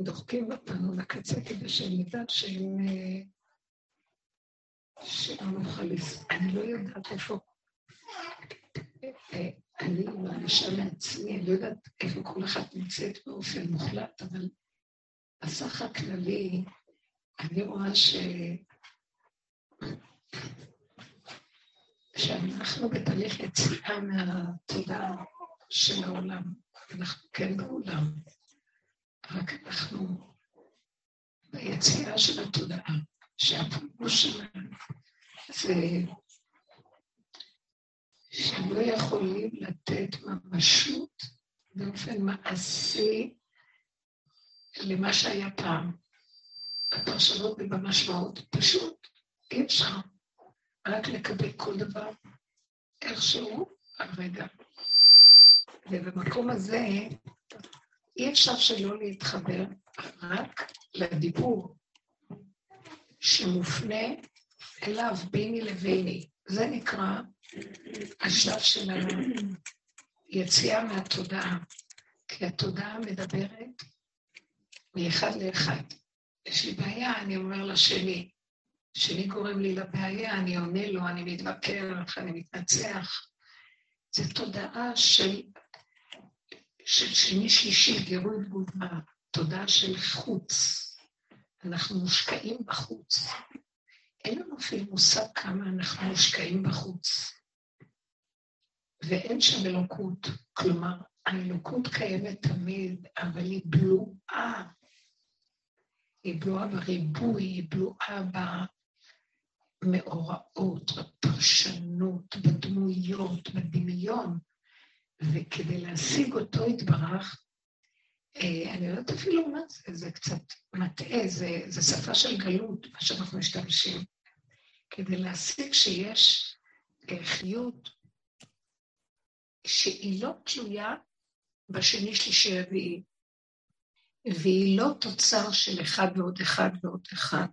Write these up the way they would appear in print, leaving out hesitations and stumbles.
דוחקים אותנו לקצה כדי שנדע שלא נוכל אני לא יודעת איפה, אני מרגישה לעצמי, אני לא יודעת איפה כל אחת נמצאת באופן מוחלט, אבל הסך הכללי, אני רואה שאנחנו בתהליך יציאה מהתודעה של העולם, אנחנו כן בעולם, רק אנחנו ביציאה של התודעה, שהפירוש שלנו זה שלא יכולים לתת ממשות באופן מעשי למה שהיה פעם. הפרשנות ובמשמעות פשוט אי אפשר רק לקבל כל דבר איכשהו על רגע. ובמקום הזה אי אפשר שלא להתחבר רק לדיבור שמופנה אליו ביני לביני. זה נקרא השלב של היציאה מהתודעה, כי התודעה מדברת מאחד לאחד. יש לי בעיה, אני אומר לשני, שני גורם לי לבעיה, אני עונה לו, אני מתווכח, אני מתנצח. זו תודעה של שני שלישי, גירוי תגובה, תודעה של חוץ. אנחנו מושקעים בחוץ. אין לנו אפילו מושג כמה אנחנו מושקעים בחוץ. ואין שם אלוקות, כלומר, האלוקות קיימת תמיד, אבל היא בלועה. היא בלועה בריבוי, היא בלועה במאורעות, בפרשנות, בדמויות, בדמיון, וכדי להשיג אותו יתברך, אני לא יודעת אפילו מה זה, זה קצת מטעה, זה שפה של גלות, מה שאנחנו משתמשים, כדי להשיג שיש חיות שהיא לא תלויה בשני שלישי רביעי, והיא לא תוצר של אחד ועוד אחד ועוד אחד,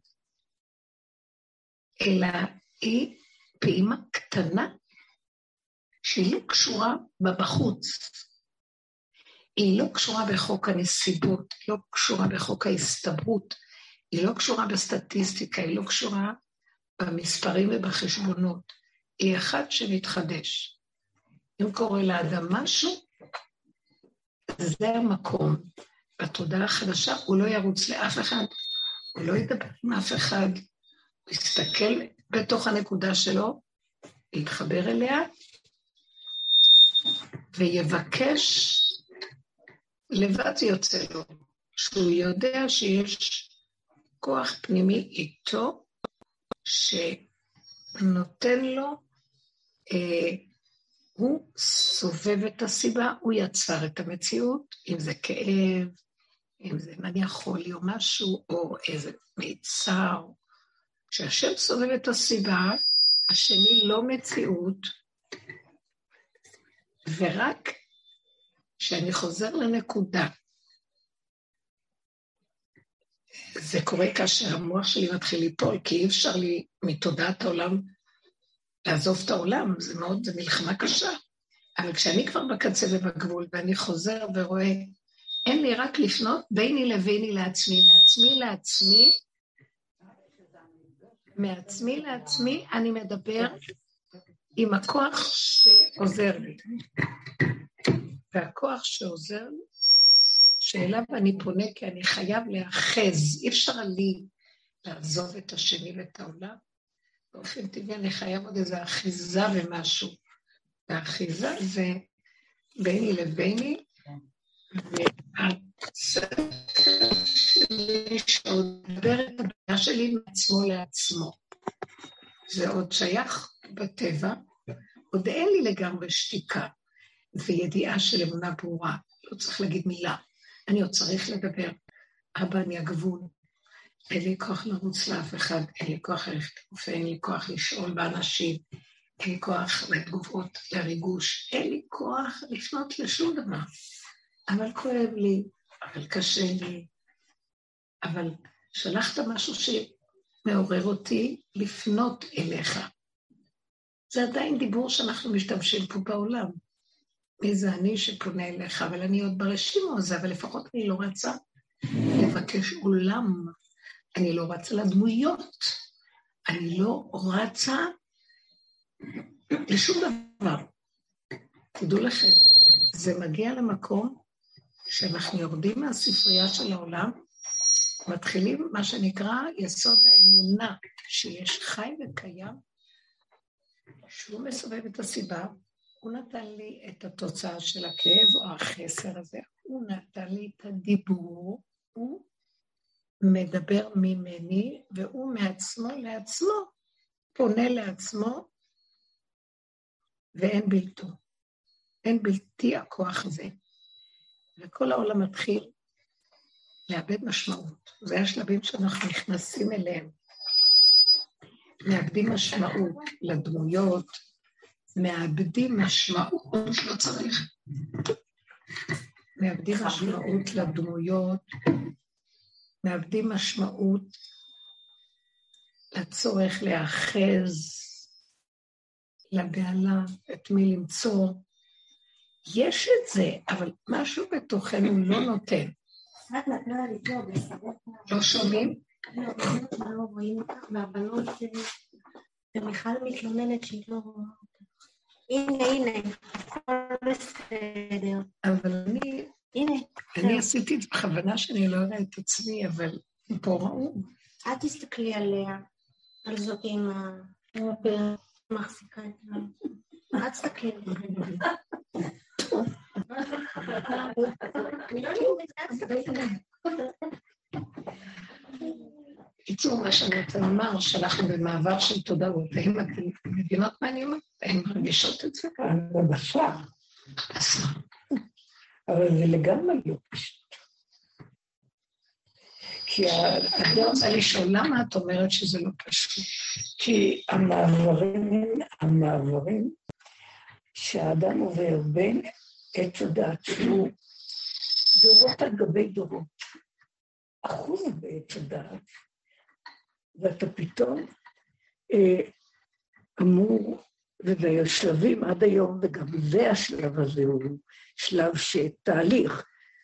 אלא היא פעימה קטנה שהיא לא קשורה בבחוץ, היא לא קשורה בחוק הנסיבות, היא לא קשורה בחוק ההסתברות, היא לא קשורה בסטטיסטיקה, היא לא קשורה במספרים ובחשבונות, היא אחד שמתחדש. אם קורה לאדם משהו, זה המקום. בתודעה החדשה הוא לא ירוץ לאף אחד, הוא לא ידבר עם אף אחד, הוא יסתכל בתוך הנקודה שלו, יתחבר אליה, ויבקש, לבד זה יוצא לו, שהוא יודע שיש כוח פנימי איתו, שנותן לו, הוא סובב את הסיבה, הוא יצר את המציאות, אם זה כאב, אם זה נניח חולי או משהו, או איזה מיצר, כשהשם סובב את הסיבה, השני לא מציאות, ורק כשאני חוזר לנקודה, זה קורה כאשר המוח שלי מתחיל ליפול, כי אי אפשר לי מתודעת העולם לעזוב את העולם, זה מאוד, זה מלחמה קשה. אבל כשאני כבר בקצה ובגבול, ואני חוזר ורואה, אין לי רק לפנות ביני לביני לעצמי, מעצמי לעצמי, אני מדבר עם הכוח שעוזר לי. והכוח שעוזר לי, שאליו אני פונה, כי אני חייב להאחז, אי אפשר לי לעזוב את השני ואת העולם, באופן טבעי אני חייב עוד איזו אחיזה ומשהו, והאחיזה זה ביני לביני, והספר שלי שעוד מדבר את הבעיה שלי מעצמו לעצמו. זה עוד שייך בטבע, עוד אין לי לגמרי שתיקה, וידיעה של אמונה ברורה, לא צריך להגיד מילה, אני עוד צריך לדבר, אבא אני הגבול, אין לי כוח לרוץ לאף אחד, אין לי כוח ללכת לרופא, אין לי כוח לשאול באנשים, אין לי כוח לתגובות, לריגוש, אין לי כוח לפנות לשום דבר. אבל כואב לי, אבל קשה לי, אבל שלחת משהו שמעורר אותי לפנות אליך. זה עדיין דיבור שאנחנו משתמשים פה בעולם. מי זה אני שפונה אליך, אבל אני עוד ברשימו הזה, אבל לפחות אני לא רצה מבקש עולם, אני לא רצה לדמויות, אני לא רצה לשום דבר. תדעו לכם, זה מגיע למקום שאנחנו יורדים מהספרייה של העולם, מתחילים מה שנקרא יסוד האמונה, שיש חי וקיים, שהוא מסובב את הסיבה, הוא נתן לי את התוצאה של הכאב או החסר הזה, הוא נתן לי את הדיבור, הוא מדבר ממני, והוא מעצמו לעצמו, פונה לעצמו, ואין בלתו. אין בלתי הכוח הזה. וכל העולם מתחיל לאבד משמעות. זה השלבים שאנחנו נכנסים אליהם. מאבדים משמעות לדמויות, מאבדים משמעות, לא צריך. מאבדים משמעות לדמויות, מאבדים משמעות לצורך להאחז, לבעלה, את מי למצוא. יש את זה, אבל משהו בתוכנו לא נותן. לא שומעים? לא רואים אותך, והבנות ומיכל מתלוננת שהיא לא רואה אותך. הנה, הכל בסדר. אבל אני עשיתי את זה בכוונה שאני לא אראה את עצמי, אבל פה ראו. אל תסתכלי עליה, על זאת עם מחזיקה את ה... אל תסתכלי עליה. קיצור, מה שאני רוצה לומר, שאנחנו במעבר של תודעות, האם אתם מבינות מה אני אומרת? האם מרגישות את זה? בבשר. אבל זה לגמרי לא פשוט. כי אני רוצה לשאול, למה את אומרת שזה לא פשוט? כי המעברים שהאדם עובר בין עץ הדעת שהוא דורות על גבי דורות, אחוז בעץ הדעת, ואתה פתאום אמור, וזה שלבים עד היום, וגם זה השלב הזה הוא שלב שתהליך,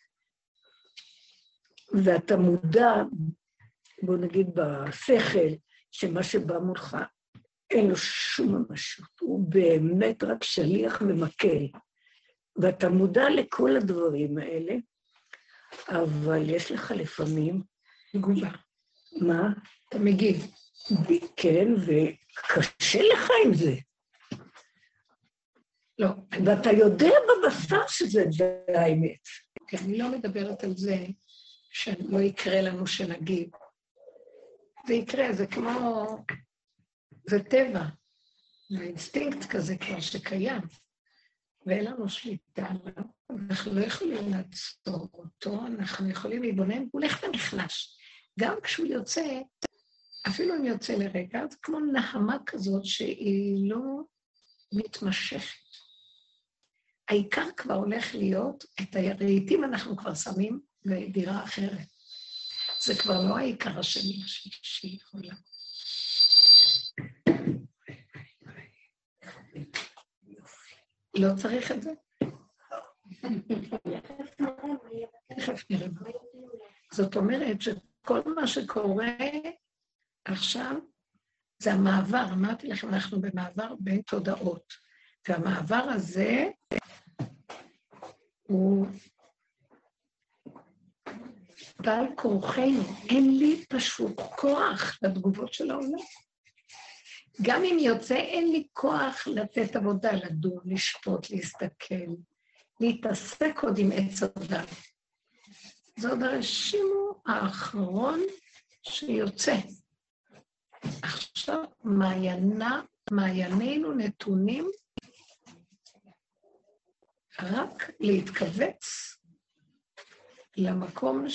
ואתה מודע, בוא נגיד בשכל, שמה שבא מולך אין לו שום ממשות, הוא באמת רק שליח ומקל, ואתה מודע לכל הדברים האלה, אבל יש לך לפעמים תגובה. מה? אתה מגיב. כן, וקשה לך עם זה. לא. ואתה יודע בבשר שזה האמת. כי אני לא מדברת על זה שלא יקרה לנו שנגיב. זה יקרה, זה כמו... זה טבע. זה אינסטינקט כזה כבר שקיים. ואין לנו שליטה עליו. אנחנו לא יכולים לעצור אותו, אנחנו יכולים להתבונן, הוא הולך ונחלש. גם כשהוא יוצא, אפילו אם יוצא לרגע, זה כמו נהמה כזאת שהיא לא מתמשכת. העיקר כבר הולך להיות, את הרהיטים אנחנו כבר שמים בדירה אחרת. זה כבר לא העיקר השני שהיא יכולה. לא צריך את זה? תכף נראה. זאת אומרת שכל מה שקורה עכשיו זה המעבר. אמרתי לכם, אנחנו במעבר בין תודעות. והמעבר הזה הוא בעל כורחנו. אין לי פשוט כוח לתגובות של העולם. גם אם יוצא, אין לי כוח לתת עבודה, לדון, לשפוט, להסתכל, להתעסק עוד עם עץ הדת. זה עוד הרשימו האחרון שיוצא. עכשיו מעיינינו נתונים רק להתכווץ למקום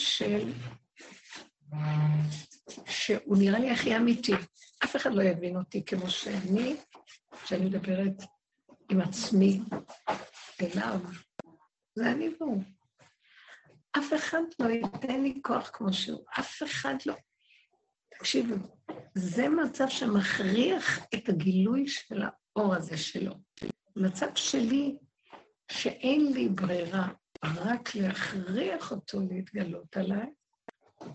שהוא נראה לי הכי אמיתי. אף אחד לא יבין אותי כמו שאני מדברת עם עצמי אליו. זה אני והוא. אף אחד לא ייתן לי כוח כמו שהוא. אף אחד לא. תקשיבו, זה מצב שמכריח את הגילוי של האור הזה שלו. מצב שלי שאין לי ברירה רק להכריח אותו להתגלות עליי,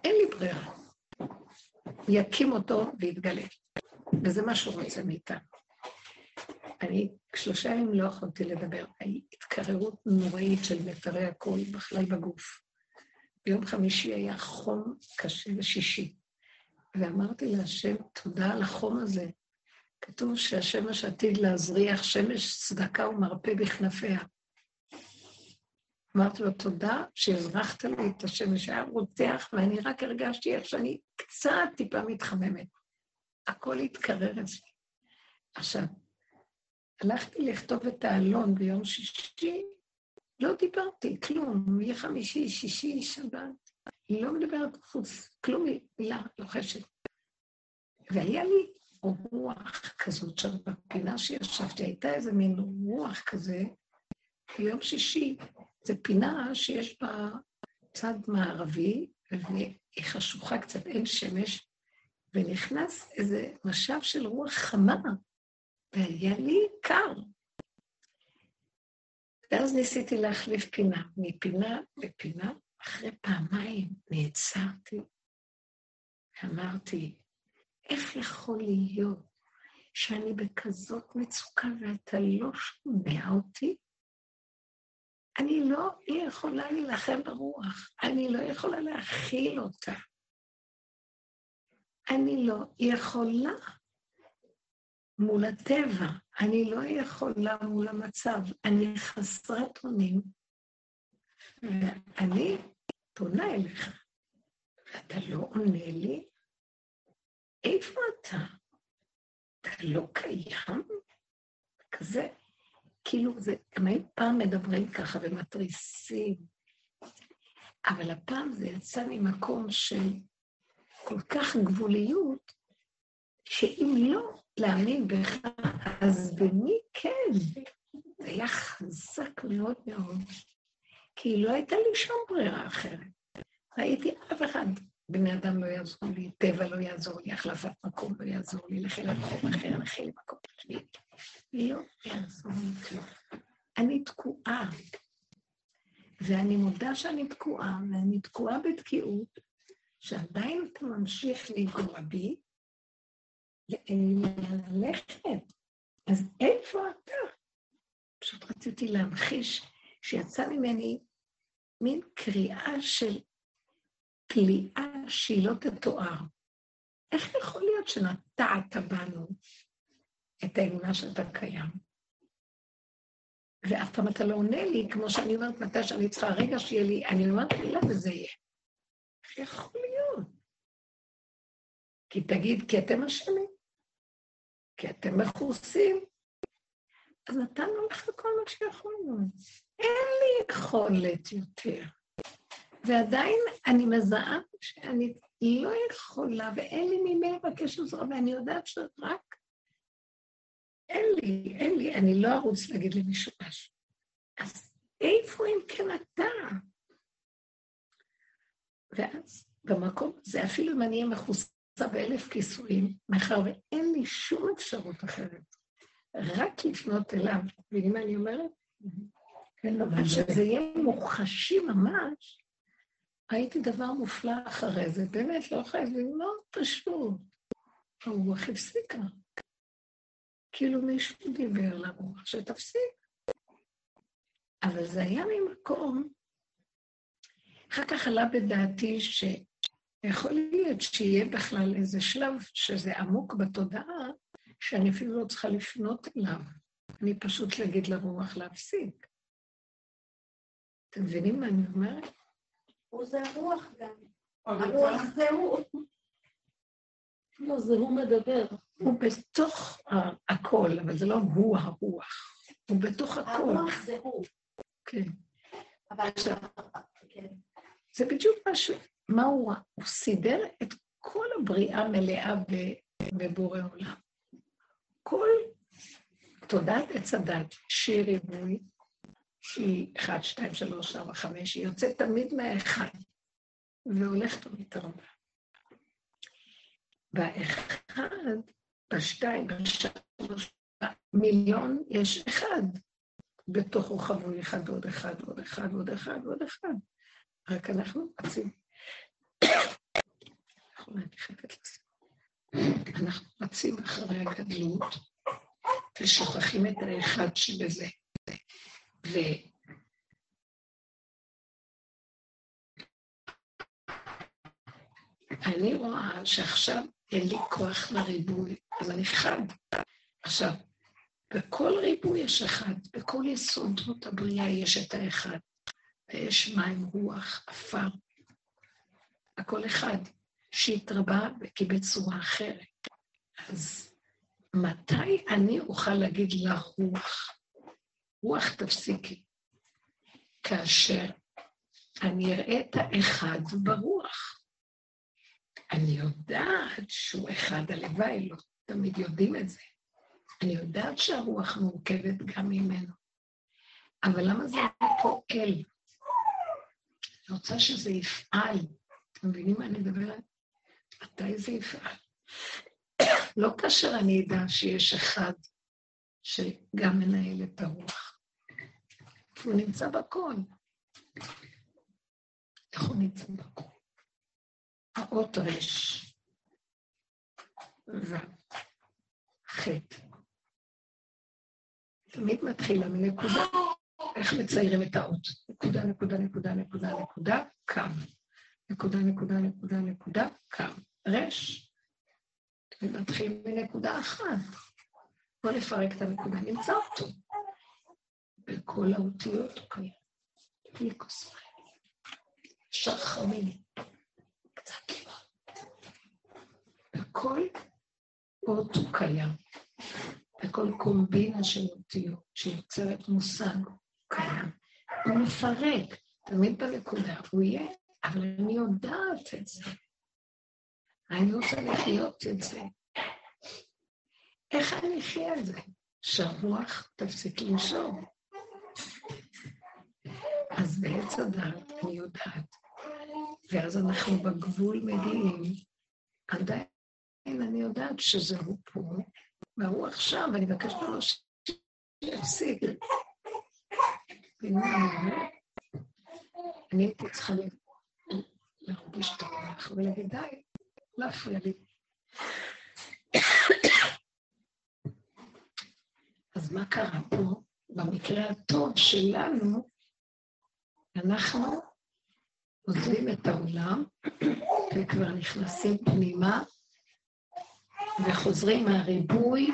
אין לי ברירה. יקים אותו ויתגלה. וזה מה שהוא רוצה מאיתנו. אני 3 ימים לא יכולתי לדבר, התקררות נוראית של מטרי הכל בכלל בגוף. ביום חמישי היה חום קשה ושישי, ואמרתי להשם, תודה על החום הזה. כתוב שהשמש עתיד להזריח, שמש צדקה ומרפא בכנפיה. אמרתי לו, תודה שהזרחת לי את השמש, היה רותח, ואני רק הרגשתי איך שאני קצת טיפה מתחממת. הכל התקרר אצלי. עכשיו, הלכתי לכתוב את העלון ביום שישי, לא דיברתי, כלום, מחמישי, שישי, שבת, לא מדברת חוץ, כלום, מילה, לוחשת. והיה לי רוח כזאת שם בפינה שישבתי, הייתה איזה מין רוח כזה, ביום שישי, זו פינה שיש בה צד מערבי, והיא חשוכה קצת, אין שמש, ונכנס איזה משב של רוח חמה, והיה לי קר. ואז ניסיתי להחליף פינה, מפינה לפינה, אחרי פעמיים נעצרתי, ואמרתי, איך יכול להיות שאני בכזאת מצוקה ואתה לא שומע אותי? אני לא יכולה להילחם ברוח, אני לא יכולה להכיל אותה. אני לא יכולה מול הטבע, אני לא יכולה מול המצב, אני חסרת אונים, ואני פונה אליך, ואתה לא עונה לי? איפה אתה? אתה לא קיים? כזה, כאילו זה, גם היו פעם מדברים ככה ומתריסים, אבל הפעם זה יצא ממקום של כל כך גבוליות, שאם לא להאמין בך, אז במי כן? זה היה חזק מאוד מאוד, כי לא הייתה לי שום ברירה אחרת. ראיתי אף אחד, בני אדם לא יעזור לי, טבע לא יעזור לי, החלפת מקום לא יעזור לי, לכי למקום אחר, לכי למקום שלי. לא יעזור לי כלום. אני תקועה, ואני מודה שאני תקועה, ואני תקועה בתקיעות, שעדיין אתה ממשיך לגרוע בי, ללכת. אז איפה אתה? פשוט רציתי להמחיש שיצא ממני מין קריאה של פליאה שהיא לא תתואר. איך יכול להיות שנטעת בנו את האמונה שאתה קיים? ואף פעם אתה לא עונה לי, כמו שאני אומרת, מתי שאני צריכה רגע שיהיה לי, אני אומרת לי, למה זה יהיה? איך יכול להיות? כי תגיד, כי אתם אשמים, כי אתם מכוסים, אז נתנו לך כל מה שיכולנו. אין לי יכולת יותר. ועדיין אני מזהה שאני לא יכולה, ואין לי ממי לבקש עזרה, ואני יודעת שרק אין לי, אני לא ארוץ להגיד למישהו משהו. אז איפה אם כן אתה? ואז במקום הזה, אפילו אם אני אהיה מחוסה ב1000 כיסויים, מאחר ואין לי שום אפשרות אחרת, רק לפנות אליו, ואם אני אומרת, שזה יהיה מוחשי ממש, ראיתי דבר מופלא אחרי זה, באמת לא חייבים, מאוד פשוט. הרוח הפסיקה. כאילו מישהו דיבר לרוח שתפסיק. אבל זה היה ממקום, אחר כך עלה בדעתי שיכול להיות שיהיה בכלל איזה שלב שזה עמוק בתודעה, שאני אפילו לא צריכה לפנות אליו. אני פשוט להגיד לרוח להפסיק. אתם מבינים מה אני אומרת? הוא זה הרוח גם. הרוח זה הוא. לא, זה הוא מדבר. הוא בתוך הכל, אבל זה לא הוא הרוח. הוא בתוך הכל. הרוח זה הוא. כן. אבל עכשיו, כן. זה בדיוק משהו. מה הוא? הוא סידר את כל הבריאה מלאה בבורא עולם. כל תודעת עץ הדת, שיר ריבוי, שהיא 1, 2, 3, 4, 5, היא יוצאת תמיד מהאחד, והולכת ומתרבה. באחד, בשתיים, בשלוש, מיליון יש אחד. בתוכו חבוי אחד ועוד אחד ועוד אחד ועוד אחד ועוד אחד. רק אנחנו רצים אני חייבת לזה. אנחנו רצים אחרי הגדלות, ושוכחים את האחד שבזה. ואני רואה שעכשיו אין לי כוח לריבוי, אז אני חד. עכשיו, בכל ריבוי יש אחד, בכל יסודות הבריאה יש את האחד. ויש מים, רוח, אפר. הכל אחד שהתרבה וקיבל צורה אחרת. אז מתי אני אוכל להגיד לרוח, רוח תפסיקי, כאשר אני אראה את האחד ברוח. אני יודעת שהוא אחד, הלוואי, לא תמיד יודעים את זה. אני יודעת שהרוח מורכבת גם ממנו. אבל למה זה לא פועל? אני רוצה שזה יפעל. אתם מבינים מה אני מדברת? מתי זה יפעל? לא כאשר אני אדע שיש אחד שגם מנהל את הרוח. הוא נמצא בכל. איך הוא נמצא בכל? האות רש. והחטא. תמיד מתחילה מנקודה. איך מציירים את האות? נקודה, נקודה, נקודה, נקודה, נקודה, קו. נקודה, נקודה, נקודה, נקודה, קו. רש. ומתחיל מנקודה אחת. בוא נפרק את הנקודה, נמצא אותו. בכל האותיות הוא קיים. בלי כוס מים. שרחמים. קצת ליבה. בכל אות הוא קיים. בכל קומבינה של אותיות, שיוצרת מושג, הוא קיים. הוא מפרק, תמיד בנקודה, הוא יהיה, אבל אני יודעת את זה. אני רוצה לחיות את זה. איך אני אחיה את זה? שהרוח תפסיק לנשום. אז בעץ הדעת אני יודעת, ואז אנחנו בגבול מגיעים, עדיין אני יודעת שזהו פה, והרוח שם, ואני מבקשת לו שיפסיק. אני הייתי צריכה להרגיש את הרוח ולהגיד די, לא אפריע לי. אז מה קרה פה? במקרה הטוב שלנו, אנחנו עוזבים את העולם, וכבר נכנסים פנימה, וחוזרים מהריבוי,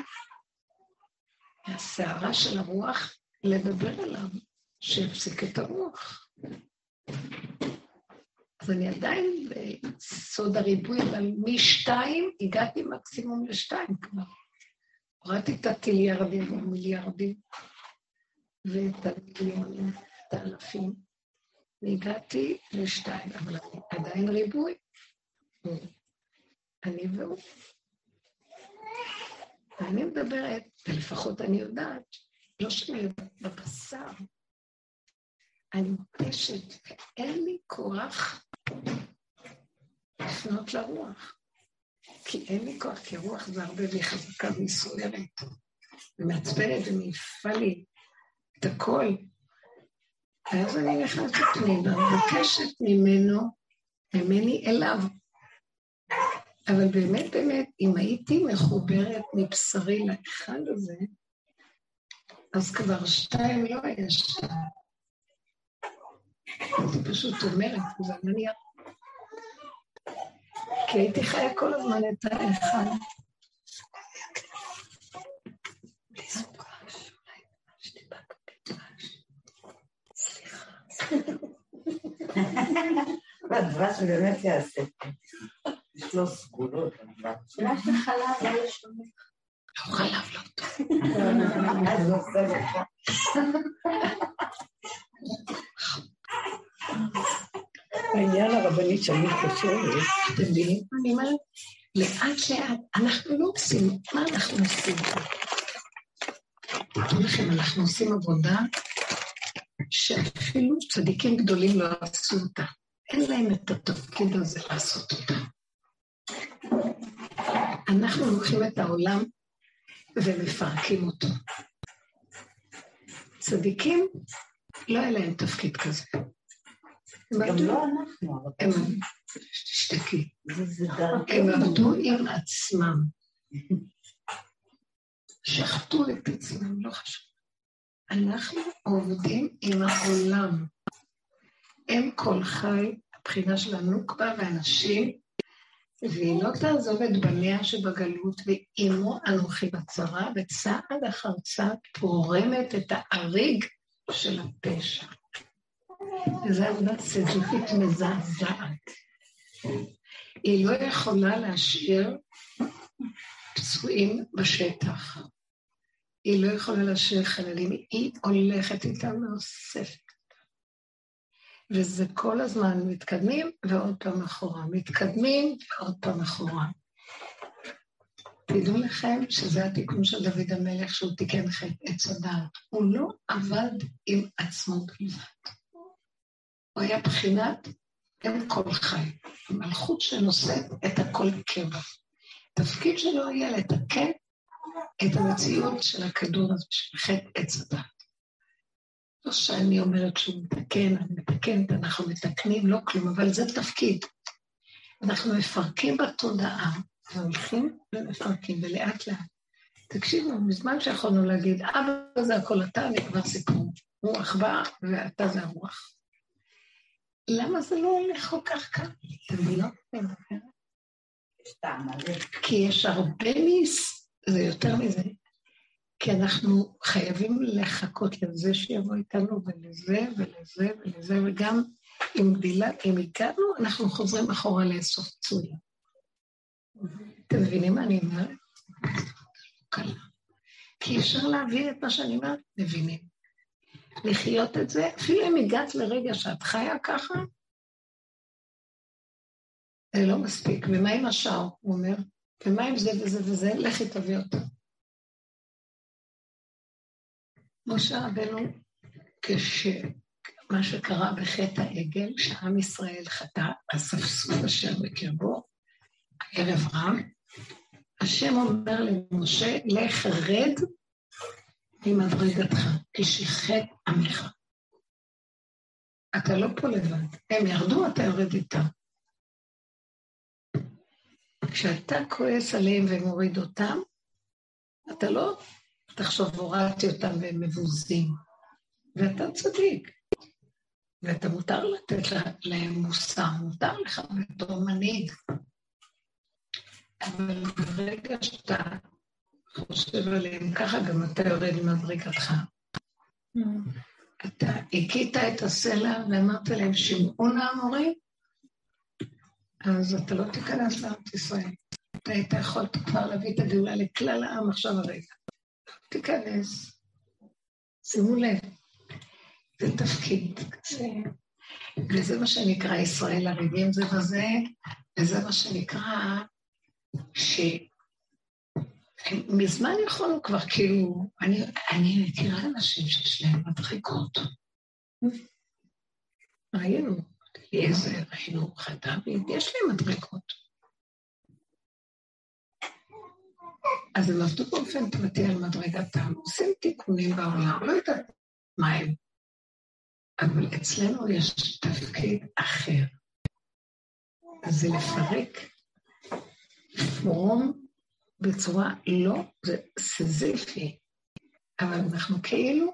מהסערה של הרוח, לדבר עליו, שיפסיק את הרוח. אז אני עדיין בסוד הריבוי, אבל משתיים הגעתי מקסימום לשתיים כבר. הורדתי את הטיליארדים והמיליארדים, ואת המיליונים, את האלפים, והגעתי לשתיים, אבל אני עדיין ריבוי. אני והוא. ואני מדברת, ולפחות אני יודעת, לא שאני יודעת בבשר, אני מוקשת, ואין לי כוח לפנות לרוח. כי אין לי כוח, כי רוח זה הרבה והיא חזקה ויסוערת, ומעצבנת ומעיפה לי את הכל. ואז אני נכנסת פנימה, מבקשת ממני אליו. אבל באמת, אם הייתי מחוברת מבשרי לאחד הזה, אז כבר שתיים לא היה שם. אני פשוט אומרת, זה נניח. כי הייתי חיה כל הזמן את האחד. והדבש באמת יעשה. יש לו סגולות. שאלה של חלב, לא שומע. לא חלב, לא טוב. אז לא עושה לך. העניין הרבנית שאני חושבת, אתם מבינים? אני אומרת, לאט לאט, אנחנו לא עושים, מה אנחנו עושים? תראו לכם, אנחנו עושים עבודה שאפילו צדיקים גדולים לא עשו אותה. אין להם את התפקיד הזה לעשות אותה. אנחנו לוקחים את העולם ומפרקים אותו. צדיקים, לא היה להם תפקיד כזה. גם לא אנחנו. הם תשתקי. הם עבדו עם עצמם. שחטו את עצמם, לא חשוב. אנחנו עובדים עם העולם. הם כל חי, הבחינה של הנוקבה ואנשים, והיא לא תעזוב את בניה שבגלות, ואימו אנוכי בצרה, וצעד אחר צעד פורמת את האריג של הפשע. וזו עבודה סיזיפית מזעזעת. היא לא יכולה להשאיר פצועים בשטח. היא לא יכולה להשאיר חללים, היא הולכת איתם מאוספת. וזה כל הזמן מתקדמים ועוד פעם אחורה, מתקדמים ועוד פעם אחורה. תדעו לכם שזה התיקון של דוד המלך, שהוא תיקן חטא עץ הדעת. הוא לא עבד עם עצמו בלבד. הוא היה בחינת אם כל חי, מלכות שנושאת את הכל קבע. התפקיד שלו היה לתקן את המציאות של הכדור הזה, של חטא עץ הדעת. לא שאני אומרת שהוא מתקן, אני מתקנת, אנחנו מתקנים, לא כלום, אבל זה תפקיד. אנחנו מפרקים בתודעה, והולכים ומפרקים, ולאט לאט. תקשיבו, מזמן שיכולנו להגיד, אבא זה הכל אתה, אני כבר סיכום. רוח בא, ואתה זה הרוח. למה זה לא הולך כל כך כאן? אתם מבינות? כי יש הרבה זה יותר מזה. כי אנחנו חייבים לחכות לזה שיבוא איתנו, ולזה, ולזה, ולזה, וגם אם הגענו, אנחנו חוזרים אחורה לאסוף צויה. אתם מבינים מה אני אומרת? קלה. כי אפשר להבין את מה שאני אומרת, מבינים. לחיות את זה, אפילו אם הגעת לרגע שאת חיה ככה, זה לא מספיק. ומה עם השאר? הוא אומר, ומה עם זה וזה וזה? לכי תביא אותה. משה רבנו, כשמה שקרה בחטא העגל, שעם ישראל חטא, אספסוף אשר בקרבו, ערב רם, השם אומר למשה, לך רד ממדרגתך, כי שיחת עמך. אתה לא פה לבד, הם ירדו, אתה יורד איתם. כשאתה כועס עליהם ומוריד אותם, אתה לא תחשוב, הורדתי אותם והם מבוזים. ואתה צדיק. ואתה מותר לתת להם מוסר, מותר לך בתור מנהיג. אבל ברגע שאתה חושב עליהם, ככה גם אתה יורד ממדרגתך. אתה הכית את הסלע ואמרת להם, שמעו נא המורים, אז אתה לא תיכנס לארץ ישראל. אתה היית יכול כבר להביא את הגאולה לכלל העם עכשיו הרגע. תיכנס, שימו לב, זה תפקיד כזה, וזה מה שנקרא ישראל הרגים זה וזה, וזה מה שנקרא שמזמן יכולנו כבר כאילו, אני מכירה אנשים שיש להם מדרגות. ראינו, ראינו חטא, יש להם מדרגות. אז הם עבדו באופן פרטי על מדרגתם, עושים תיקונים בעולם, לא יודעת מה הם. אבל אצלנו יש תפקיד אחר. אז זה לפרק, לפרום בצורה לא, זה סיזיפי, אבל אנחנו כאילו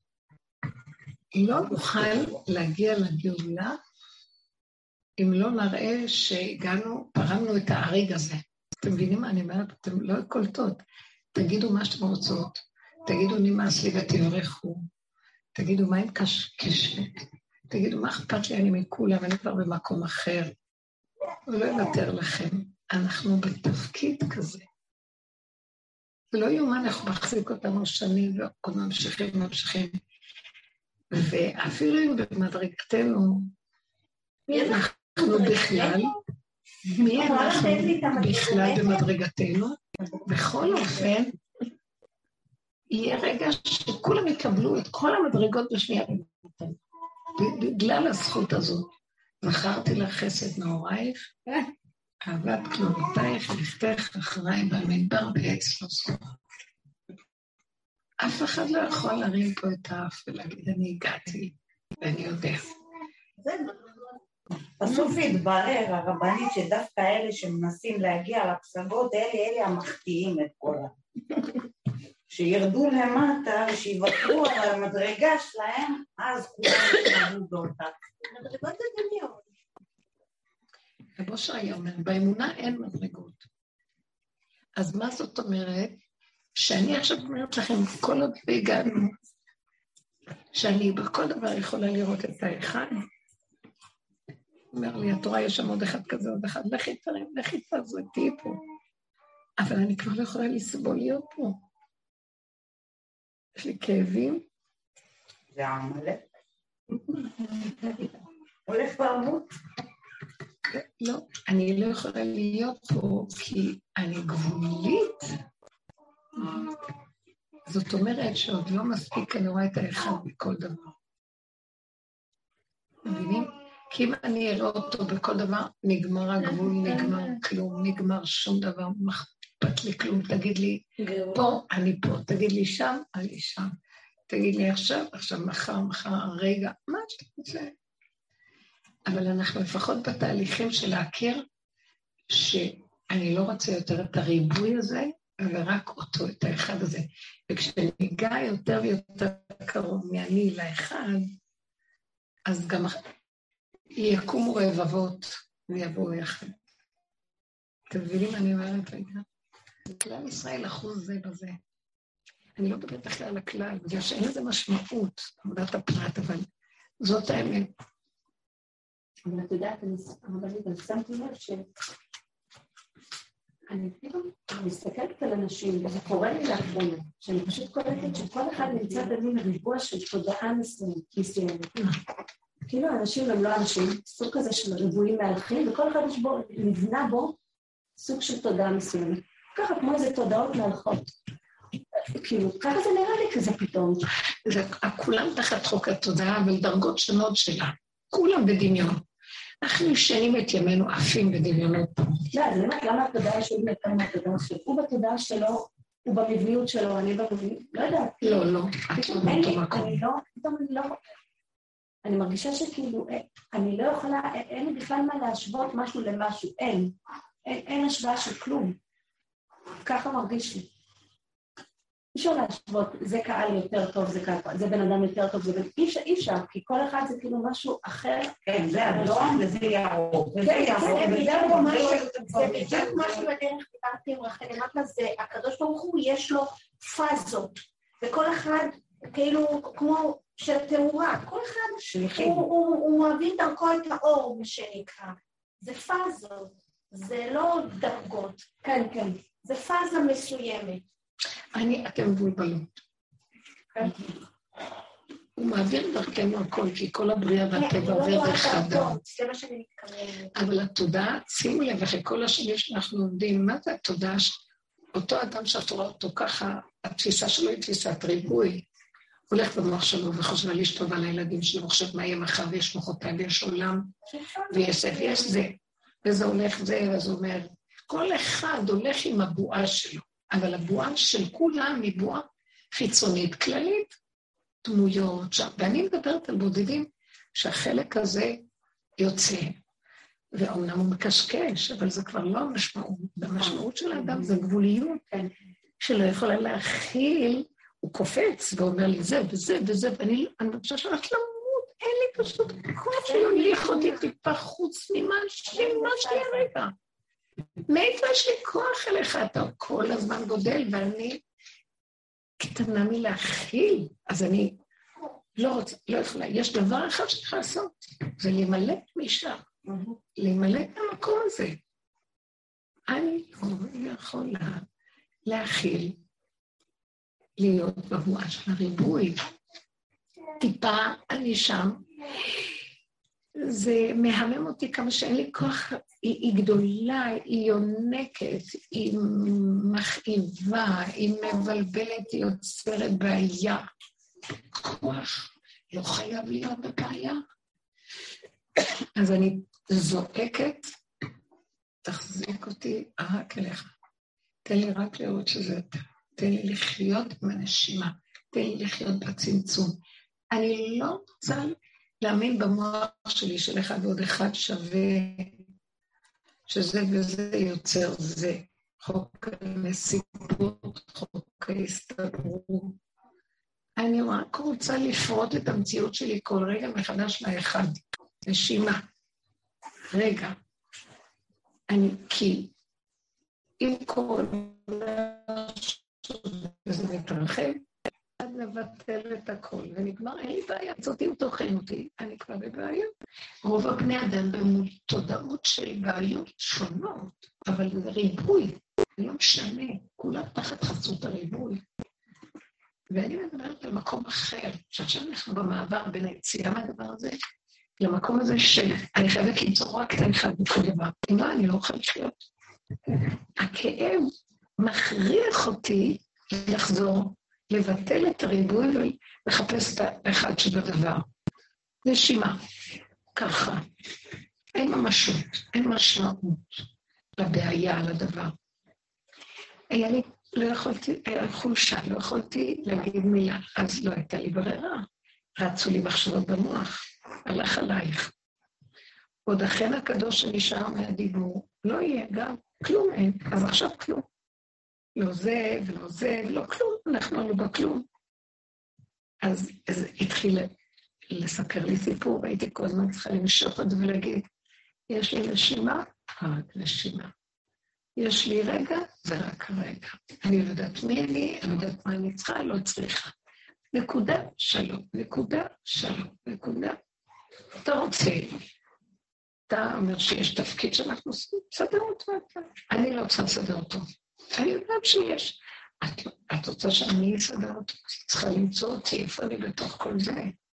לא נוכל להגיע לגאולה, אם לא נראה שהגענו, פרמנו את האריג הזה. אתם מבינים מה אני אומרת? אתם לא קולטות. תגידו מה שאתם רוצות, תגידו נמאס לי ותברכו, תגידו מה עם קשת, תגידו מה אכפת לי אני מכולם, אני כבר במקום אחר. הוא לא יוותר לכם. אנחנו בתפקיד כזה. ולא יאומן איך מחזיק אותנו שנים ועוד ממשיכים. ואפילו אם במדרגתנו, אנחנו בכלל, מי אנחנו בכלל במדרגתנו? בכל אופן, יהיה רגע שכולם יקבלו את כל המדרגות בשנייה במדרגתנו. בגלל הזכות הזאת, זכרתי לך חסד נעורייך, אהבת כלומותייך, לכתך אחריי במדבר בעץ לא זכות. אף אחד לא יכול להרים פה את האף ולהגיד, אני הגעתי, ואני יודע. בסוף התברר, הרבנית, שדווקא אלה שמנסים להגיע לפסגות, אלה המחטיאים את כל שירדו למטה, שיוותרו על המדרגה שלהם, אז כולם יתנהגו באותה. מדרגות הדמיון. רב אושר היה אומר, באמונה אין מדרגות. אז מה זאת אומרת? שאני עכשיו אומרת לכם, כל עוד והגענו, שאני בכל דבר יכולה לראות את האחד, אומר לי, התורה יש שם עוד אחד כזה, עוד אחד, לכי תעזרתי פה. אבל אני כבר לא יכולה לסבול להיות פה. יש לי כאבים. זה המלא. הולך בעמוד. לא, אני לא יכולה להיות פה, כי אני גבולית. זאת אומרת שעוד לא מספיק אני רואה את האחד בכל דבר. מבינים? כי אם אני אראה אותו בכל דבר, נגמר הגבול, נגמר כלום, נגמר שום דבר, מחפת לי כלום, תגיד לי, פה, אני פה, תגיד לי שם, אני שם, תגיד לי עכשיו, מחר, רגע, מה שאתה רוצה? אבל אנחנו לפחות בתהליכים של להכיר, שאני לא רוצה יותר את הריבוי הזה, ורק אותו, את האחד הזה. וכשניגע יותר ויותר קרוב מעני לאחד, אז גם יקומו רבבות ויבואו יחד. אתם מבינים מה אני אומרת רגע? כלל ישראל אחוז זה בזה. אני לא מדברת בכלל על הכלל, בגלל שאין לזה משמעות, עבודת הפרט, אבל זאת האמת. אבל את יודעת, אני שמתי לב אני מסתכלת על אנשים, וזה קורה לי לאחרונה, שאני פשוט קולטת שכל אחד נמצא במין ריבוע של תודעה מסוימת. כאילו האנשים הם לא אנשים, סוג כזה של ריבועים מהלכים, וכל אחד נבנה בו סוג של תודעה מסוימת. ככה כמו איזה תודעות מהלכות. כאילו, ככה זה נראה לי כזה פתאום. כולם תחת חוק התודעה, אבל דרגות שונות שלה. כולם בדמיון. אנחנו ישנים את ימינו עפים בדמיונות. לא, אז למה התודעה שלי נתן מהתודעה שלו? הוא בתודעה שלו, הוא במבניות שלו, אני במבניות, לא יודעת. לא, אני מרגישה שכאילו, אני לא יכולה, אין לי בכלל מה להשוות משהו למשהו, אין השוואה של כלום. ככה מרגיש לי. אפשר להשוות, זה קהל יותר טוב, זה בן אדם יותר טוב, אי אפשר, כי כל אחד זה כאילו משהו אחר. כן, זה אדום וזה ירוק. כן, זה בדיוק משהו בדרך, דיברתי עם רחל, למטה זה, הקדוש ברוך הוא יש לו פאזות, וכל אחד כאילו כמו של תאורה, כל אחד הוא מעביר דרכו את האור, מה שנקרא. זה פאזות, זה לא דרגות. כן, זה פאזה מסוימת. אתם מבולבלות. הוא מעביר דרכנו הכל, כי כל הבריאה והטבע עובר דרך האדם. זה מה שאני מתכוונת. אבל התודעה, שימו לב, אחרי כל השנים שאנחנו עומדים, מה זה התודעה? אותו אדם שאת רואה אותו ככה, התפיסה שלו היא תפיסת ריבוי. הולך במוח שלו וחושב על אשתו ועל הילדים שלו, וחושב מה יהיה מחר, ויש מחרתיים, ויש עולם, ויש זה. וזה הולך זה, וזה אומר, כל אחד הולך עם הבועה שלו. אבל הבועה של כולם היא בועה חיצונית כללית, דמויות שם. ואני מדברת על בודדים שהחלק הזה יוצא, ואומנם הוא מקשקש, אבל זה כבר לא המשמעות. המשמעות של האדם זה גבוליות, שלא יכולה להכיל, הוא קופץ ואומר לי זה וזה וזה, ואני חושבת שאני למות, אין לי פשוט כוח שיוליך אותי טיפה חוץ ממה שלי הרגע. מאיפה יש לי כוח אליך? אתה כל הזמן גודל, ואני קטנה מלהכיל, אז אני לא יכולה. יש דבר אחד שצריך לעשות, זה למלא משם, למלא את המקום הזה. אני לא יכולה להכיל, להיות בבואה של הריבוי. טיפה אני שם, זה מהמם אותי כמה שאין לי כוח, היא גדולה, היא יונקת, היא מכאיבה, היא מבלבלת, היא יוצרת בעיה. כוח לא חייב להיות בבעיה. אז אני זועקת, תחזיק אותי רק אליך. תן לי רק לראות שזה אתה. תן לי לחיות עם הנשימה, תן לי לחיות בצמצום. אני לא רוצה להאמין במוח שלי של אחד ועוד אחד שווה, שזה וזה יוצר זה. חוק הנסיבות, חוק ההסתברות. אני רק רוצה לפרוט את המציאות שלי כל רגע מחדש לאחד. נשימה. רגע. כי אם כל זה מתרחב, אז נבטל את הכל, ונגמר, אין לי בעיה, זאת אם תוכן אותי, אני כבר בבעיה. רוב הבני אדם בתודעות של בעיות שונות, אבל זה ריבוי, זה לא משנה, כולם תחת חסות הריבוי. ואני מדברת על מקום אחר, שעכשיו אנחנו במעבר בין היציאה מהדבר הזה, למקום הזה שאני חייבת למצוא רק את האחד בכל דבר. אם לא, אני לא אוכל לחיות. הכאב מכריח אותי לחזור, לבטל את הריבוי ולחפש את האחד שבדבר. נשימה, ככה. אין ממשות, אין משמעות לבעיה, לדבר. היה לי, לא יכולתי, היה חולשה, לא יכולתי להגיד מילה, אז לא הייתה לי ברירה. רצו לי מחשבות במוח, הלך עלייך. עוד החן הקדוש שנשאר מהדיבור, לא יהיה גם, כלום אין, אז עכשיו כלום. לא זה ולא זה ולא כלום, אנחנו לא בכלום. אז התחיל לספר לי סיפור, והייתי כל הזמן צריכה למשוך את זה ולהגיד, יש לי נשימה, רק נשימה. יש לי רגע, זה רק רגע. אני יודעת מי אני יודעת מה אני צריכה, לא צריכה. נקודה, שלום, נקודה, שלום, נקודה. אתה רוצה, אתה אומר שיש תפקיד שאנחנו עושים, תסדר אותו אתה. אני לא רוצה לסדר אותו. אני יודעת שיש. את רוצה שאני אסדר אותו? צריכה למצוא אותי, איפה אני בתוך כל זה?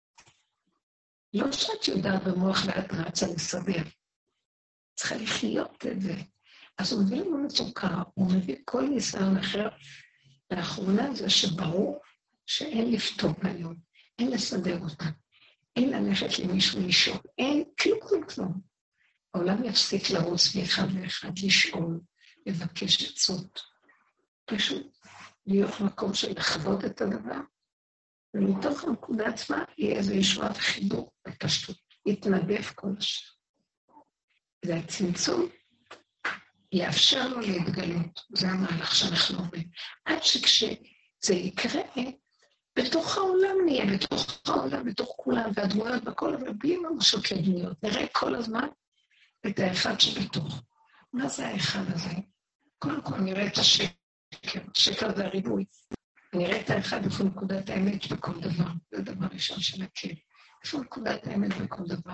לא שאת יודעת במוח ואת רצה לסדר. צריכה לחיות את זה. אז הוא מביא לנו מצוקה, הוא מביא כל ניסיון אחר. לאחרונה זה שברור שאין לפתור היום, אין לסדר אותה, אין ללכת למישהו לשאול, אין כלום. העולם יפסיק לרוץ מאחד ואחד לשאול, לבקש עצות. פשוט להיות מקום של לחוות את הדבר, ומתוך הנקודה עצמה יהיה איזו ישועת חיבור בפשטות, יתנדף כל השאר. זה הצמצום, לאפשר לו להתגלות, זה המהלך שאנחנו אומרים. עד שכשזה יקרה, בתוך העולם נהיה, בתוך העולם, בתוך כולם, והדמויות בכל, אבל בלי ממשות לדמויות. נראה כל הזמן את האחד שבתוך. מה זה האחד הזה? קודם כל נראה את השקר, השקר זה הריבוי. נראה את האחד איפה נקודת האמת בכל דבר, זה דבר ראשון של הכל. איפה נקודת האמת בכל דבר.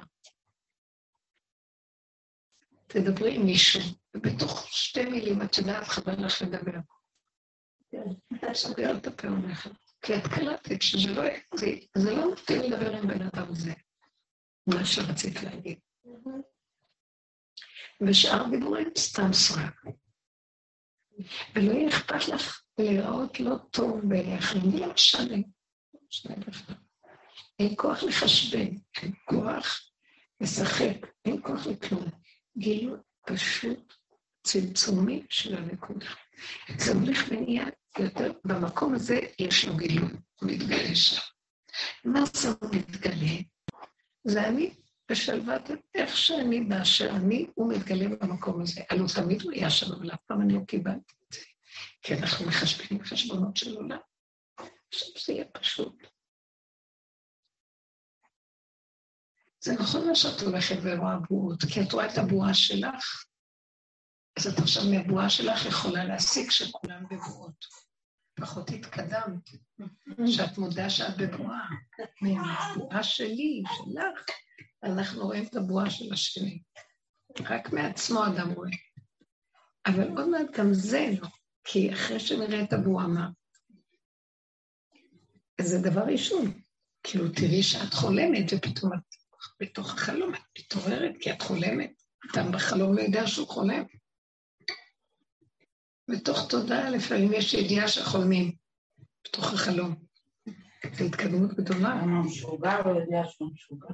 תדברי עם מישהו, ובתוך 2 מילים את יודעת חבל לך לדבר. סוגר את הפה הולכת. כי את קלטת שזה לא יחזיק, זה לא נותן לדבר עם בן אדם הזה, מה שרצית להגיד. ושאר דיבורים סתם סרק. ולא יהיה אכפת לך לראות לא טוב באחרים, לא משנה. אין כוח לחשבן, אין כוח לשחק, אין כוח לכלום. גילוי פשוט צמצומי של הנקודה. זה הולך ונהיה יותר, במקום הזה יש לו גילוי, הוא מתגלה שם. מה זה הוא מתגלה? זה אני בשלוות איך שאני באשר אני, הוא מתגלה במקום הזה. עלו תמיד הוא היה שם, אבל אף פעם אני לא קיבלתי את זה. כי אנחנו מחשבים חשבונות של עולם. עכשיו זה יהיה פשוט. זה נכון מה שאת הולכת ורואה בועות, כי את רואה את הבועה שלך, אז את עכשיו מהבועה שלך יכולה להסיק שכולם בבועות. פחות התקדמת, שאת מודעה שאת בבועה. מהבועה שלי, שלך, אנחנו רואים את הבועה של השני. רק מעצמו אדם רואה. אבל עוד מעט גם זה לא, כי אחרי שנראה את הבועה מה, זה דבר ראשון. כאילו תראי שאת חולמת ופתאום את בתוך החלום, את מתעוררת כי את חולמת. אדם בחלום לא יודע שהוא חולם. בתוך תודעה לפעמים יש ידיעה שחולמים, בתוך החלום. זו התקדמות גדולה. הוא משוגע לא יודע שהוא משוגע.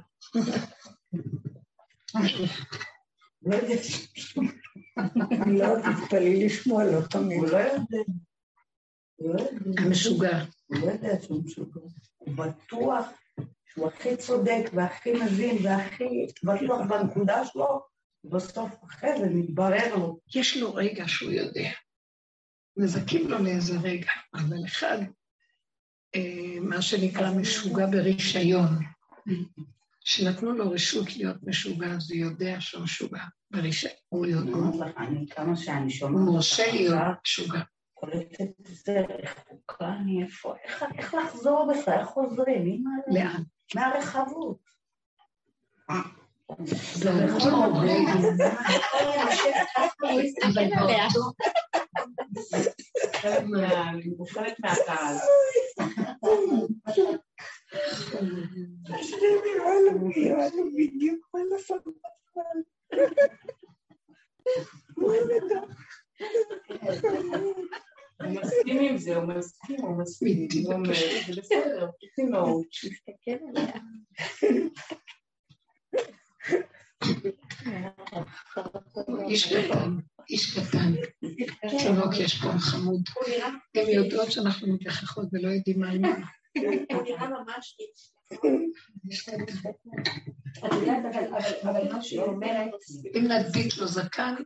לא יודע שהוא לא, תתפלי לשמוע, לא תמיד. הוא לא יודע. המשוגע. הוא לא יודע שהוא משוגע. הוא בטוח שהוא הכי צודק והכי מבין והכי בטוח בנקודה שלו, בסוף אחרי זה מתברר לו. יש לו רגע שהוא יודע. מזכים לו לאיזה רגע, אבל אחד, מה שנקרא משוגע ברישיון, שנתנו לו רשות להיות משוגע, אז הוא יודע שהוא משוגע ברישיון. הוא יודע. כמה שאני שומעת. הוא מורשה להיות משוגע. קולטת את זה, איך חוקה, אני איפה, איך לחזור בכלל, איך חוזרים? לאן? מהרחבות. זה רחוב. אני מוכרת מהקהל. נראה לו בדיוק מה לעשות. הוא מסכים עם זה, הוא מסכים. זה בסדר, תקשיב לו. תסתכל עליה. איש קטן, תינוק יש פה חמוד. הם יודעות שאנחנו מתייחכות ולא יודעים מה מה. הוא נראה ממש איש. אבל מה שהיא אומרת... אם נדביק לו זקן,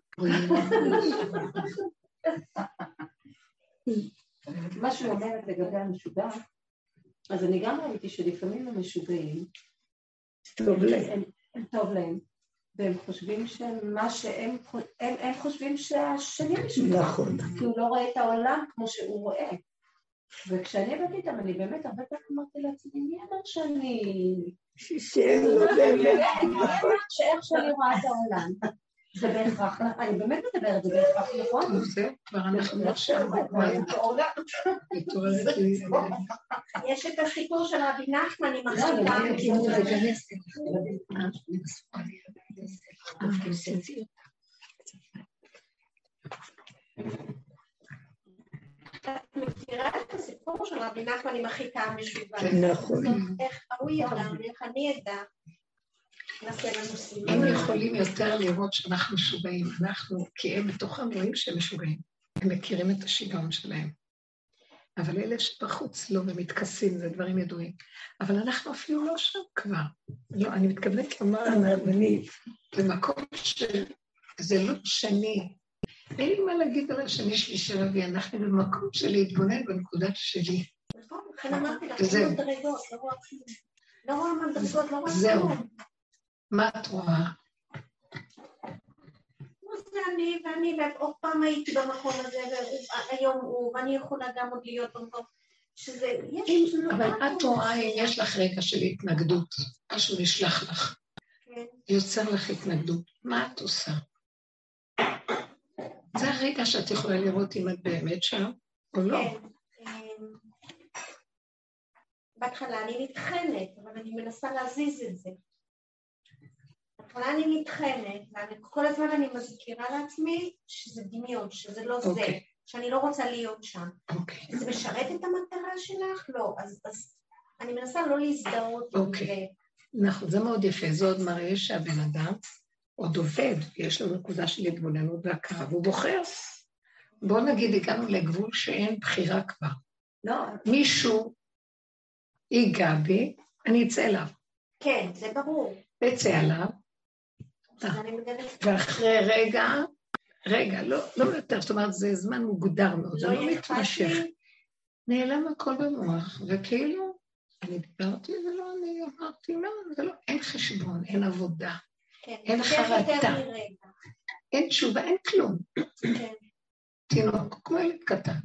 מה שהיא אומרת לגבי המשוגע, אז אני גם ראיתי שלפעמים הם משוגעים, טוב להם, והם חושבים שמה שהם חושבים שהשני משוגע. נכון. כי הוא לא רואה את העולם כמו שהוא רואה. וכשאני הבאתי איתם, אני באמת הרבה פעמים אמרתי לעצמי, מי אמר שאני... שאיך שאני רואה את העולם. זה בהכרח, אני באמת מדברת, זה בהכרח נכון. זה כבר אנחנו לא שם. יש את הסיפור של רבי נחמן עם החלטה. את מכירה את הסיפור של רבי נחמן עם החיטה המשוגעת. נכון. איך הוא ידע, איך אני אדע. הם יכולים יותר לראות שאנחנו משוגעים, כי הם בתוכם רואים שהם משוגעים, הם מכירים את השיגעון שלהם. אבל אלה שבחוץ לא ומתכסים, זה דברים ידועים. אבל אנחנו אפילו לא שם כבר. לא, אני מתכוונת לומר, במקום שזה לא שני. אין לי מה להגיד על השני שלי של אבי, אנחנו במקום של להתבונן בנקודה שלי. נכון, לכן אמרתי לך, לא מדרגות, לא רואה מדרגות, לא רואה זהו. מה את רואה? זה ואני עוד פעם הייתי במקום הזה, והיום הוא, ואני יכולה גם עוד להיות במקום, שזה, יש... אבל את רואה אם יש לך רגע של התנגדות, משהו נשלח לך, יוצר לך התנגדות, מה את עושה? זה הרגע שאת יכולה לראות אם את באמת שם, או לא. בהתחלה אני מתחנת, אבל אני מנסה להזיז את זה. בהתחלה אני מתחנת, וכל הזמן אני מזכירה לעצמי שזה דמיון, שזה לא זה, שאני לא רוצה להיות שם. זה משרת את המטרה שלך? לא. אז אני מנסה לא להזדהות. נכון, זה מאוד יפה. זה עוד מראה שהבן אדם עוד עובד, יש לו נקודה של התבוננות והכרה, והוא בוחר. בואו נגיד, הגענו לגבול שאין בחירה כבר. לא. מישהו ייגע בי, אני אצא אליו. כן, זה ברור. אצא עליו. ואחרי רגע, לא יותר, זאת אומרת, זה זמן מוגדר מאוד, זה לא מתמשך. נעלם הכל במוח, וכאילו, אני דיברתי ולא, אני אמרתי, לא, זה לא, אין חשבון, אין עבודה, אין חרטה, אין תשובה, אין כלום. תינוק, כמו ילד קטן.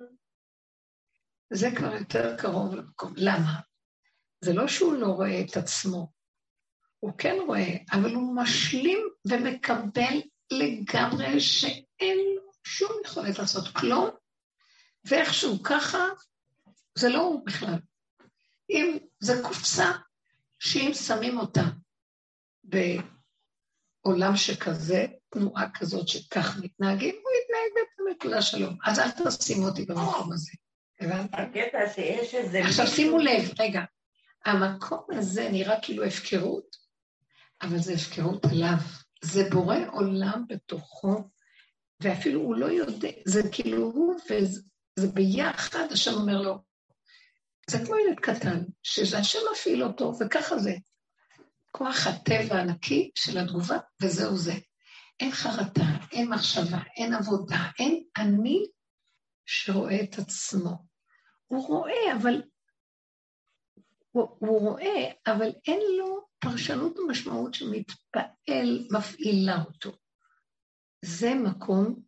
זה כבר יותר קרוב למקום. למה? זה לא שהוא לא רואה את עצמו, הוא כן רואה, אבל הוא משלים ומקבל לגמרי שאין שום יכולת לעשות כלום, ואיכשהו ככה, זה לא הוא בכלל. אם זה קופסה, שאם שמים אותה בעולם שכזה, תנועה כזאת שכך מתנהגים, הוא יתנהג בעצם לכולה שלום. אז אל תשימו אותי במקום הזה. הבנת? הקטע שיש איזה... עכשיו שימו לב, רגע, המקום הזה נראה כאילו הפקרות, אבל זה הפקרות עליו, זה בורא עולם בתוכו, ואפילו הוא לא יודע, זה כאילו הוא, וזה ביחד, השם אומר לו, זה כמו ילד קטן, שזה השם מפעיל אותו, וככה זה. כוח הטבע הענקי של התגובה, וזהו זה. אין חרטה, אין מחשבה, אין עבודה, אין אני שרואה את עצמו. הוא רואה, אבל אין לו פרשנות ומשמעות שמתפעל, מפעילה אותו. זה מקום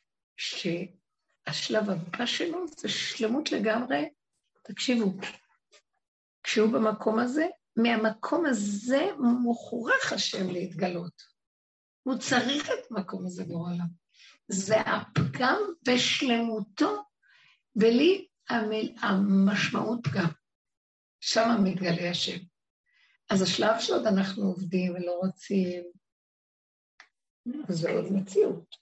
שהשלב הבא שלו זה שלמות לגמרי. תקשיבו, כשהוא במקום הזה, מהמקום הזה מוכרח השם להתגלות. הוא צריך את המקום הזה בעולם. זה הפגם בשלמותו, בלי המשמעות פגם. שם מתגלה השם. אז השלב שעוד אנחנו עובדים ולא רוצים, זה עוד מציאות.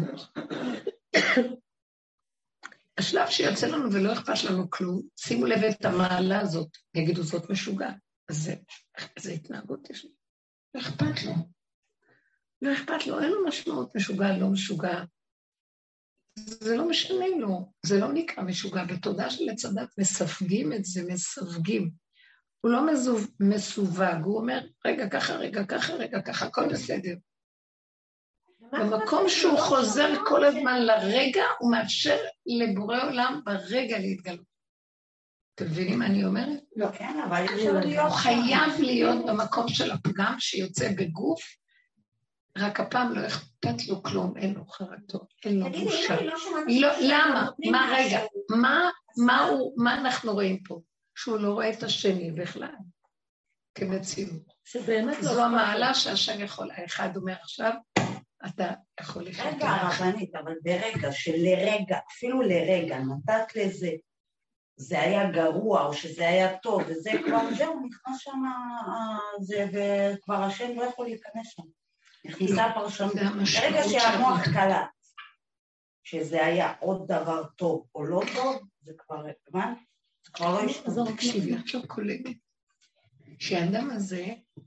השלב שיוצא לנו ולא אכפת לנו כלום, שימו לב את המעלה הזאת, יגידו זאת משוגע. אז זה התנהגות יש לי. לא אכפת לו. לא אכפת לו, אין לו משמעות משוגע, לא משוגע. זה לא משנה לו, זה לא נקרא משוגע. בתודעה של הצדת מספגים את זה, מסווגים. הוא לא מסווג, הוא אומר, רגע ככה, רגע ככה, רגע ככה, הכל בסדר. במקום שהוא חוזר כל הזמן לרגע, הוא מאפשר לבורא עולם ברגע להתגלות. אתם מבינים מה אני אומרת? לא, כן, אבל הוא חייב להיות במקום של הפגם שיוצא בגוף, רק הפעם לא אכפת לו כלום, אין לו חרטות, אין לו בושה. למה? מה רגע? מה אנחנו רואים פה? שהוא לא רואה את השני בכלל, כמציאות. זו המעלה שהשם יכול, האחד אומר עכשיו, אתה יכול לחיות. רגע הרבנית, אבל ברגע שלרגע, אפילו לרגע, נתת לזה, זה היה גרוע או שזה היה טוב, וזה כבר, זהו, נכנס שם, וכבר השם לא יכול להיכנס שם. נכנסה פרשנות. ברגע שהמוח קלט, שזה היה עוד דבר טוב או לא טוב, זה כבר, מה? זה כבר לא ישתנה. תקשיבי, עכשיו קולגת. שהאדם הזה,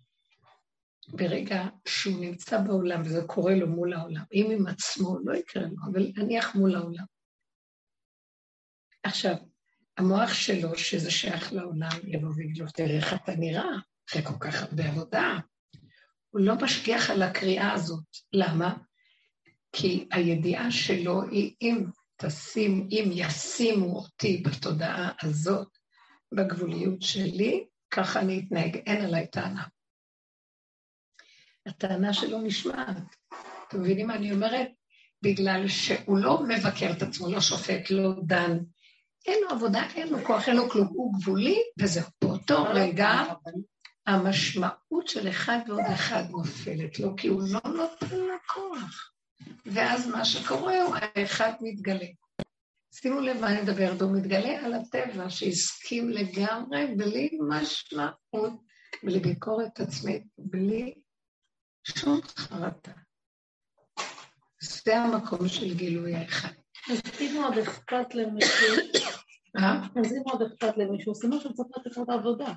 ברגע שהוא נמצא בעולם, וזה קורה לו מול העולם, אם עם עצמו לא יקרה לו, אבל נניח מול העולם. עכשיו, המוח שלו, שזה שייך לעולם, יבוא ויגיד לו, תראה איך אתה נראה, אחרי כל כך הרבה עבודה. הוא לא משגיח על הקריאה הזאת. למה? כי הידיעה שלו היא, אם ישימו אותי בתודעה הזאת, בגבוליות שלי, ככה אני אתנהג, אין עליי טענה. הטענה שלו נשמעת. אתם מבינים מה אני אומרת? בגלל שהוא לא מבקר את עצמו, לא שופט, לא דן, אין לו עבודה, אין לו כוח, אין לו כלום, הוא גבולי, וזהו. באותו רגע, המשמעות של אחד ועוד אחד נופלת לו, כי הוא לא נותן לו כוח. ואז מה שקורה הוא, האחד מתגלה. שימו לב מה אני מדברת, הוא מתגלה על הטבע, שהסכים לגמרי, בלי משמעות, בלי ביקורת עצמית, בלי שום חרטה. זה המקום של גילוי האחד. אז אם עוד אכפת למישהו, זה מה שהוא צריך לתת עבודה.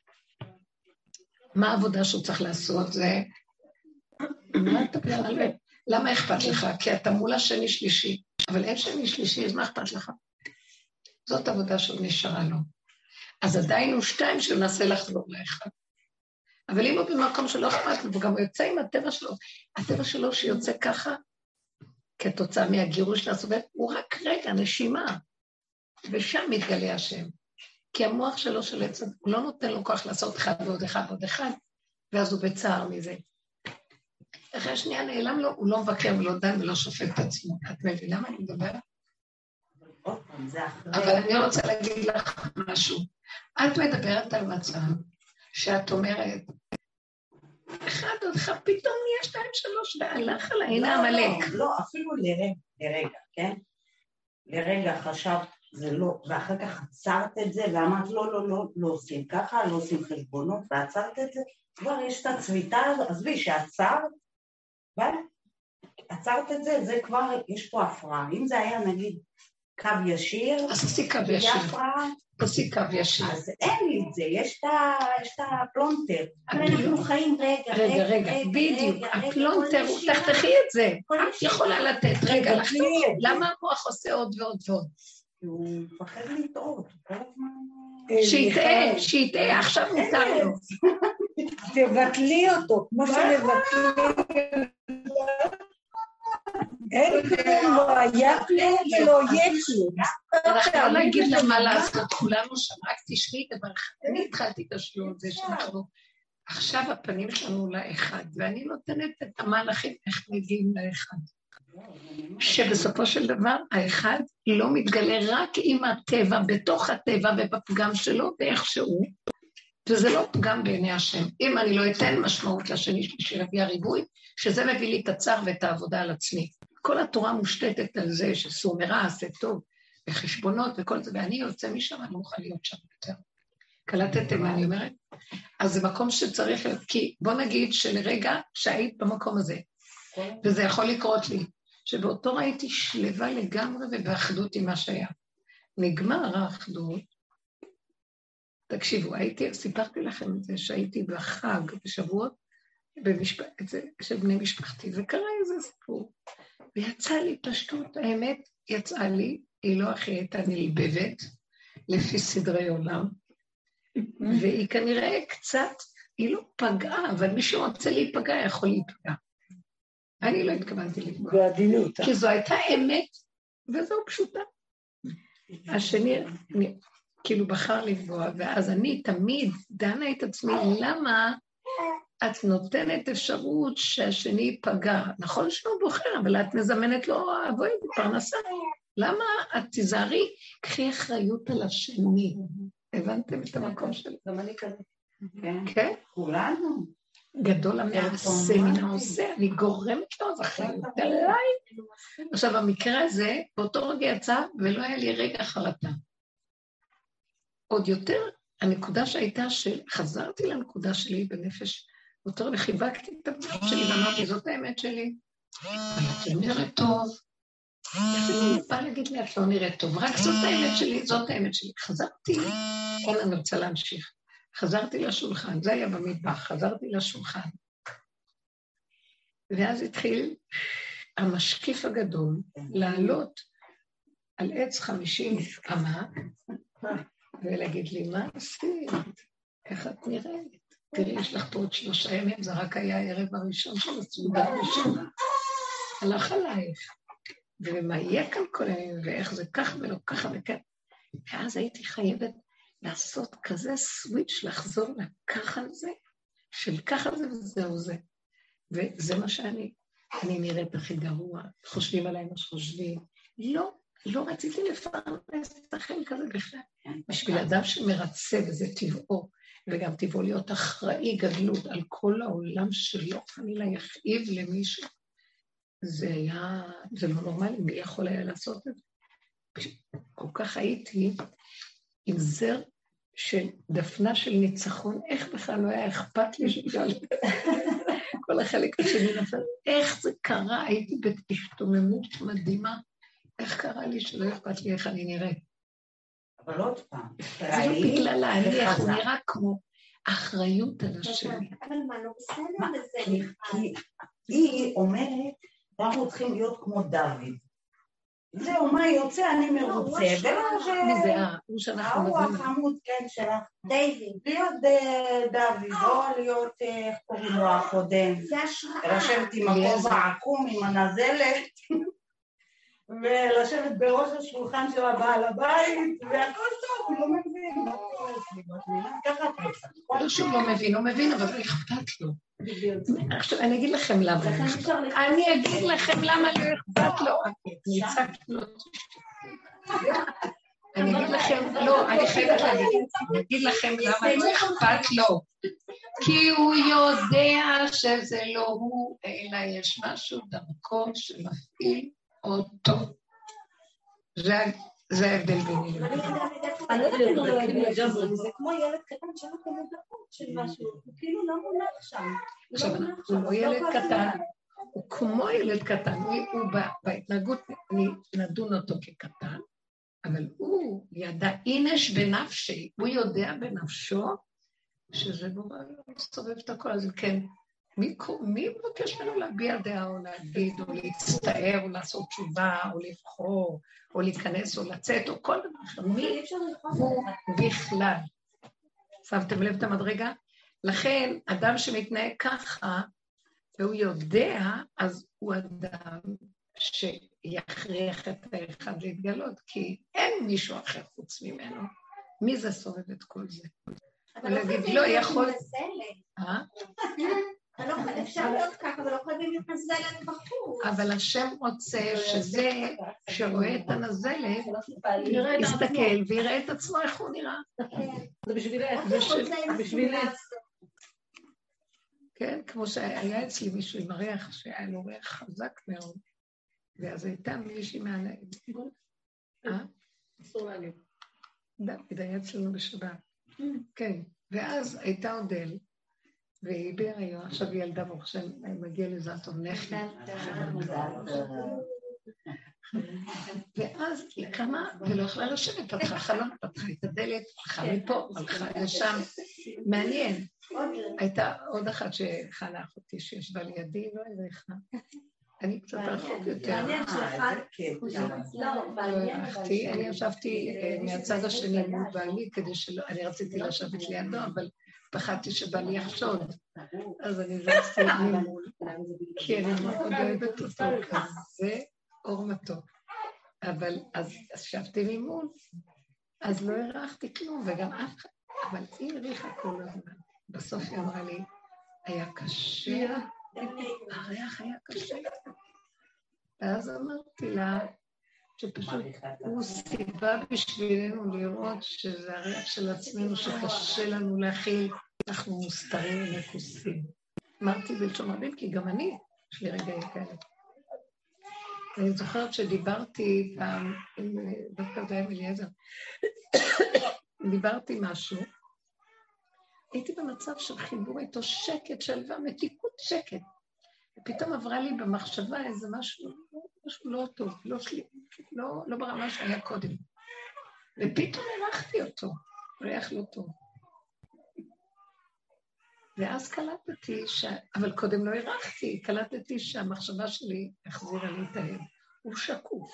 מה העבודה שהוא צריך לעשות? זה... למה אכפת לך? כי אתה מול השני שלישי, אבל אין שני שלישי, אז מה אכפת לך? זאת עבודה שהוא נשארה לו. אז עדיין הוא שתיים שננסה לחזור לאחד. אבל אם הוא במקום שלא אכפת לו, וגם הוא יוצא עם הטבע שלו, הטבע שלו שיוצא ככה, כתוצאה מהגירוש לסובב, הוא רק רגע, נשימה, ושם מתגלה השם. כי המוח שלו של עצם, הוא לא נותן לו כוח לעשות אחד ועוד אחד ועוד אחד, ואז הוא בצער מזה. אחרי השנייה נעלם לו, הוא לא מבקר ולא דן ולא שופט את עצמו. את מבינה למה אני מדברת? אבל אני רוצה להגיד לך משהו. את מדברת על מצב שאת אומרת, אחד עוד אחד, פתאום נהיה 2, 3, והלך על העין העמלק. לא, אפילו לרגע, כן? לרגע חשבת, זה לא, ואחר כך עצרת את זה, ואמרת, לא עושים ככה, לא עושים חשבונות, ועצרת את זה, כבר יש את הצביטה הזאת, עזבי שעצרת, עצרת את זה, זה כבר, יש פה הפרעה. אם זה היה, נגיד, קו ישיר, אז עשי קו ישיר. עשי קו ישיר. אז אין לי את זה, יש את הפלונטר. אבל אנחנו חיים רגע, בדיוק. הפלונטר, תחתכי את זה. את יכולה לתת, רגע, לחתוך. למה המוח עושה עוד ועוד ועוד? הוא מפחד לטעות, כל הזמן... שיטעה, עכשיו מותר לו. תבטלי אותו, כמו שמבטלים. אין כלום, לא היה כלום ולא יהיה כלום. אנחנו לא נגיד לה מה לעשות, כולנו שם, רק תשמעי דבר אחד. אני התחלתי את השיעור הזה שאנחנו, עכשיו הפנים שלנו לאחד, ואני נותנת את המהלכים איך מגיעים לאחד. שבסופו של דבר האחד לא מתגלה רק עם הטבע, בתוך הטבע ובפגם שלו ואיכשהו, וזה לא פגם בעיני השם. אם אני לא אתן משמעות לשני שלישי רביע ריבוי, שזה מביא לי את הצער ואת העבודה על עצמי. כל התורה מושתתת על זה שסור מרע, עשה טוב, וחשבונות וכל זה, ואני יוצא משם, אני מוכן להיות שם יותר. קלטתם מה אני אומרת? אז זה מקום שצריך להיות, כי בוא נגיד שלרגע שהיית במקום הזה, וזה יכול לקרות לי, שבאותו ראיתי שלווה לגמרי ובאחדות עם מה שהיה. נגמר האחדות, תקשיבו, סיפרתי לכם את זה שהייתי בחג בשבועות, של בני משפחתי, וקרה איזה סיפור, ויצא לי פשטות, האמת יצאה לי, היא לא הכי הייתה נלבבת, לפי סדרי עולם, והיא כנראה קצת, היא לא פגעה, אבל מי שרוצה להיפגע יכול להיפגע. אני לא התכוונתי לפגוע. בעדינות. כי זו הייתה אמת, וזו פשוטה. השני, כאילו בחר לפגוע, ואז אני תמיד דנה את עצמי, למה את נותנת אפשרות שהשני ייפגע? נכון שהוא בוחר, אבל את מזמנת לו עבוד פרנסה. למה את תיזהרי? קחי אחריות על השני. הבנתם את המקום שלי? גם אני כזה. כן? כולנו. גדול המעשה מן העושה, אני גורמת לו, אז אחריות עליי. עכשיו, המקרה הזה, באותו רגע יצא, ולא היה לי רגע חרטה. עוד יותר, הנקודה שהייתה שחזרתי לנקודה שלי בנפש, יותר וחיבקתי את הנפש שלי, ואמרתי, זאת האמת שלי, אבל את נראית טוב. אני באה להגיד לי, את לא נראית טוב, רק זאת האמת שלי, זאת האמת שלי. חזרתי, כן, אני רוצה להמשיך. חזרתי לשולחן, זה היה במטבח, חזרתי לשולחן. ואז התחיל המשקיף הגדול לעלות על עץ 50 אמה, ולהגיד לי, מה עשית? איך את נראית? תראי, יש לך פה עוד 3 ימים, זה רק היה הערב הראשון של הסעודה הראשונה. הלך עלייך. ומה יהיה כאן כל הימים, ואיך זה כך ולא ככה וכן. ואז הייתי חייבת לעשות כזה סוויץ', לחזור לככה זה, של ככה זה וזהו זה. וזה מה שאני נראית הכי גרוע, חושבים עליי מה שחושבים. לא רציתי לפרנס את החיים כזה בכלל. בשביל אדם שמרצה, וזה טבעו, וגם טבעו להיות אחראי גדלות על כל העולם שלו, חלילה יכאיב למישהו. זה לא נורמלי, מי יכול היה לעשות את זה? כל כך הייתי עם זר של דפנה של ניצחון, איך בכלל לא היה אכפת לי שגלל כל החלק השני נפל, איך זה קרה, הייתי בהשתוממות מדהימה, איך קרה לי שלא אכפת לי איך אני נראית. אבל עוד פעם, זה לא בגלל ההליך, הוא נראה כמו אחריות על השני. אבל מה לא בסדר בזה? היא אומרת, אנחנו צריכים להיות כמו דוד. זהו, מה יוצא, אני מרוצה. מי זה הוא שאנחנו מבינים? הוא החמוד, כן, שלך. דיוויד. להיות דוד, לא להיות, איך קוראים לו הקודם. לשבת עם הכובע העקום, עם הנזלת, ולשבת בראש השולחן של הבעל הבית, והכל טוב, הוא לא מבין. ככה אתה. לא שהוא לא מבין, הוא מבין, אבל לא אכפת לו. עכשיו, אני אגיד לכם למה. אני אגיד לכם למה לא אכפת לו. ניצקת לו. אני אגיד לכם, לא, אני חייבת להגיד. אני אגיד לכם למה לא אכפת לו. כי הוא יודע שזה לא הוא, אלא יש משהו דרכו שמפעיל אותו. זה ההבדל ביני. זה כמו ילד קטן שאין לו מודעות של משהו, הוא כאילו לא מונח שם. עכשיו, הוא לא ילד קטן, הוא כמו ילד קטן, הוא בהתנהגות, אני נדון אותו כקטן, אבל הוא ידע אינש בנפשי, הוא יודע בנפשו, שזה בורא לא מסתובב את הכל, אז כן, מי מבקש ממנו להביע דעה או להגיד, או להצטער, או לעשות תשובה, או לבחור, או להיכנס, או לצאת, או כל דבר אחר? מי הוא בכלל? שמתם לב את המדרגה? לכן, אדם שמתנהג ככה, והוא יודע, אז הוא אדם שיכריח את האחד להתגלות, כי אין מישהו אחר חוץ ממנו. מי זה סובב את כל זה? ולהגיד, לא יכול... אפשר להיות ככה, אבל לא חייבים להתנזלת בחוץ. אבל השם רוצה שזה, שרואה את הנזלת, יסתכל ויראה את עצמו איך הוא נראה. זה בשבילך. כן, כמו שהיה אצלי מישהו עם הריח, שהיה לו ריח חזק מאוד, ואז הייתה מישהי מעליי. אסור להגיד. דוד היה אצלנו בשבת. כן, ואז הייתה אודל, והיא בהיריון, עכשיו היא ילדה ברוך השם, מגיע לזעתו נכד. ואז היא קמה ולא יכלה לשבת, פתחה חלון, פתחה את הדלת, הלכה מפה, הלכה לשם. מעניין. הייתה עוד אחת שחנה אחותי שישבה לידי, לא הריחה. אני קצת רחוק יותר. מעניין שלך. אני ישבתי מהצד השני מול בעלי, כדי שלא, אני רציתי לשבת לידו, אבל פחדתי שבעלי יחשוד. אז אני זזתי ממול, כי אני מאוד אוהבת אותו כזה אור מתוק. אבל אז שבתי ממול, אז לא הרחתי כלום, וגם אף אחד, אבל היא הריחה כל הזמן. בסוף היא אמרה לי, היה קשה, הריח היה קשה. ואז אמרתי לה, שפשוט הוא סיבה בשבילנו לראות שזה הריח של עצמנו שקשה לנו להכיל, אנחנו מוסתרים ומכוסים. אמרתי בלשון רבים, כי גם אני, יש לי רגעים כאלה. אני זוכרת שדיברתי פעם עם דוקטור דיים אליעזר, דיברתי משהו, הייתי במצב של חיבור איתו שקט, שלווה, מתיקות שקט. ופתאום עברה לי במחשבה איזה משהו לא טוב, לא ברמה שהיה קודם. ופתאום הרחתי אותו, ריח לא טוב. ואז קלטתי, אבל קודם לא הרחתי, קלטתי שהמחשבה שלי החזירה לי את ההד. הוא שקוף.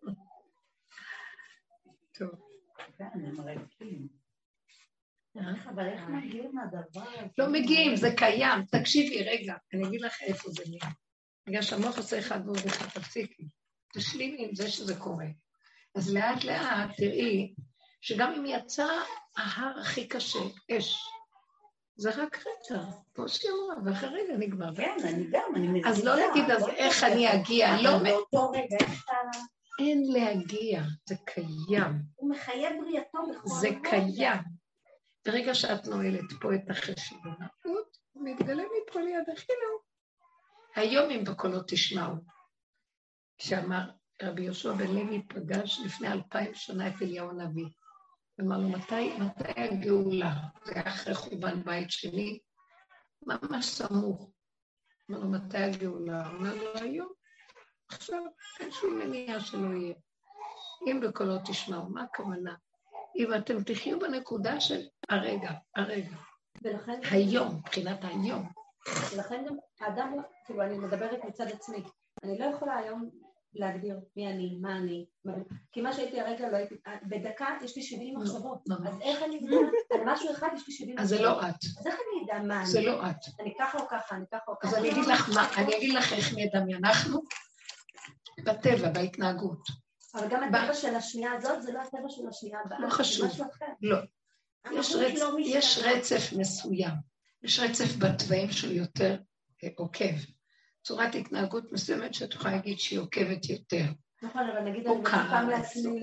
טוב. הם ריקים. אבל איך מגיעים מהדבר? לא מגיעים, זה קיים. תקשיבי רגע, אני אגיד לך איפה זה נהיה. בגלל שהמוח עושה אחד ועוד אחד, תפסיקי. תשלימי עם זה שזה קורה. אז לאט לאט תראי שגם אם יצא ההר הכי קשה, אש, זה רק רגע, כמו שהיא אמרה, ואחרי רגע נגמר. כן, אני גם, אני מבינה. אז לא להגיד, אז איך אני אגיע? לא, באותו רגע, איך אתה... אין להגיע, זה קיים. הוא מחייב בריאתו בכל רגע. זה קיים. ברגע שאת נועלת פה את החשבונאות, הוא מתגלה מפה לידך, הנה. היום אם בקולות תשמעו, שאמר רבי יהושע בן לוי פגש לפני 2000 שנה את אליהו הנביא. אמר לו, מתי הגאולה? זה היה אחרי חורבן בית שני, ממש סמוך. אמר לו, מתי הגאולה? אמר לו, היום. עכשיו, אין שום מניעה שלא יהיה. אם בקולות תשמעו, מה הכוונה? אם אתם תחיו בנקודה של הרגע. היום, מבחינת היום. ולכן גם האדם, כאילו אני מדברת מצד עצמי, אני לא יכולה היום להגדיר מי אני, מה אני, כי מה שהייתי הרגע לא הייתי, בדקה יש לי 70 מחשבות, אז איך אני אדע, על משהו אחד יש לי 70 מחשבות. אז זה לא את. אז איך אני אדע מה אני? זה לא את. אני ככה או ככה, אני ככה או ככה. אז אני אגיד לך איך נדמי, אנחנו בטבע, בהתנהגות. אבל גם הטבע של השנייה הזאת, זה לא הטבע של השנייה הבאה. לא חשוב. זה משהו אחר. לא. יש רצף מסוים. יש רצף בתוואים שהוא יותר עוקב. צורת התנהגות מסוימת שאת יכולה להגיד שהיא עוקבת יותר. נכון, אבל נגיד אני מצפם לעצמי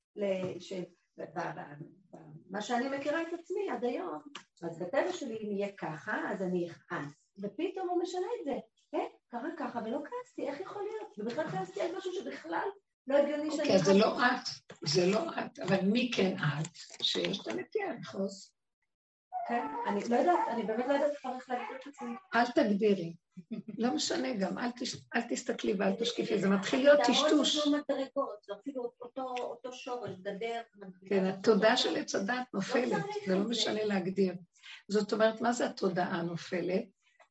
מה שאני מכירה את עצמי עד היום, אז בטבע שלי אם יהיה ככה, אז אני אכעס. ופתאום הוא משנה את זה. קרה ככה ולא כעסתי, איך יכול להיות? ובכלל כעסתי על משהו שבכלל לא הגיוני שאני... אוקיי, זה לא את, אבל מי כן את? שיש את הנטייה לחוס. כן, אני לא יודעת, אני באמת לא יודעת איך להגיד את עצמי. אל תגדירי, לא משנה גם, אל תסתכלי ואל תשקיפי, זה מתחיל להיות טשטוש. זה מדרגות, זה אפילו אותו שורש, גדר. כן, התודעה של עץ הדעת נופלת, זה לא משנה להגדיר. זאת אומרת, מה זה התודעה הנופלת?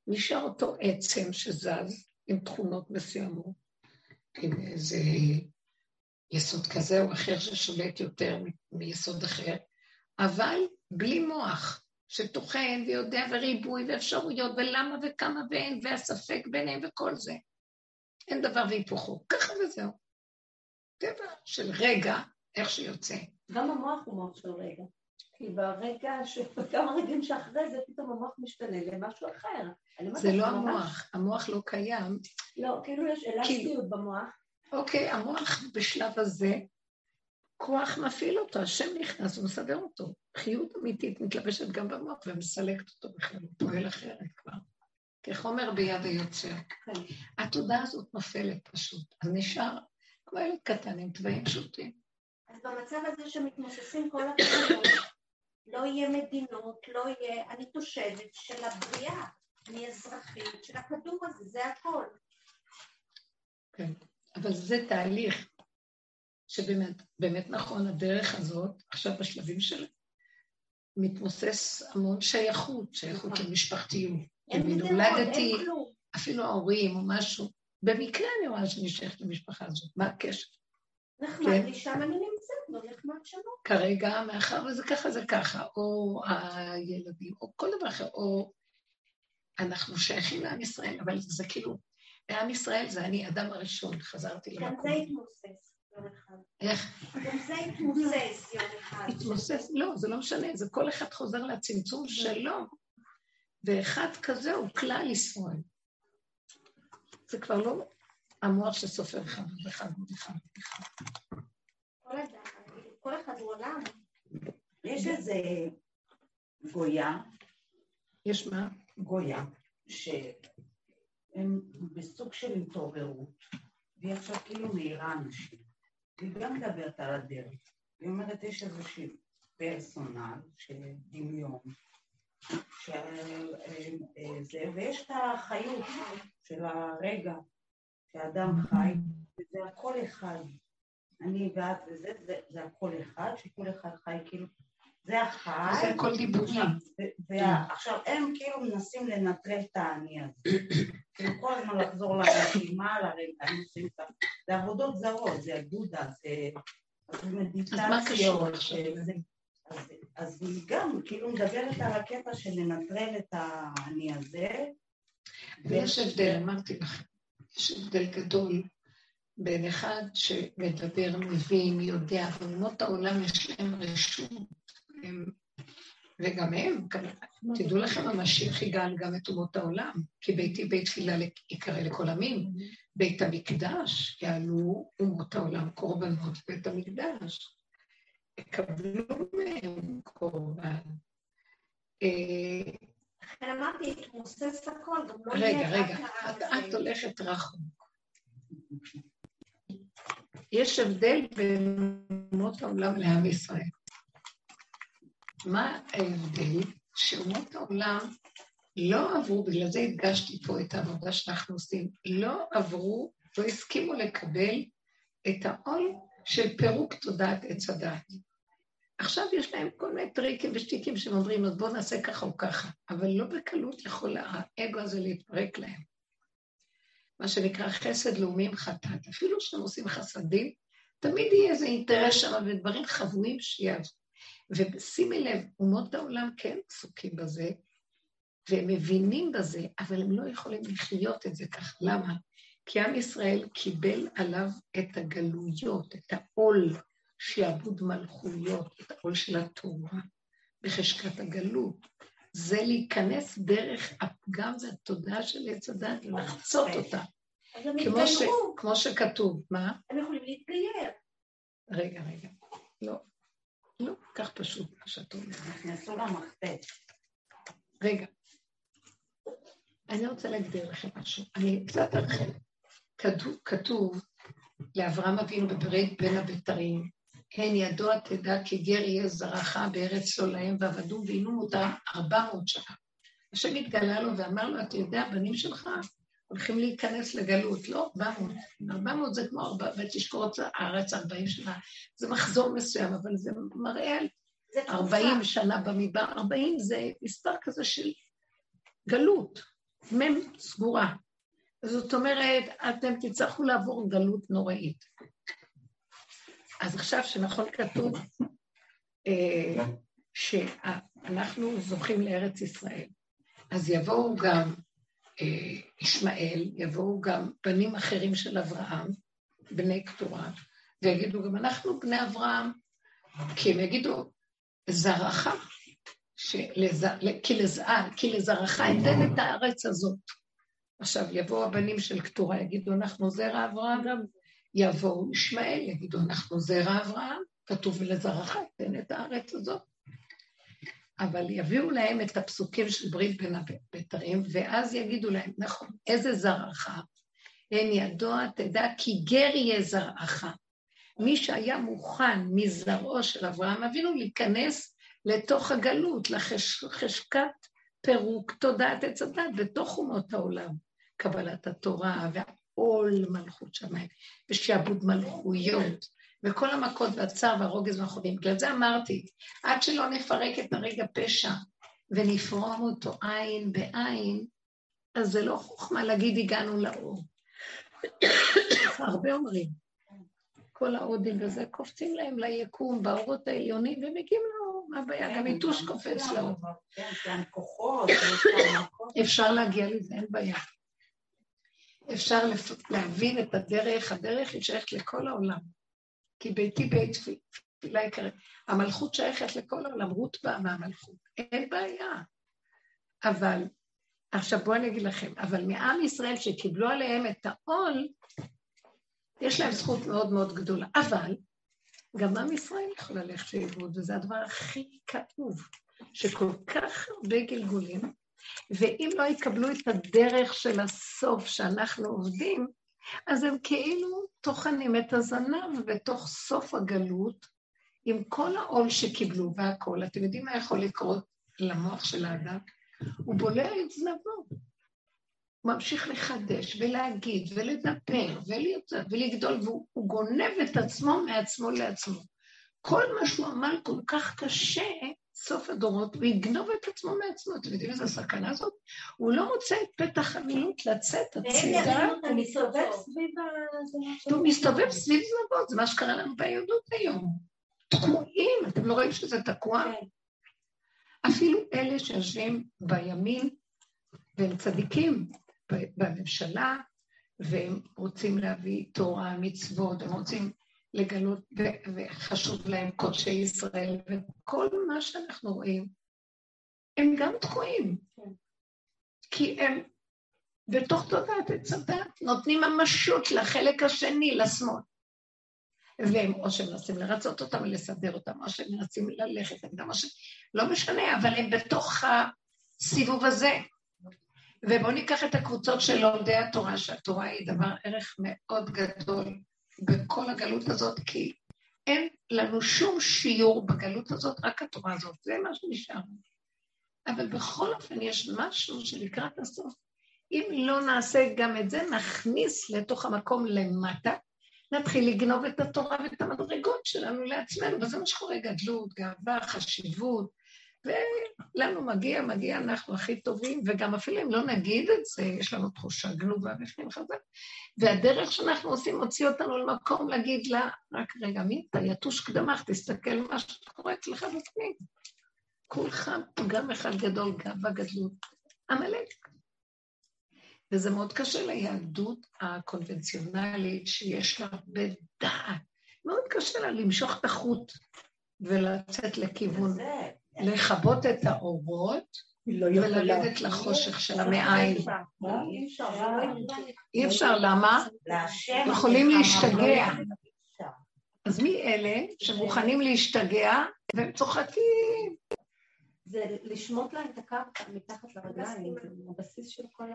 נשאר אותו עצם שזז עם תכונות מסוימות, עם איזה יסוד כזה או אחר ששולט יותר מיסוד אחר, אבל בלי מוח שתוכן ויודע וריבוי ואפשרויות ולמה וכמה ואין והספק ביניהם וכל זה. אין דבר והיפוכו, ככה וזהו. טבע של רגע, איך שיוצא. גם המוח הוא מוח של רגע. כי ברגע, בכמה רגעים שאחרי זה, פתאום המוח משתנה למשהו אחר. זה לא המוח, המוח לא קיים. לא, כאילו יש אלסטיות במוח. אוקיי, המוח בשלב הזה, כוח מפעיל אותו, השם נכנס ומסדר אותו. חיות אמיתית מתלבשת גם במוח ומסלקת אותו בכלל, הוא פועל אחרת כבר. כחומר ביד היוצר. התודעה הזאת נופלת פשוט, אז נשאר כמו ילד קטן עם טבעים פשוטים. אז במצב הזה שמתמוססים כל הכבוד, לא יהיה מדינות, לא יהיה, אני תושבת של הבריאה, אני אזרחית של הכדור הזה, זה הכל. כן, אבל זה תהליך שבאמת, באמת נכון, הדרך הזאת, עכשיו בשלבים שלה, מתמוסס המון שייכות למשפחתיות. נולדתי, אפילו ההורים או משהו, במקרה אני רואה שאני שייכת למשפחה הזאת, מה הקשר? נחמד לי שם אני נמצאת, לא נחמד שם. כרגע, מאחר וזה ככה, זה ככה, או הילדים, או כל דבר אחר, או אנחנו שייכים לעם ישראל, אבל זה כאילו, לעם ישראל זה אני אדם הראשון, חזרתי למקום. גם זה התמוסס יום אחד. איך? גם זה התמוסס יום אחד. התמוסס? לא, זה לא משנה, זה כל אחד חוזר לצמצום שלו, ואחד כזה הוא כלל ישראל. זה כבר לא המוח שסופר אחד ואחד ואחד. כל אחד הוא עולם. יש איזה גויה. יש מה? גויה, שהם בסוג של התעוררות, והיא עכשיו כאילו מהירה אנשים, והיא גם מדברת על הדרך. היא אומרת, יש איזשהו פרסונל של דמיון, ויש את החיות של הרגע, שהאדם חי, וזה הכל אחד. אני ואת וזה, זה הכל אחד, שכל אחד חי כאילו, זה החי. זה הכל דיבורים. ועכשיו הם כאילו מנסים לנטרל את העני הזה. כאילו כל הזמן לחזור לרשימה, לרגע, זה עבודות זרות, זה אגודה, זה מדיטציות. אז מה קשור עכשיו? אז היא גם כאילו מדברת על הקטע של לנטרל את העני הזה. ויש הבדל, אמרתי לך, יש הבדל גדול בין אחד שמדבר, מבין, יודע, ואומות העולם יש להם רשות, וגם הם, תדעו לכם, המשיח יגאל גם את אומות העולם, כי ביתי בית תפילה יקרא לכל עמים, בית המקדש יעלו אומות העולם קורבנות בית המקדש, יקבלו מהם קורבן. לכן אמרתי, התמוסס הכל, גם לא רגע, את הולכת רחוק. יש הבדל בין אומות העולם לעם ישראל. מה ההבדל? שאומות העולם לא עברו, בגלל זה הדגשתי פה את העבודה שאנחנו עושים, לא עברו, לא הסכימו לקבל את העול של פירוק תודעת עץ הדת. עכשיו יש להם כל מיני טריקים ושטיקים שאומרים, אז בואו נעשה ככה או ככה, אבל לא בקלות יכול האגו הזה להתפרק להם. מה שנקרא חסד לאומי עם חטאת. אפילו שהם עושים חסדים, תמיד יהיה איזה אינטרס שם ודברים חבויים שיעזו. ושימי לב, אומות העולם כן עסוקים בזה, והם מבינים בזה, אבל הם לא יכולים לחיות את זה כך. למה? כי עם ישראל קיבל עליו את הגלויות, את העול שיעבוד מלכויות, את העול של התורה, בחשקת הגלות. זה להיכנס דרך הפגם והתודעה של עץ הדת ולחצות אותה. כמו שכתוב, מה? הם יכולים להתגייר. רגע. לא, כך פשוט מה שאת אומרת. נכנסו למחתת. רגע. אני רוצה להגדיר לכם משהו. אני קצת ארחיב. כתוב לאברהם אבינו בברית בין הבתרים, הן ידוע תדע כי גר יהיה זרעך בארץ לא להם, ועבדו ועינום אותם 400 שנה. השם התגלה לו ואמר לו, אתה יודע, הבנים שלך הולכים להיכנס לגלות, לא 400. 400 זה כמו ותשקור הארץ 40 שנה. זה מחזור מסוים, אבל זה מראה על 40 שנה במדבר. 40 זה מספר כזה של גלות. סגורה. זאת אומרת, אתם תצטרכו לעבור גלות נוראית. אז עכשיו שנכון כתוב שאנחנו זוכים לארץ ישראל, אז יבואו גם ישמעאל, יבואו גם בנים אחרים של אברהם, בני קטורה, ויגידו גם אנחנו בני אברהם, כי הם יגידו, זרעך, כי לזרעך אתן את הארץ הזאת. עכשיו יבואו הבנים של קטורה, יגידו אנחנו זרע אברהם, גם יבואו ישמעאל, יגידו אנחנו זרע אברהם, כתוב לזרעך אתן את הארץ הזאת. אבל יביאו להם את הפסוקים של ברית בין הבתרים, ואז יגידו להם, נכון, איזה זרעך? הן ידוע תדע כי גר יהיה זרעך. מי שהיה מוכן מזרעו של אברהם אבינו להיכנס לתוך הגלות, לחשקת פירוק תודעת עץ הדת בתוך אומות העולם, קבלת התורה והעול מלכות שמיים ושעבוד מלכויות וכל המכות והצער והרוגז והחובים. בגלל זה אמרתי, עד שלא נפרק את הרגע פשע ונפרום אותו עין בעין, אז זה לא חוכמה להגיד הגענו לאור. הרבה אומרים, כל ההודים וזה קופצים להם ליקום באורות העליונים ומגיעים לאור, מה הבעיה? גם איתוש קופץ לאור. אפשר להגיע לזה, אין בעיה. אפשר להבין את הדרך היא שייכת לכל העולם. כי ביתי בית תפילה יקרה. המלכות שייכת לכל העולם, רות באה מהמלכות. אין בעיה. אבל, עכשיו בואו אני אגיד לכם, אבל מעם ישראל שקיבלו עליהם את העול, יש להם זכות מאוד מאוד גדולה. אבל, גם עם ישראל יכול ללכת לאיבוד, וזה הדבר הכי כאוב, שכל כך הרבה גלגולים, ואם לא יקבלו את הדרך של הסוף שאנחנו עובדים, אז הם כאילו טוחנים את הזנב בתוך סוף הגלות, עם כל העול שקיבלו והכל. אתם יודעים מה יכול לקרות למוח של האדם? הוא בולע את זנבו. הוא ממשיך לחדש ולהגיד ולדבר ולגדול, והוא גונב את עצמו מעצמו לעצמו. כל מה שהוא עמל כל כך קשה, סוף הדורות, הוא יגנוב את עצמו מעצמו. אתם יודעים איזו הסכנה הזאת? הוא לא מוצא את פתח המילות לצאת הצידה. הוא מסתובב סביב הוא מסתובב סביב זנבות, זה מה שקרה לנו ביהדות היום. תקועים, אתם לא רואים שזה תקוע? אפילו אלה שיושבים בימין, והם צדיקים בממשלה, והם רוצים להביא תורה, מצוות, הם רוצים לגלות, וחשוב להם קודשי ישראל, וכל מה שאנחנו רואים, הם גם תקועים. כי הם בתוך תודעת עץ הדת, נותנים ממשות לחלק השני, לשמאל. והם או שהם מנסים לרצות אותם ולסדר אותם, או שהם מנסים ללכת, לא משנה, אבל הם בתוך הסיבוב הזה. ובואו ניקח את הקבוצות של לומדי התורה, שהתורה היא דבר ערך מאוד גדול בכל הגלות הזאת, כי אין לנו שום שיעור בגלות הזאת, רק התורה הזאת, זה מה שנשאר. אבל בכל אופן יש משהו שלקראת הסוף, אם לא נעשה גם את זה, נכניס לתוך המקום למטה, נתחיל לגנוב את התורה ואת המדרגות שלנו לעצמנו, וזה מה שקורה, גדלות, גאווה, חשיבות, ולנו מגיע, אנחנו הכי טובים, וגם אפילו אם לא נגיד את זה, יש לנו תחושה גנובה בפנים חזק, והדרך שאנחנו עושים הוציא אותנו למקום להגיד לה, רק רגע, מי אתה יתוש קדמך, תסתכל מה שקורה אצלך בפנים. כולך פגם אחד גדול, גאווה גדלות, עמלק. וזה מאוד קשה ליהדות הקונבנציונלית, שיש לה בדעת, מאוד קשה לה למשוך את החוט, ולצאת לכיוון, לחבות את האורות, וללדת לחושך של המעיים. אי אפשר, למה? יכולים להשתגע. אז מי אלה שמוכנים להשתגע, והם צוחקים? זה לשמוט להם את הקרקע מתחת לרגליים, זה הבסיס של כל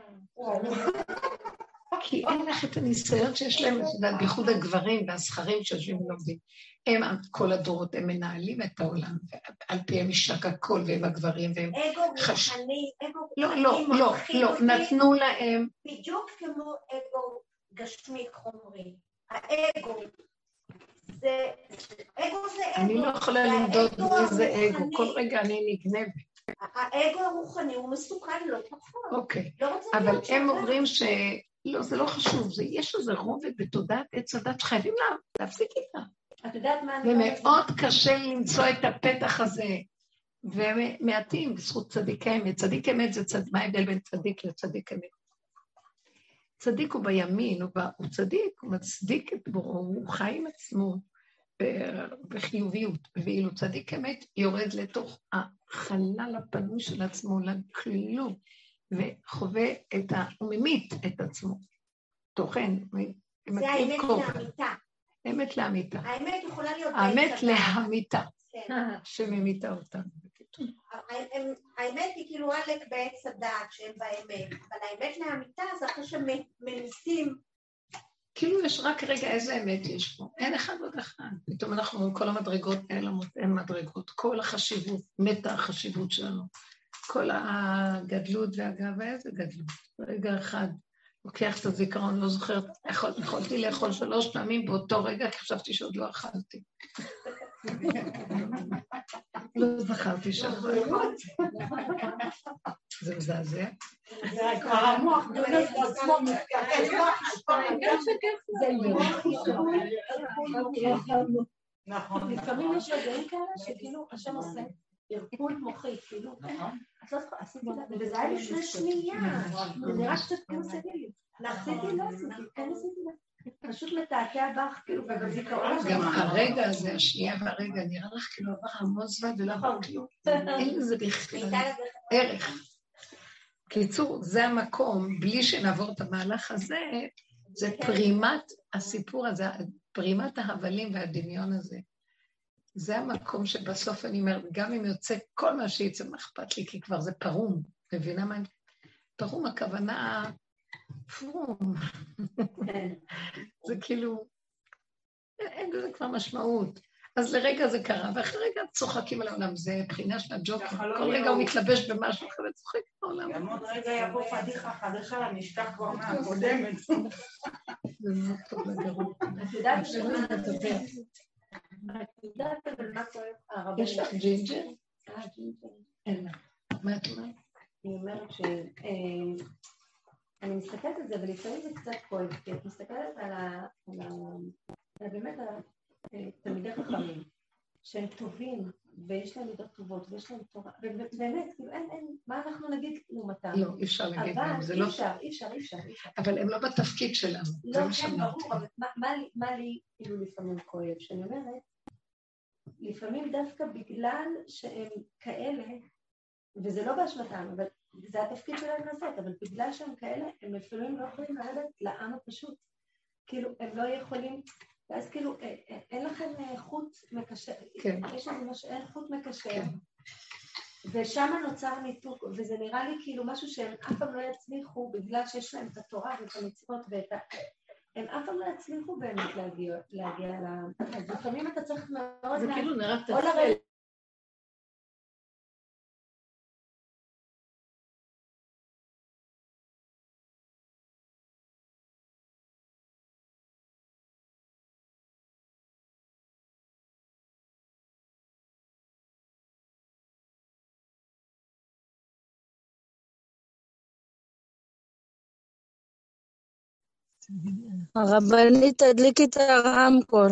כי אין לך את הניסיון שיש להם, בייחוד הגברים והזכרים שיושבים ולומדים. הם, כל הדורות, הם מנהלים את העולם, על פיהם יישק הכל, והם הגברים, והם חשני, לא, נתנו להם. בדיוק כמו אגו גשמי חומרי. האגו זה אגו. אני לא יכולה למדוד איזה אגו, כל רגע אני נגנבת. האגו הרוחני הוא מסוכן, לא פחות. אוקיי, אבל הם אומרים לא, זה לא חשוב, יש איזה רובד בתודעת עץ הדת שחייבים להפסיק איתה. את יודעת מה? ומאוד קשה למצוא את הפתח הזה, ומעטים בזכות צדיק האמת. צדיק אמת זה מה ההבדל בין צדיק לצדיק אמת? צדיק הוא בימין, הוא צדיק, הוא מצדיק את בוראו, הוא חי עם עצמו בחיוביות, ואילו צדיק אמת יורד לתוך החלל הפנוי של עצמו, לכלום, וחווה הוא ממית את עצמו. תוכן, זה האמת לאמיתה. אמת לאמיתה. האמת יכולה להיות... האמת להמיתה, שממיתה אותנו. האמת היא כאילו עלק בעץ הדעת שהם באמת, אבל האמת לאמיתה זה אחרי שמנסים... כאילו יש רק רגע איזה אמת יש פה, אין אחד עוד אחד. פתאום אנחנו, כל המדרגות האלה הן מדרגות, כל החשיבות, מתה החשיבות שלנו, כל הגדלות והגאווה, איזה גדלות. רגע אחד, לוקח את הזיכרון, לא זוכרת, יכולתי לאכול 3 פעמים באותו רגע, כי חשבתי שעוד לא אכלתי. לא זכרתי שאכלתי. זה מזעזע. זה כבר המוח, נכון. לפעמים יש רגעים כאלה שכאילו השם עושה ערפול מוחי, כאילו, את לא עשיתי את זה, וזה היה לפני שנייה, וזה רק קצת כמו סביב. עשיתי, לא עשיתי, כן עשיתי, פשוט מתעתע בך, כאילו, בזיכרון. גם הרגע הזה, השנייה והרגע, נראה לך כאילו עבר המון זמן ולא עבר כלום. אין לזה בכלל ערך. קיצור, זה המקום, בלי שנעבור את המהלך הזה, זה פרימת הסיפור הזה, פרימת ההבלים והדמיון הזה. זה המקום שבסוף אני אומרת, גם אם יוצא כל מה שיצא, מה אכפת לי, כי כבר זה פרום. מבינה מה? פרום הכוונה פרום. זה כאילו, אין לזה כבר משמעות. אז לרגע זה קרה, ואחרי רגע צוחקים על העולם, זה בחינה של הג'וקר. כל רגע הוא מתלבש במשהו אחר וצוחק על העולם. גם עוד רגע יבוא פדיחה חדשה, נשכח כבר מהקודמת. זה מאוד טוב לגרום. את יודעת שלא נדבר. את יודעת אבל מה קורה הרבנית? יש לך ג'ינג'ר? אין לה. מה את אומרת? אני אומרת ש... אני מסתכלת על זה, ולפעמים זה קצת כואב, כי את מסתכלת על באמת תלמידי חכמים, שהם טובים, ויש להם מידות טובות, ויש להם תורה, ובאמת, כאילו אין, מה אנחנו נגיד לעומתם? לא, אי אפשר להגיד להם, זה לא... אי אפשר. אבל הם לא בתפקיד שלנו. לא, כן, ברור, אבל מה לי כאילו לפעמים כואב? שאני אומרת, לפעמים דווקא בגלל שהם כאלה, וזה לא באשמתם, אבל זה התפקיד שלהם לעשות, אבל בגלל שהם כאלה, הם לפעמים לא יכולים לרדת לעם הפשוט. כאילו, הם לא יכולים, ואז כאילו, אין לכם חוט מקשר, כן. יש איזה משהו, אין חוט מקשר, ושם נוצר ניתוק, וזה נראה לי כאילו משהו שהם אף פעם לא יצליחו, בגלל שיש להם את התורה ואת המצוות הם אף פעם לא יצליחו באמת להגיע אז לפעמים אתה צריך מאוד... זה כאילו נראה או לרדת. הרבנית תדליקי את הרמקול.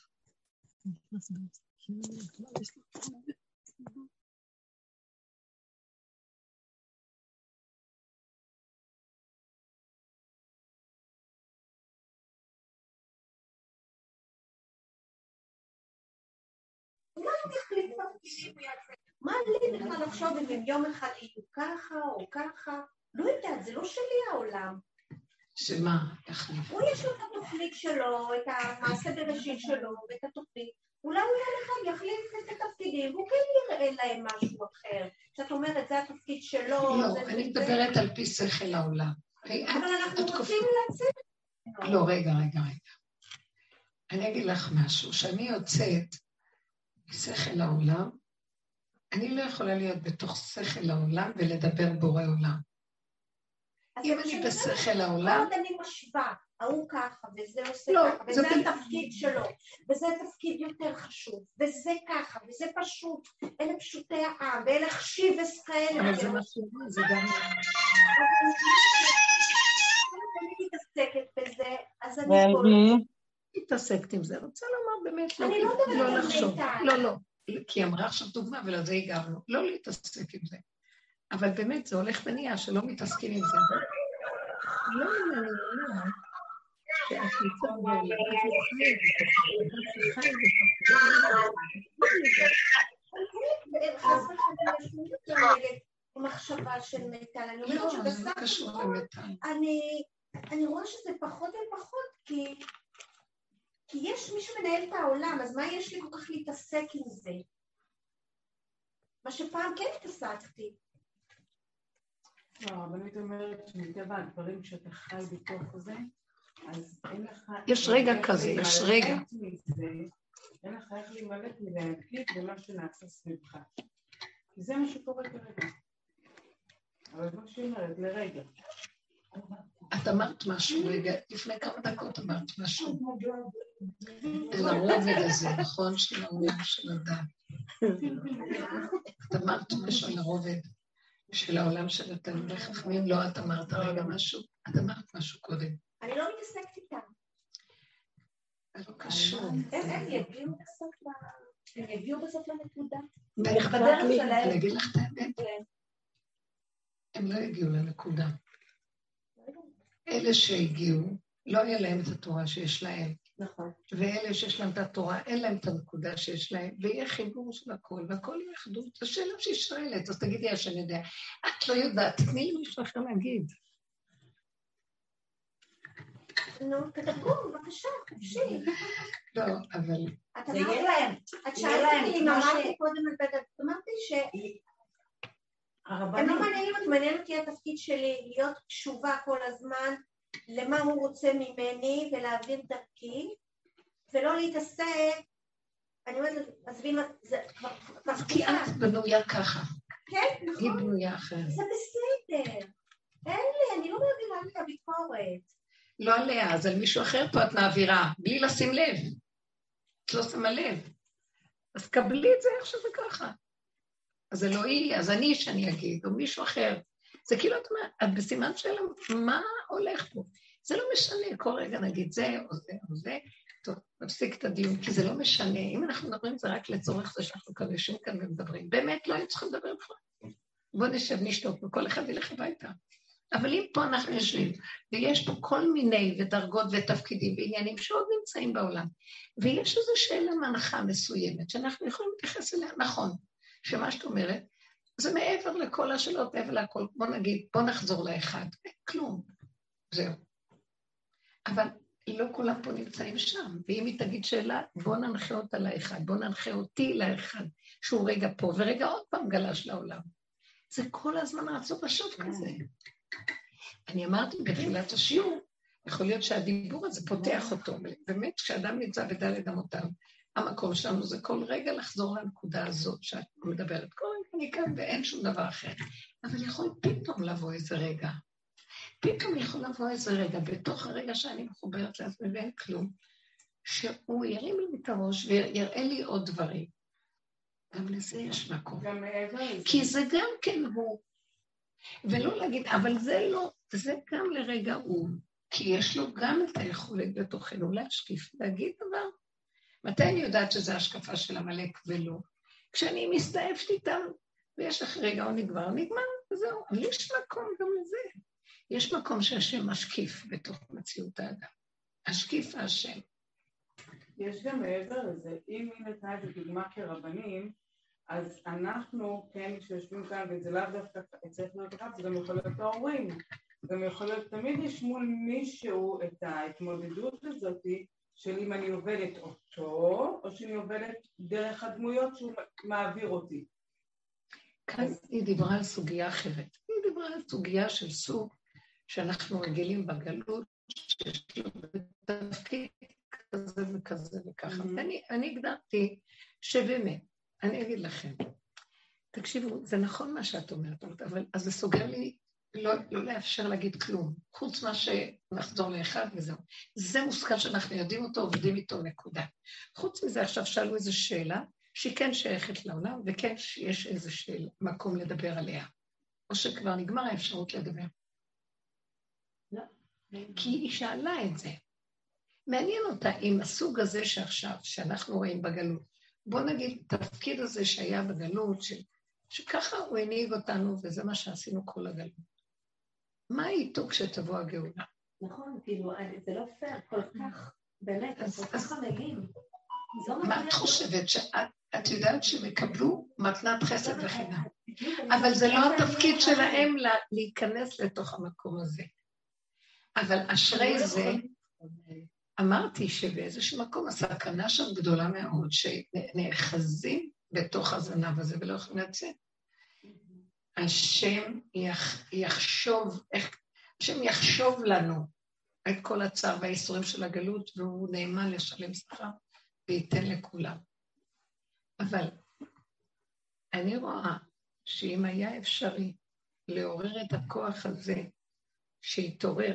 מה לי בכלל לחשוב אם הם יום אחד יהיו ככה או ככה? לא יודעת, זה לא שלי העולם. שמה? תחליף. הוא יש לו את התוכנית שלו, את המעשה בראשית שלו, ואת התוכנית. אולי הוא יום אחד יחליף את התפקידים, הוא כן יראה להם משהו אחר. שאת אומרת, זה התפקיד שלו. לא, אני מדברת על פי שכל העולם. אבל אנחנו רוצים לצאת. לא, רגע. אני אגיד לך משהו, שאני יוצאת משכל העולם, אני לא יכולה להיות בתוך שכל העולם ולדבר בורא עולם. אם אני בשכל העולם... עוד אני משווה, ההוא ככה, וזה עושה ככה, וזה התפקיד שלו, וזה תפקיד יותר חשוב, וזה ככה, וזה פשוט, אלה פשוטי העם, ואלה חשיב וסכאלה. אבל זה משהו, זה גם... אני מתעסקת בזה, אז אני פה... מתעסקת עם זה, רוצה לומר באמת, אני לא מדברת על לחשוב, מיטל. לא, כי היא אמרה עכשיו דוגמה ולזה הגענו, לא להתעסק עם זה. אבל באמת זה הולך ונהיה שלא מתעסקים עם זה. לא אני אומרת שאת נמצאת בעולם, את חייבת, חס וחלילה יש לי יותר נגד המחשבה של מיטל. אני אומרת לא, זה שבסך לא קשור למיטל. אני רואה שזה פחות ופחות, כי יש מי שמנהל את העולם, אז מה יש לי כל כך להתעסק עם זה? מה שפעם כן התעסקתי. לא, אבל אני אומרת שמטבע הדברים שאתה חי בתוך זה, אז אין לך... יש רגע כזה, יש רגע. אין לך איך להימלט מלהדליק במה שנעשה סביבך. כי זה מה שקורה כרגע. אבל כמו שהיא אומרת, לרגע. את אמרת משהו רגע, לפני כמה דקות אמרת משהו. על הרובד הזה, נכון? של העולם של אדם. את אמרת משהו על הרובד של העולם של התלמידי חכמים, לא את אמרת רגע משהו, את אמרת משהו קודם. אני לא מתעסקת איתם. זה לא קשור. הם יביאו בסוף לנקודה. אני אגיד לך את האמת. הם לא הגיעו לנקודה. אלה שהגיעו, לא היה להם את התורה שיש להם. נכון. ואלה שיש להם את התורה, אין להם את הנקודה שיש להם, ויהיה חיבור של הכל, והכל יהיה אחדות. זו שאלה שהיא שואלת, אז תגידי שאני יודע. את לא יודעת, תתני לי מישהו אחר להגיד. נו, תדברו, בבקשה, תקשיב. לא, אבל... זה יהיה להם. את שאלת אותי אם אמרתי קודם, אמרתי ש... הם לא מעניינים אותי, מעניין אותי התפקיד שלי להיות קשובה כל הזמן למה הוא רוצה ממני ולהעביר דרכי, ולא להתעסק, אני אומרת, עזבי מה, זה כבר... כי את בנויה ככה. כן, נכון. היא בנויה אחרת. זה בסדר. אין לי, אני לא מעבירה לי את הביקורת. לא עליה, אז על מישהו אחר פה את מעבירה, בלי לשים לב. את לא שמה לב. אז קבלי את זה איך שזה ככה. אז זה לא היא, אז אני שאני אגיד, או מישהו אחר. זה כאילו את בסימן של מה הולך פה. זה לא משנה, כל רגע נגיד זה או זה או זה. טוב, נפסיק את הדיון, כי זה לא משנה. אם אנחנו מדברים זה רק לצורך זה שאנחנו כאן יושבים כאן ומדברים. באמת לא היינו צריכים לדבר בכלל. בוא נשב, נשתוק, וכל אחד ילך הביתה. אבל אם פה אנחנו יושבים, ויש פה כל מיני ודרגות ותפקידים ועניינים שעוד נמצאים בעולם, ויש איזו שאלה מנחה מסוימת, שאנחנו יכולים להתייחס אליה, נכון, שמה שאת אומרת, זה מעבר לכל השאלות, מעבר לכל, בוא נגיד, בוא נחזור לאחד, כלום, זהו. אבל לא כולם פה נמצאים שם, ואם היא תגיד שאלה, בוא ננחה אותה לאחד, בוא ננחה אותי לאחד, שהוא רגע פה, ורגע עוד פעם גלש לעולם. זה כל הזמן רצו פשוט כזה. אני אמרתי בתחילת השיעור, יכול להיות שהדיבור הזה פותח אותו, באמת כשאדם נמצא בדלת אמותיו, המקום שלנו זה כל רגע לחזור לנקודה הזאת שאת מדברת, כל רגע אני כאן ואין שום דבר אחר, אבל יכול פתאום לבוא איזה רגע, פתאום יכול לבוא איזה רגע, בתוך הרגע שאני מחוברת לעצמי ואין כלום, שהוא ירים לי את הראש ויראה לי עוד דברים, גם לזה יש מקום, כי זה גם כן הוא, ולא להגיד, אבל זה לא, זה גם לרגע הוא, כי יש לו גם את היכולת בתוכנו להשקיף, להגיד דבר. מתי אני יודעת שזו השקפה של המלאק ולא? כשאני מסתעפת איתם, ויש לך רגע הוא נגמר, וזהו, אבל יש מקום גם לזה. יש מקום שהשם משקיף בתוך מציאות האדם. השקיף השם. יש גם מעבר לזה, אם היא נתנה את הדוגמה כרבנים, אז אנחנו, כן, שיושבים כאן, וזה לאו דווקא צריך להיות אחד, זה גם יכול להיות ההורים. גם יכול להיות, תמיד יש מול מישהו את ההתמודדות הזאת, של אם אני עובדת אותו, או שאני עובדת דרך הדמויות שהוא מעביר אותי. כאן היא דיברה על סוגיה אחרת. היא דיברה על סוגיה של סוג שאנחנו רגילים בגלות, שיש לו תפקיד כזה וכזה וככה. אני הגדרתי שבאמת, אני אגיד לכם, תקשיבו, זה נכון מה שאת אומרת, אבל אז זה סוגר לי לא לאפשר להגיד כלום, חוץ מה שנחזור לאחד וזהו. זה מושכל שאנחנו יודעים אותו, עובדים איתו, נקודה. חוץ מזה, עכשיו שאלו איזו שאלה, שהיא כן שייכת לעולם, וכן שיש איזה מקום לדבר עליה. או שכבר נגמר האפשרות לדבר. לא. כי היא שאלה את זה. מעניין אותה עם הסוג הזה שעכשיו, שאנחנו רואים בגלות. בוא נגיד, תפקיד הזה שהיה בגלות, שככה הוא הנהיג אותנו, וזה מה שעשינו כל הגלות. מה איתו כשתבוא הגאולה? נכון, כאילו, זה לא פייר, כל כך, באמת, כל כך עמלים. מה את חושבת? את יודעת שהם יקבלו מתנת חסד וחינם. אבל זה לא התפקיד שלהם להיכנס לתוך המקום הזה. אבל אשרי זה, אמרתי שבאיזשהו מקום הסכנה שם גדולה מאוד, שנאחזים בתוך הזנב הזה ולא יכולים לצאת. השם יחשוב לנו את כל הצער והאיסורים של הגלות, והוא נאמן לשלם שכר וייתן לכולם. אבל אני רואה שאם היה אפשרי לעורר את הכוח הזה, שיתעורר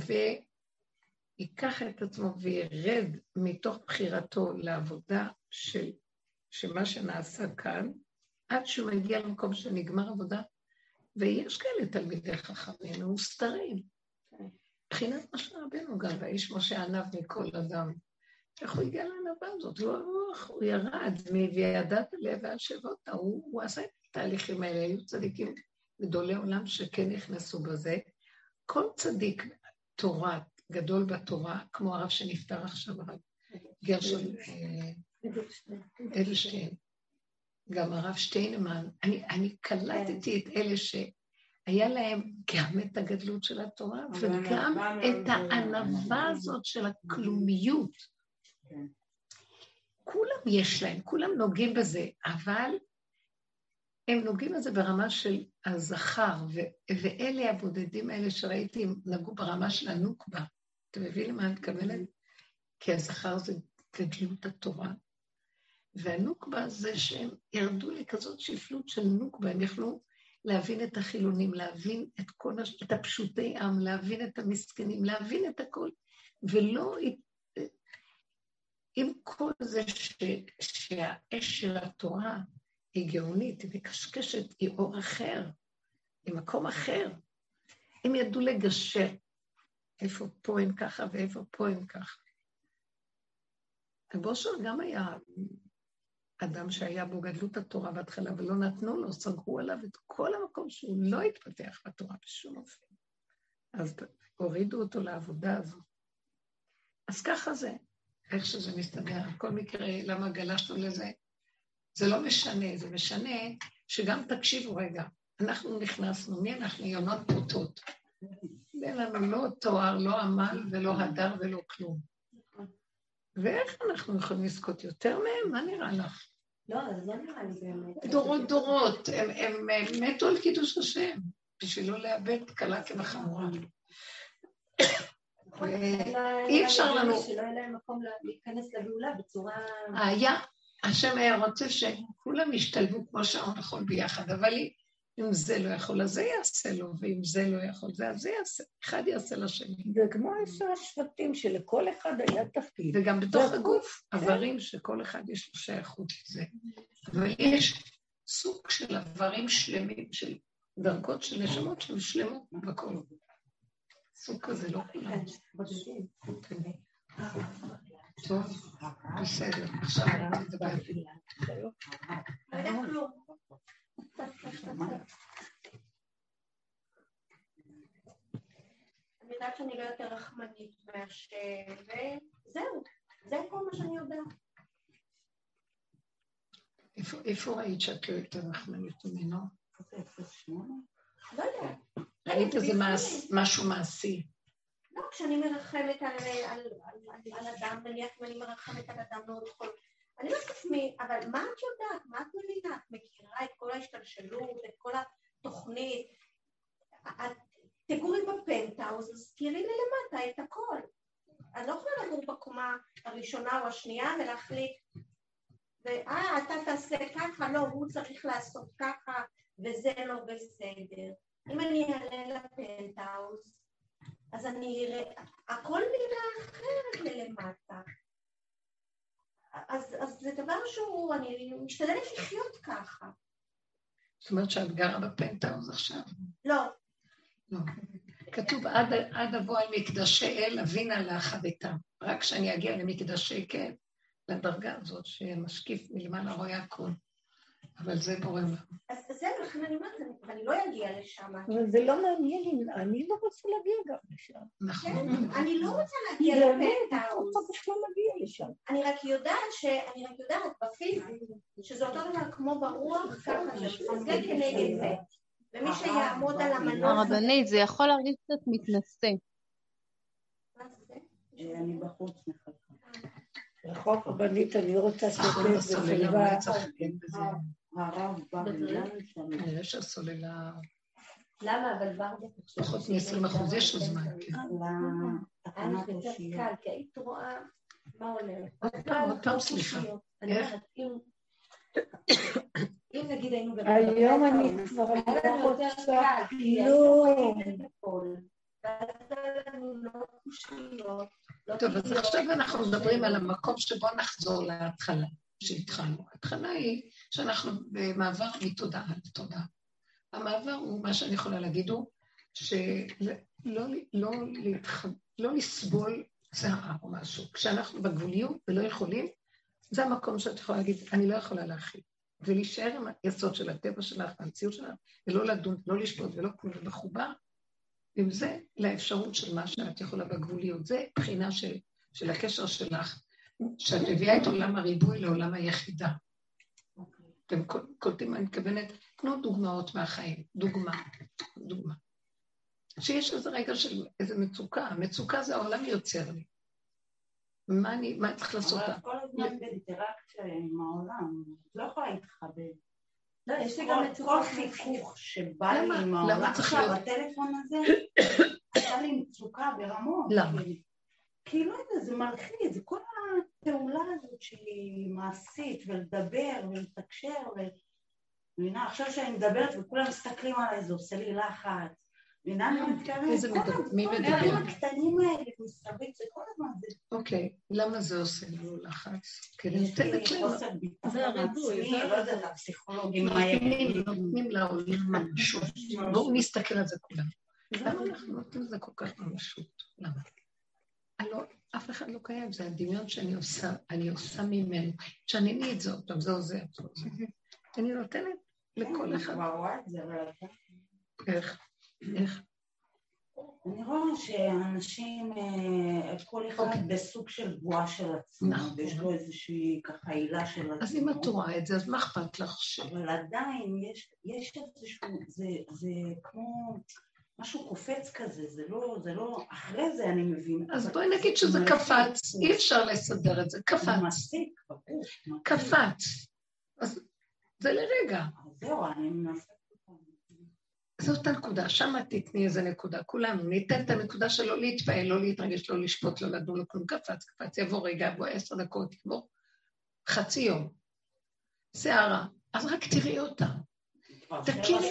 ויקח את עצמו וירד מתוך בחירתו לעבודה שמה שנעשה כאן, עד שהוא מגיע למקום שנגמר עבודה, ויש כאלה תלמידי חכמים, הם מוסתרים. מבחינת משה רבנו גם, והאיש משה ענב מכל אדם. איך הוא הגיע לענבה הזאת? הוא ירד מוידעת הלב ועד שבותה, הוא עשה את התהליכים האלה, היו צדיקים גדולי עולם שכן נכנסו בזה. כל צדיק תורה, גדול בתורה, כמו הרב שנפטר עכשיו, הרב גרשון אדלשטיין, גם הרב שטיינמן, אני קלטתי את אלה שהיה להם גם את הגדלות של התורה, וגם את הענווה הזאת של הכלומיות. כולם יש להם, כולם נוגעים בזה, אבל הם נוגעים בזה ברמה של הזכר, ואלה הבודדים האלה שראיתי, הם נגעו ברמה של הנוקבה. אתה מבין למה אני מתכוונת? כי הזכר זה גדלות התורה, והנוקבה זה שהם ירדו לכזאת שפלות של נוקבה, הם יכלו להבין את החילונים, להבין את הפשוטי עם, להבין את המסכנים, להבין את הכל, ולא עם כל זה שהאש של התורה היא גאונית, היא מקשקשת, היא אור אחר, היא מקום אחר. הם ידעו לגשר איפה פה הם ככה ואיפה פה הם ככה. הבושר גם היה אדם שהיה בו גדלות התורה בהתחלה, ולא נתנו לו, סגרו עליו את כל המקום שהוא לא התפתח בתורה בשום אופן. אז הורידו אותו לעבודה הזו. אז ככה זה, איך שזה מסתדר. כל מקרה, למה גלשנו לזה? זה לא משנה, זה משנה שגם תקשיבו רגע, אנחנו נכנסנו, מי אנחנו? יונות פוטות. אין לנו לא תואר, לא עמל ולא הדר ולא כלום. ואיך אנחנו יכולים לזכות יותר מהם? מה נראה לך? לא, אז לא נראה לי באמת. דורות, הם מתו על קידוש השם, בשביל לא לאבד קלה כבחמורה. אי אפשר לנו... שלא יהיה להם מקום להיכנס לגאולה בצורה... השם היה רוצה שכולם ישתלבו כמו שעון החול ביחד, אבל אם זה לא יכול, אז זה יעשה לו, ואם זה לא יכול, אז זה יעשה, אחד יעשה לשני. וכמו 10 השבטים שלכל אחד היה תפקיד. וגם בתוך הגוף, עברים שכל אחד יש לו שייכות לזה. אבל יש סוג של עברים שלמים, של דרגות של נשמות של שלמות בכל. סוג כזה לא כולם. טוב, בסדר, עכשיו אני אדבר. אני יודעת שאני לא יותר רחמנית וזהו, זה כל מה שאני יודעת. איפה ראית שאת לא יותר רחמנית ממנו? לא יודע. ראית איזה משהו מעשי? לא, כשאני מרחמת על אדם, נניח אם אני מרחמת על אדם מאוד חול, אני לא תשמעי, אבל מה את יודעת? מה את מבינה? את מכירה את כל ההשתלשלות, את כל התוכנית, תגורי בפנטהאוז, אז תראי לי למטה את הכל. אני לא יכולה לגור בקומה הראשונה או השנייה ולהחליט, אתה תעשה ככה, לא, הוא צריך לעשות ככה, וזה לא בסדר. אם אני אעלה לפנטהאוז, אז אני אראה, הכל נראה אחרת ללמטה. אז זה דבר שהוא, אני משתדלת לחיות ככה. זאת אומרת שאת גרה בפנטהאוז עכשיו? לא. לא. כתוב, עד אבוא על מקדשי אל, אבינה לאחריתם. רק כשאני אגיע למקדשי כן, לדרגה הזאת, שמשקיף מלמעלה רואה הכל. אבל זה בורא מה. אז זה, לכן אני אומרת, אני לא אגיע לשם. אבל זה לא מעניין, אני לא רוצה להגיע גם לשם. נכון. אני לא רוצה להגיע לפנטהאוז. אני לא רוצה בכלל להגיע לשם. אני רק יודעת בפיזית, שזה אותו דבר כמו ברוח, ככה זה כנגד זה. ומי שיעמוד על המנוע... הרבנית, זה יכול להרגיש קצת מתנשא. מה זה? אני בחוץ מחכה. רחוק רבנית, אני רוצה שתף וחלבה. הרב בא בגלל שם. נראה שהסוללה... למה? אבל ברדה... פחות מ-20% יש זמן. אני יותר קל, כי היית רואה מה הולך. עוד פעם, סליחה. איך? אם נגיד היינו... היום אני כבר לא רוצה כלום. טוב, אז עכשיו אנחנו מדברים על המקום שבו נחזור להתחלה שהתחלנו. ההתחלה היא שאנחנו במעבר מתודעה לתודעה. המעבר הוא, מה שאני יכולה להגיד הוא, שלא לסבול צער או משהו. כשאנחנו בגבוליות ולא יכולים, זה המקום שאת יכולה להגיד, אני לא יכולה להכיל. ולהישאר עם היסוד של הטבע שלך, המציאות שלך, ולא לדון, לא לשפוט ולא כלום, ומחובר. עם זה לאפשרות של מה שאת יכולה בגבוליות. זה בחינה של הקשר שלך, שאת מביאה את עולם הריבוי לעולם היחידה. אתם קולטים, אני מתכוונת, תנו דוגמאות מהחיים, דוגמה. שיש איזה רגע של איזה מצוקה, המצוקה זה העולם יוצר לי. מה צריך לעשות? אבל כל הזמן באינטראקציה עם העולם, לא יכולה להתחבר. לא, יש לי גם כל חיכוך שבא לי עם העולם. עכשיו, הטלפון הזה, עשה לי מצוקה ברמות. למה? כי לא יודע, זה מלחיץ, זה כל הפעולה הזאת שהיא מעשית, ולדבר ולתקשר, מבינה, עכשיו שאני מדברת וכולם מסתכלים עליי, זה עושה לי לחץ. מבינה, אני מתכוונת, מי מדבר? הדברים הקטנים האלה, מסביב, זה כל הזמן. אוקיי, למה זה עושה לנו לחץ? כי יש לי חוסר ביטחון עצמי, לא יודעת, הפסיכולוגים נותנים לעולם ממשות. בואו נסתכל על זה כולם. למה אנחנו נותנים לזה כל כך ממשות? למה? אף אחד לא קיים, זה הדמיון שאני עושה ממנו. תשנני את זה אותם, זה עוזר. אני נותנת לכל אחד. כבר רואה את זה, אבל אתה... איך? אני רואה שאנשים, כל אחד בסוג של בועה של עצמו, ויש לו איזושהי ככה עילה של עצמו. אז אם את רואה את זה, אז מה אכפת לך? אבל עדיין יש איזשהו, זה כמו משהו קופץ כזה, זה לא, אחרי זה אני מבין. אז בואי נגיד שזה קפץ, אי אפשר לסדר את זה, קפץ. מספיק, ברור. קפץ. אז זה לרגע. זהו, אני מנסה. זאת הנקודה, שם תתני איזה נקודה, כולנו ניתן את הנקודה שלא להתפעל, לא להתרגש, לא לשפוט, לא לדון, לא כלום, קפץ, יבוא רגע, בוא 10 דקות, יבוא חצי יום, שערה, אז רק תראי אותה. תכירי.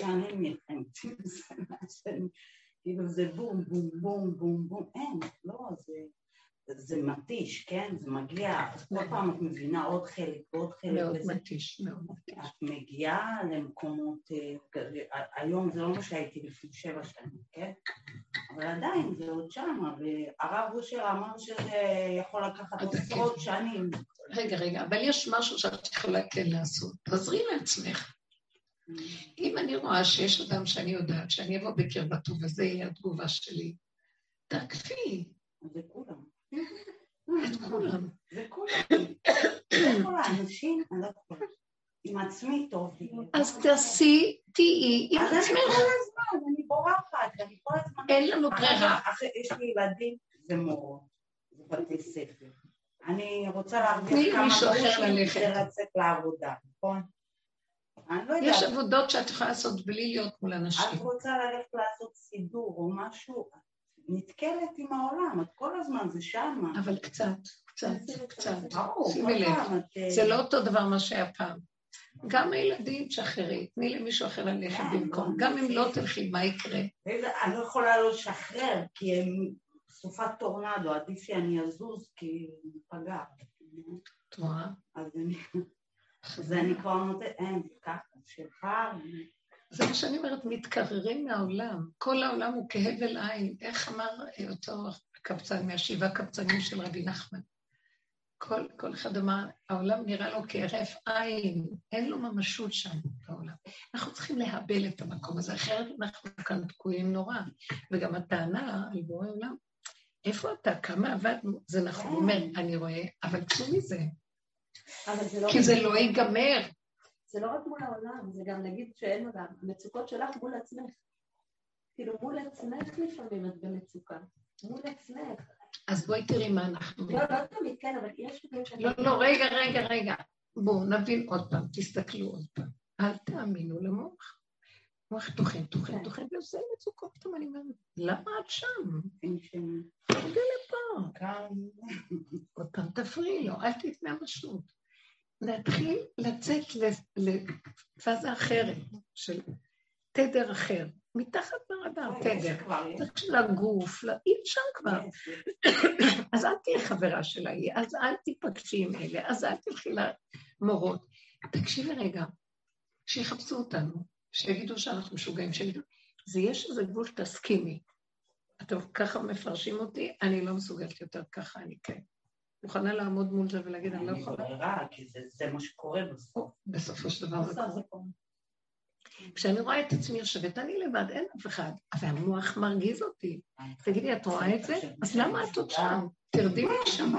כאילו זה בום, בום, בום, בום, בום, אין, לא, זה מתיש, כן? זה מגיע, כל פעם את מבינה עוד חלק ועוד חלק. מאוד מתיש, מאוד מתיש. את מגיעה למקומות, היום זה לא מה שהייתי לפני 7 שנים, כן? אבל עדיין זה עוד שמה, והרב אושר אמר שזה יכול לקחת עשרות שנים. רגע, אבל יש משהו שאת יכולה כן לעשות. תעזרי לעצמך. אם אני רואה שיש אדם שאני יודעת, שאני אבוא בקרבתו, וזה יהיה התגובה שלי, תעקפי. זה כולם. את כולם. זה כולם. זה כל האנשים, אני לא יכולה. עם עצמי טוב. אז תהיי עם עצמך. אז אני כל הזמן, אני בורחת, אני כל הזמן. אין לנו ברירה. יש לי ילדים ומורות, בבתי ספר. אני רוצה להרגיש כמה דברים כדי לצאת לעבודה, נכון? יש עבודות שאת יכולה לעשות בלי להיות מול אנשים. את רוצה ללכת לעשות סידור או משהו, את נתקלת עם העולם, את כל הזמן זה שם. אבל קצת. ברור, שימי לב, זה לא אותו דבר מה שהיה פעם. גם הילדים תשחררי, תני למישהו אחר ללכת במקום, גם אם לא תלכי, מה יקרה? אני לא יכולה לא לשחרר, כי הם סופת טורנדו, עדיף שאני אזוז, כי פגע. תרועה? אז אני כבר נותנת, אין, ככה, שפר. זה מה שאני אומרת, מתקררים מהעולם. כל העולם הוא כהבל עין. איך אמר אותו קבצן, מהשבעה קבצנים של רבי נחמן? כל אחד אמר, העולם נראה לו כהרף עין, אין לו ממשות שם בעולם. אנחנו צריכים להבל את המקום הזה, אחרת אנחנו כאן תקועים נורא. וגם הטענה על בורא עולם, איפה אתה? כמה עבדנו? זה נכון, הוא אומר, אני רואה, אבל צאו מזה. כי זה לא ייגמר. זה לא רק מול העולם, זה גם נגיד שאין עולם. המצוקות שלך מול עצמך. כאילו מול עצמך לפעמים את במצוקה. מול עצמך. אז בואי תראי מה אנחנו... לא תמיד, כן, אבל יש... לא, רגע. בואו נבין עוד פעם, תסתכלו עוד פעם. אל תאמינו למוח. מוח תוכן, וזה מצוקות פתאום, אני אומרת, למה את שם? תרגע לפה. עוד פעם תפריעי לו, אל תתנה משנות. נתחיל לצאת לפאזה אחרת, של תדר אחר. מתחת ברדאר, תדר. צריך של הגוף, אי אפשר כבר. אז אל תהיה חברה שלה, אז אל תיפגשי עם אלה, אז אל תלכי למורות. תקשיבי רגע, שיחפשו אותנו, שיגידו שאנחנו משוגעים, שיגידו, זה יש איזה גבול שתסכימי. אתם ככה מפרשים אותי, אני לא מסוגלת יותר ככה, אני כן. מוכנה לעמוד מול זה ולהגיד, אני לא יכולה. כי זה מה שקורה בסוף. בסופו של דבר זה קורה. כשאני רואה את עצמי יושבת, אני לבד, אין אף אחד, אבל המוח מרגיז אותי. תגידי, את רואה את זה? אז למה את עוד שם? תרדי משם.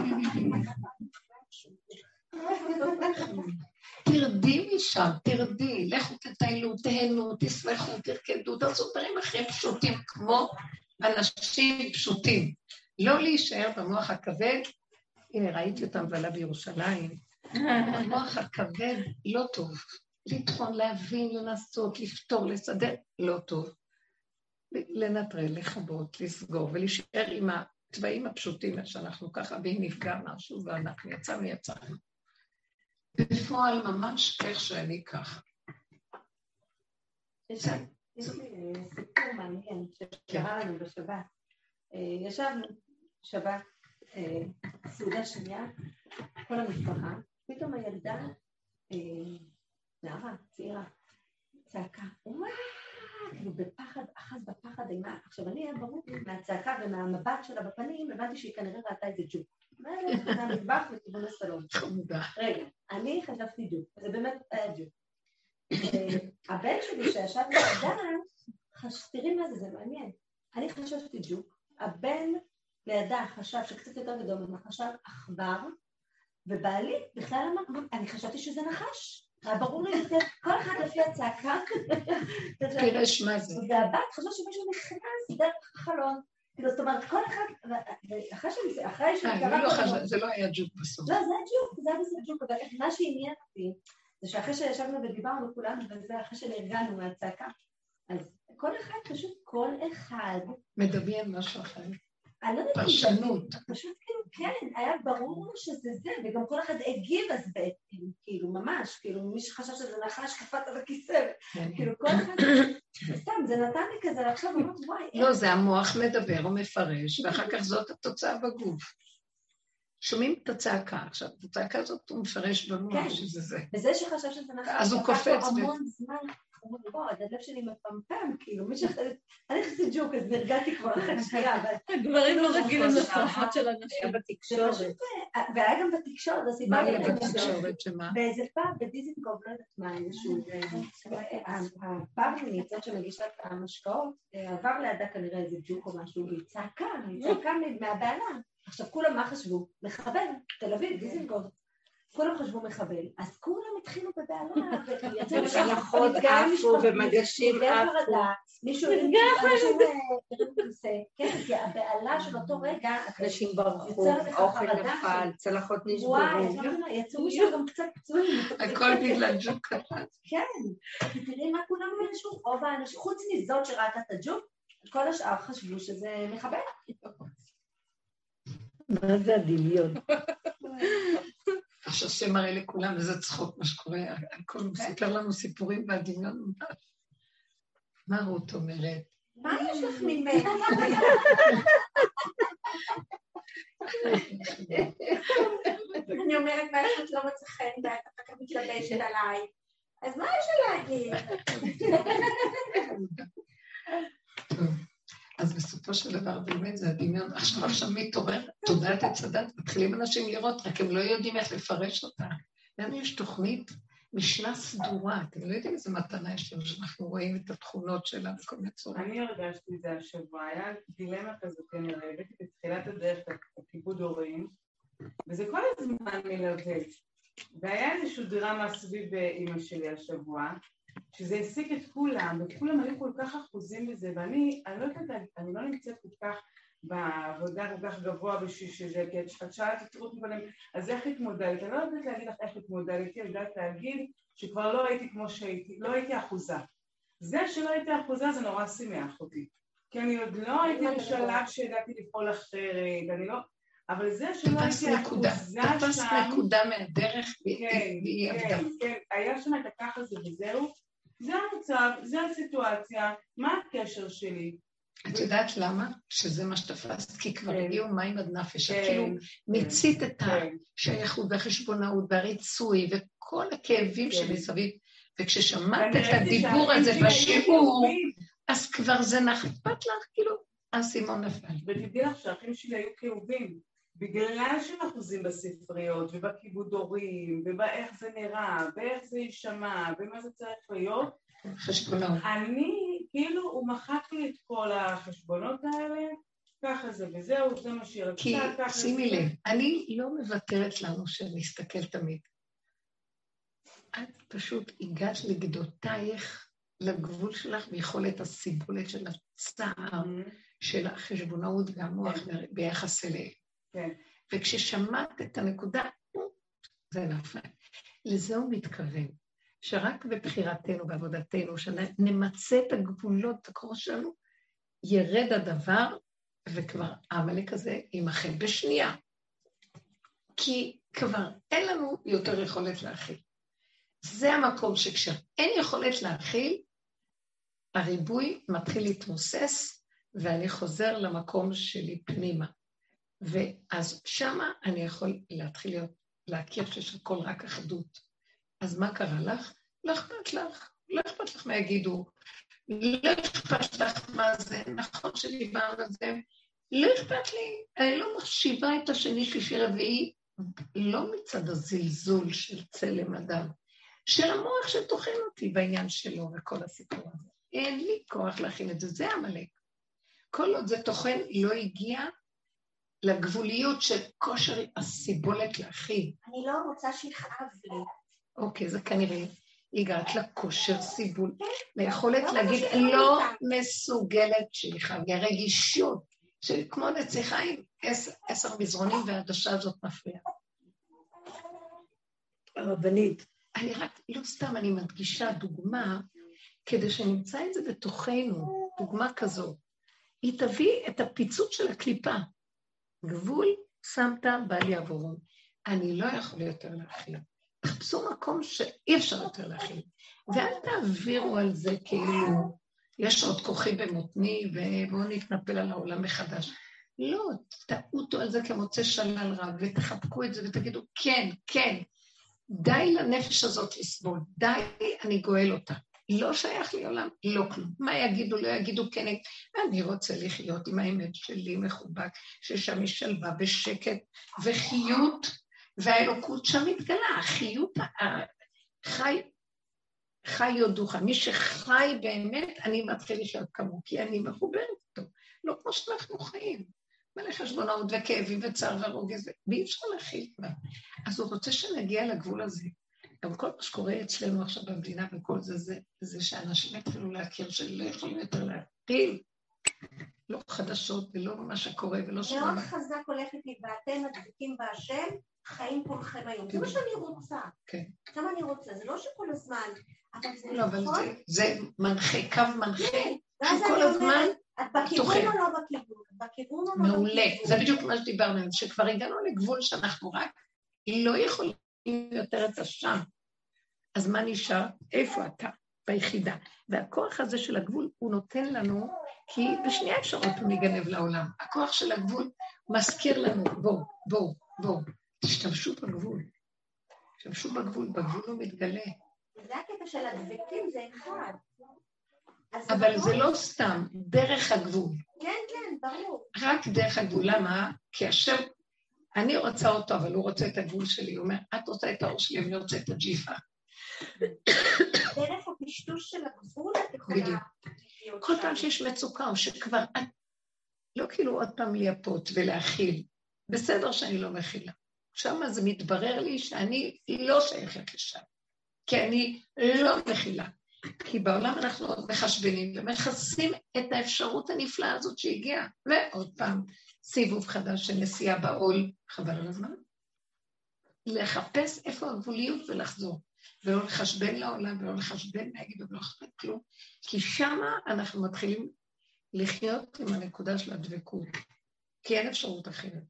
תרדי משם, תרדי, לכו תטיילו, תהנו, תשמחו, תרקדו, תעשו דברים אחרים פשוטים, כמו אנשים פשוטים. לא להישאר במוח הכבד, הנה ראיתי אותם ועלה בירושלים, המוח הכבד לא טוב. לטחון, להבין, לנסות, לפתור, לסדר, לא טוב. לנטרל, לכבות, לסגור, ולהישאר עם הצבעים הפשוטים שאנחנו ככה, ואם נפגע משהו, ואנחנו יצאנו. בפועל ממש איך שאני ככה. יש לי סיפור מעניין שקרה לנו בשבת. ישבנו שבת, סעודה שנייה, כל המשפחה, פתאום הילדה, נערה, צעירה, צעקה, כאילו בפחד, אחז בפחד אימה. עכשיו אני היה ברור מהצעקה ומהמבט שלה בפנים, הבנתי שהיא כנראה ראתה איזה ג'וק. זה המטבח לכיוון הסלון. רגע, אני חשבתי ג'וק, זה באמת היה ג'וק. הבן שלי שישב לידה, תראי מה זה, זה מעניין. אני חשבתי ג'וק, הבן לידה חשב שקצת יותר גדול ממנו, חשב עכבר, ובעלי בכלל אמר, אני חשבתי שזה נחש. ברור לי יותר, כל אחד לפי הצעקה. תרש מה זה. והבת חשב שמישהו נכנס דרך החלון. זאת אומרת, כל אחד, אחרי שקרה... זה לא היה ג'וק בסוף. לא, זה היה ג'וק, זה היה בסוף ג'וק, אבל מה שעניין אותי, זה שאחרי שישבנו ודיברנו כולנו, וזה אחרי שנרגענו מהצעקה, אז כל אחד, פשוט כל אחד... מדמיין משהו אחר. אני לא יודעת, פרשנות. פשוט כאילו, כן, היה ברור שזה זה, וגם כל אחד הגיב אז בעצם, כאילו, ממש, כאילו, מי שחשב שזה נחש קפת על הכיסא, כאילו, כל אחד, סתם, זה נתן לי כזה, עכשיו אמרת, וואי. לא, זה המוח מדבר או מפרש, ואחר כך זאת התוצאה בגוף. שומעים את הצעקה, עכשיו, את הצעקה הזאת הוא מפרש במוח שזה זה. וזה שחשב שזה נחש, אז הוא קופץ. המון זמן, הוא אומר, בוא, הלב שלי מפמפם, כאילו, מי שחלט, אני חצי ג'וק, אז נרגעתי כבר אחת שנייה, אבל... הגברים לא רגילים לפחד של אנשים. בתקשורת. והיה גם בתקשורת, מה היה בתקשורת, שמה? באיזה פאב, בדיזינגוף, לא יודעת מה, איזשהו... הפאב זאת שמגישה את המשקאות, עבר לידה כנראה איזה ג'וק או משהו, והיא צעקה מהבעלה. עכשיו, כולם מה חשבו? מחבל, תל אביב, דיזינגוף. כולם חשבו מחבל, אז כולם התחילו בבעלה, ויצאו צלחות עפו ומגשים עפו. מישהו כן, כי הבעלה של אותו רגע, אנשים ברחו, אוכל נפל, צלחות נשברו. יצאו מישהו גם קצת פצועים. הכל בגלל ג'וק קטן. כן, תראי מה כולם משהו, רוב האנשים, חוץ מזאת שראתה את הג'וק, כל השאר חשבו שזה מחבל. מה זה הדמיון? השם מראה לכולם, וזה צחוק מה שקורה, הכל מספר לנו סיפורים והדמיון. מה רות אומרת? מה יש לך ממני? אני אומרת, מה יש לך לא מצא חן, ואתה ככה מתלבשת עליי. אז מה יש להגיד? טוב, אז בסופו של דבר באמת זה הדמיון. עכשיו מתעורר, תודעת הצדת, מתחילים אנשים לראות, רק הם לא יודעים איך לפרש אותה. לנו יש תוכנית, משנה סדורה, אתם לא יודעים איזה מתנה יש לנו, שאנחנו רואים את התכונות שלה בכל מיני צורה. אני הרגשתי את זה השבוע, היה דילמה כזאת כנראה, הבאתי בתחילת הדרך את הכיבוד הורים, וזה כל הזמן מלווה. והיה איזשהו דרמה סביב אמא שלי השבוע, שזה העסיק את כולם, וכולם היו כל כך אחוזים בזה, ואני לא יודעת, אני לא נמצאת כל כך בעבודה כל כך גבוה בשביל שזה, כי את שאלת את רות מבנים, אז איך התמודדת? אני לא יודעת להגיד לך איך התמודדתי, אני יודעת להגיד שכבר לא הייתי כמו שהייתי, לא הייתי אחוזה. זה שלא הייתי אחוזה זה נורא שימח אותי, כי אני עוד לא הייתי בשלב שידעתי לפעול אחרת, אני לא... אבל זה שלא הייתי אחוזה שם... תפס נקודה מהדרך והיא עבדה. כן, היה שם את הכך הזה וזהו, זה המצב, זה הסיטואציה, מה הקשר שלי? את יודעת למה? שזה מה שתפסת, כי כבר הגיעו מים עד נפש, את כאילו מיצית את השייכות והחשבונאות והריצוי וכל הכאבים שמסביב, וכששמעת את הדיבור הזה בשיעור, אז כבר זה נחפת לך, כאילו, הסימון נפל. ותדעי לך שהאחים שלי היו כאובים, בגלל שהם אחוזים בספריות ובכיבוד הורים, ובאיך זה נראה, ואיך זה יישמע, ומה זה צריך להיות, חשבונאות. אני, כאילו, הוא מחק לי את כל החשבונות האלה, ככה זה וזהו, זה מה שהיא רצתה, ככה זה. כי שימי לב, אני לא מוותרת לנו שנסתכל תמיד. את פשוט הגעת לגדותייך, לגבול שלך, ויכולת הסיבולת של הצער, של החשבונאות והמוח ביחס אליהם. כן. וכששמעת את הנקודה, זה נפל. לזה הוא מתכוון. שרק בבחירתנו, בעבודתנו, שנמצא את הגבולות, הקור שלנו, ירד הדבר, וכבר העמלק הזה יימחל בשנייה. כי כבר אין לנו יותר יכולת להכיל. זה המקום שכשאין יכולת להכיל, הריבוי מתחיל להתמוסס, ואני חוזר למקום שלי פנימה. ואז שמה אני יכול להתחיל להכיר שיש הכל רק אחדות. אז מה קרה לך? לא אכפת לך. לא אכפת לך מה יגידו. לא אכפת לך מה זה. נכון שדיברנו על זה. לא אכפת לי. אני לא מחשיבה את השני, שלישי, רביעי, לא מצד הזלזול של צלם אדם, של המוח שתוכן אותי בעניין שלו וכל הסיפור הזה. אין לי כוח להכין את זה. זה עמלק. כל עוד זה תוכן לא הגיע לגבוליות של כושר הסיבולת להכין. אני לא רוצה שיכאב לי. אוקיי, זה כנראה הגעת לכושר סיבול, ליכולת להגיד לא מסוגלת שיכאב, הרגישות, שכמו נציחה עם 10 מזרונים והעדשה הזאת מפריעה. הרבנית. אני רק, לא סתם, אני מדגישה דוגמה, כדי שנמצא את זה בתוכנו, דוגמה כזאת, היא תביא את הפיצוץ של הקליפה. גבול שמת בל יעבורון. אני לא יכול יותר להכיל. תחפשו מקום שאי אפשר יותר להכיל. ואל תעבירו על זה כאילו, יש עוד כוחי במותני, ובואו נתנפל על העולם מחדש. לא, תעוטו על זה כמוצא שלל רב, ותחבקו את זה ותגידו, כן, כן, די לנפש הזאת לסבול, די, אני גואל אותה. לא שייך לי עולם, לא כלום. מה יגידו, לא יגידו, כן, אני רוצה לחיות עם האמת שלי מחובק, ששם יש שלווה בשקט וחיות, והאלוקות שם מתגלה, החיות, חי יודוך, מי שחי באמת, אני מתחיל לחיות כמו, כי אני מחוברת אותו, לא כמו שאנחנו חיים, מלא חשבונאות וכאבים וצער ורוגז, ואי אפשר להכיל כבר. אז הוא רוצה שנגיע לגבול הזה, גם כל מה שקורה אצלנו עכשיו במדינה וכל זה, זה שאנשים התחילו להכיר שלא יכולים יותר להכיל, לא חדשות ולא מה שקורה ולא שמה. מאוד חזק הולכת לי, ואתם הדבקים בהשם, חיים כולכם היום. זה מה שאני רוצה. כן. כמה אני רוצה, זה לא שכל הזמן, אבל זה לא, אבל זה מנחה, קו מנחה, שכל הזמן את בכיוון או לא בכיוון? בכיוון או לא בכיוון? מעולה, זה בדיוק מה שדיברנו, שכבר הגענו לגבול שאנחנו רק לא יכולים יותר את השם. אז מה נשאר? איפה אתה? ביחידה. והכוח הזה של הגבול הוא נותן לנו, כי בשנייה אפשרות הוא מגנב לעולם. הכוח של הגבול מזכיר לנו, בואו, תשתמשו בגבול. תשתמשו בגבול, בגבול הוא מתגלה. זה הקטע של הדבקים, זה אחד. אבל זה לא סתם, דרך הגבול. כן, ברור. רק דרך הגבול, למה? כי השם, אני רוצה אותו, אבל הוא רוצה את הגבול שלי. הוא אומר, את רוצה את האור שלי, ואני רוצה את הג'יפה. דרך הפשטוש של הגבול, את יכולה... כל פעם שיש מצוקה, או שכבר את, לא כאילו עוד פעם לייפות ולהכיל, בסדר שאני לא מכילה. שם זה מתברר לי שאני לא שייכת לשם, כי אני לא מכילה. כי בעולם אנחנו עוד מחשבנים ומחסים את האפשרות הנפלאה הזאת שהגיעה, ועוד פעם סיבוב חדש של נסיעה בעול, חבל על הזמן, לחפש איפה הגבוליות ולחזור, ולא לחשבן לעולם, ולא לחשבן להגיד ולא לחשבן כלום, כי שמה אנחנו מתחילים לחיות עם הנקודה של הדבקות, כי אין אפשרות אחרת.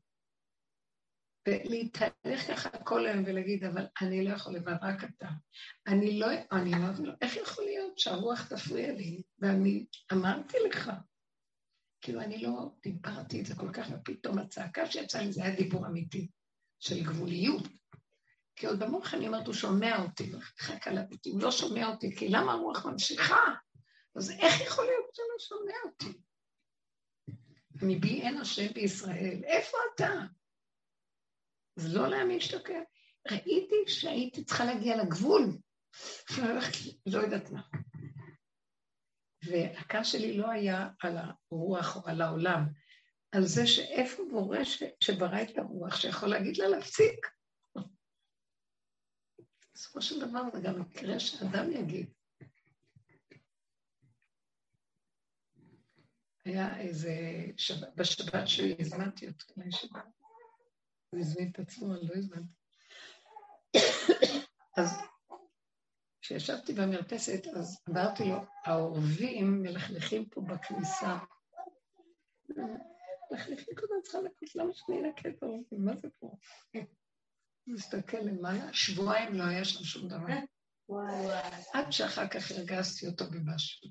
ולהתהלך ככה כל היום ולהגיד, אבל אני לא יכול לבד, רק אתה. אני לא, איך יכול להיות שהרוח תפריע לי? ואני אמרתי לך, כאילו אני לא דיברתי את זה כל כך, ופתאום הצעקה שיצאה לי, זה היה דיבור אמיתי של גבוליות. כי עוד במוח אני אומרת, הוא שומע אותי, וחכה אותי, הוא לא שומע אותי, כי למה הרוח ממשיכה? אז איך יכול להיות שהוא לא שומע אותי? מבי אין השם בישראל, איפה אתה? אז לא להאמין שתוקע. ראיתי שהייתי צריכה להגיע לגבול, לא יודעת מה. והקר שלי לא היה על הרוח או על העולם, על זה שאיפה בורא שברא את הרוח, שיכול להגיד לה להפסיק. בסופו של דבר זה גם מקרה שאדם יגיד. היה איזה בשבת שהזמנתי אותו לישיבה. הוא הזמין את עצמו, אני לא הזמנתי. אז כשישבתי במרפסת, אז אמרתי לו, העורבים מלכלכים פה בכניסה. מלכלכים קודם צריכה לקות, למה שאני אנקה את העורבים? מה זה פה? הוא מסתכל למעלה, שבועיים לא היה שם שום דבר. עד שאחר כך הרגזתי אותו במשהו.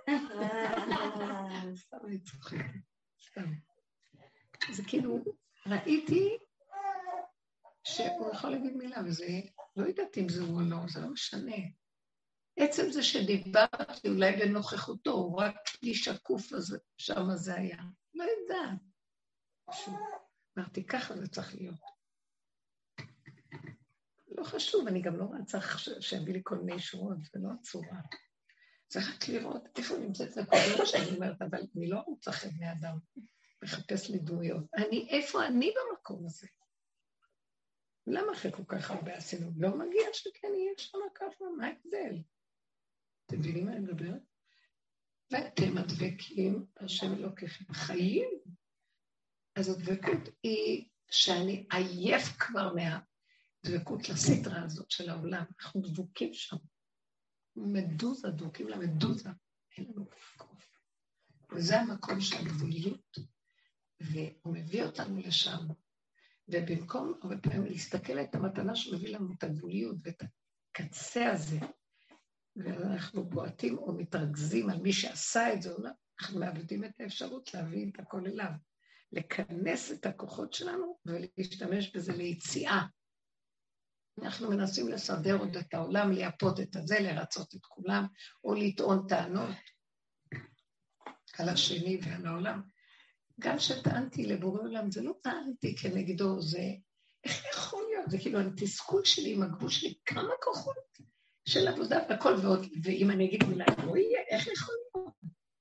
סתם אני צוחקת, סתם. זה כאילו, ראיתי שהוא יכול להגיד מילה, וזה, לא יודעת אם זה הוא או לא, זה לא משנה. עצם זה שדיברתי אולי בנוכחותו, הוא רק לי שקוף הזה, שם זה היה. לא יודעת. פשוט. אמרתי, ככה זה צריך להיות. לא חשוב, אני גם לא צריך שיביא לי כל מיני שורות, זה לא הצורה. צריך רק לראות איפה נמצאת נקודות שאני אומרת, אבל אני לא רוצה בני אדם, מחפש לי דמויות. איפה אני במקום הזה? למה אחרי כל כך הרבה עשינו? לא מגיע שכן יהיה שם ככה, מה ההבדל? אתם מבינים מה אני מדברת? ואתם הדבקים, השם אלוקיכם חיים. אז הדבקות היא שאני עייף כבר מהדבקות לסדרה הזאת של העולם. אנחנו דבוקים שם. מדוזה, דבוקים למדוזה. אין לנו קוף. וזה המקום של הגבוליות, והוא מביא אותנו לשם. ובמקום הרבה פעמים להסתכל את המתנה שמביא לנו את הגבוליות ואת הקצה הזה, ואנחנו בועטים או מתרכזים על מי שעשה את זה, אנחנו מאבדים את האפשרות להביא את הכל אליו, לכנס את הכוחות שלנו ולהשתמש בזה ליציאה. אנחנו מנסים לסדר עוד את העולם, לייפות את הזה, לרצות את כולם, או לטעון טענות על השני ועל העולם. גם שטענתי לבורא עולם, זה לא טענתי כנגדו, זה איך יכול להיות? זה כאילו התסכול שלי עם הגבול שלי, כמה כוחות של עבודה והכל ועוד, ואם אני אגיד מילה, לא יהיה, איך יכול להיות?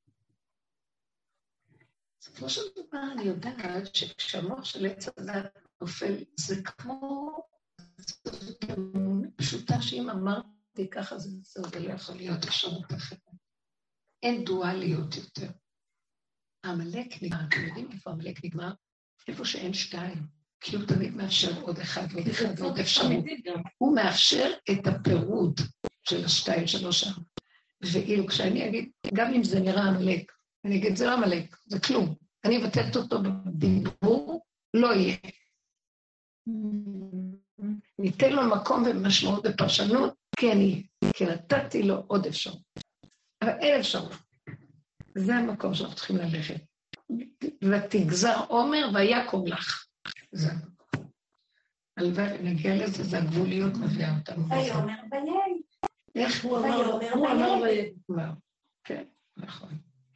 בסופו של דבר אני יודעת שכשהמוח של עץ הדת נופל, זה כמו, זאת אמונה פשוטה שאם אמרתי ככה, זה לא יכול להיות אפשרות אחרת. אין דואליות יותר. המלאק נגמר, אתם יודעים איפה המלאק נגמר? איפה שאין שתיים, כי הוא תמיד מאפשר עוד אחד ועוד אחד ועוד אפשרות. הוא מאפשר את הפירוד של השתיים שלו שם. ואילו כשאני אגיד, גם אם זה נראה המלאק, אני אגיד, זה לא המלאק, זה כלום. אני אבטלת אותו בדיבור, לא יהיה. ניתן לו מקום ומשמעות בפרשנות, כי נתתי לו עוד אפשרות. אבל אין אפשרות. זה המקום שאנחנו צריכים ללכת. ותגזר עומר ויקום לך. זה המקום. הלוואי ונגיע לזה, זה הגבוליות מביאה אותנו. ויאמר ויהי. איך הוא אמר ויהי? כן, נכון.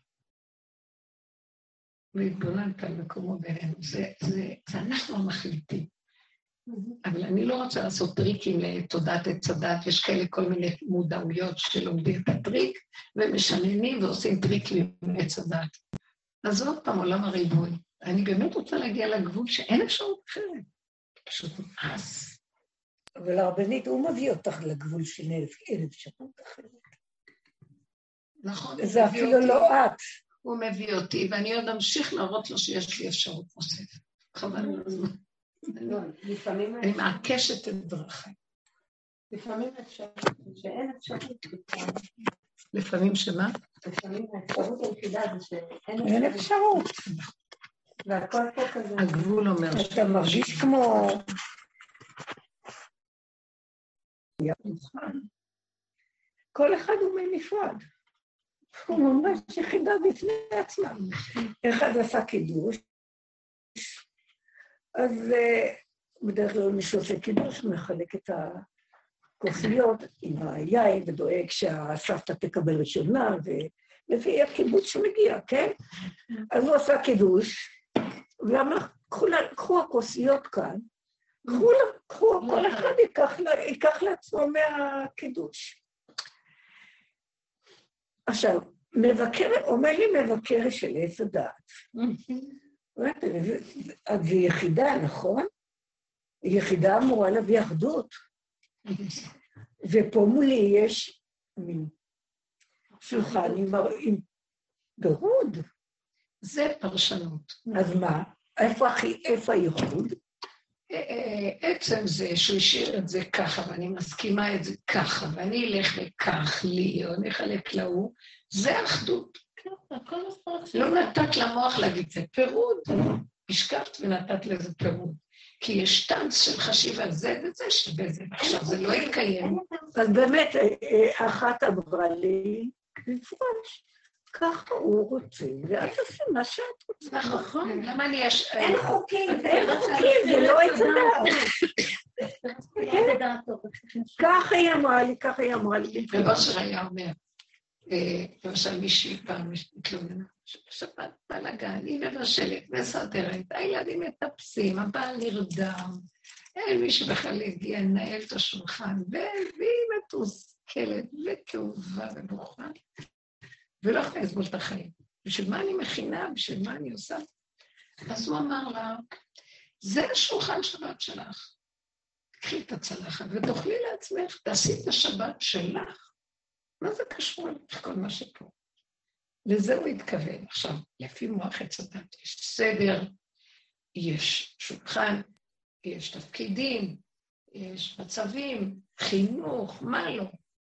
והתבוננת על מקומו בינינו. זה אנחנו המחליטים. אבל אני לא רוצה לעשות טריקים לתודעת עץ הדת, יש כאלה כל מיני מודעויות שלומדים את הטריק, ומשננים ועושים טריקים לעץ הדת. אז עוד פעם עולם הריבוי. אני באמת רוצה להגיע לגבול שאין אפשרות אחרת. פשוט נמאס. אבל הרבנית, הוא מביא אותך לגבול של אין אפשרות אחרת. נכון. זה אפילו לא את. הוא מביא אותי, ואני עוד אמשיך להראות לו שיש לי אפשרות נוספת. חבל על הזמן. אני מעקשת את דרכי. לפעמים אפשרות, שאין אפשרות. לפעמים שמה? לפעמים האפשרות היחידה זה שאין אפשרות. והכל פה כזה. הגבול אומר אתה מרגיש כמו... כל אחד הוא מנפרד. הוא ממש יחידה בפני עצמם. אחד עשה קידוש, אז בדרך כלל מי שעושה קידוש מחלק את הכוסיות עם היין ודואג שהסבתא תקבל ראשונה, ולפי הקיבוץ שמגיע, כן? אז הוא עשה קידוש, ואמר, קחו הכוסיות כאן, כל אחד ייקח לעצמו מהקידוש. עכשיו, אומר לי מבקר של עץ הדעת. אז היא יחידה, נכון? יחידה אמורה להביא אחדות. ופה מולי יש שולחן עם פירוד. זה פרשנות. אז מה? איפה הייחוד? עצם זה שהוא השאיר את זה ככה, ואני מסכימה את זה ככה, ואני אלך לכך לי, או נחלק להוא, זה אחדות. לא נתת למוח להגיד, זה פירוד. השקפת ונתת לזה פירוד. כי יש טנץ של חשיבה, זה וזה שווה זה. עכשיו, זה לא יתקיים. אז באמת, אחת אמרה לי, לפרוש, ככה הוא רוצה, ואת עושה מה שאת רוצה. נכון, למה אני יש... אין חוקים. זה לא עץ הדעת. ככה היא אמרה לי. ובושר היה אומר, למשל מישהי פעם מתלוננה, שבת בלגן, היא מבשלת, מסדרת, הילדים מטפסים, הבעל נרדם, אין מי שבכלל הגיע לנהל את השולחן, והיא מתוסכלת וכאובה ובוכה, ולא יכולה לסבול את החיים. בשביל מה אני מכינה, בשביל מה אני עושה? אז הוא אמר לה, זה השולחן שבת שלך. קחי את הצלחת ותאכלי לעצמך, תעשי את השבת שלך. מה זה קשור לכל מה שפה? לזה הוא התכוון. עכשיו, לפי מוח עץ הדת, יש סדר, יש שולחן, יש תפקידים, יש מצבים, חינוך, מה לא?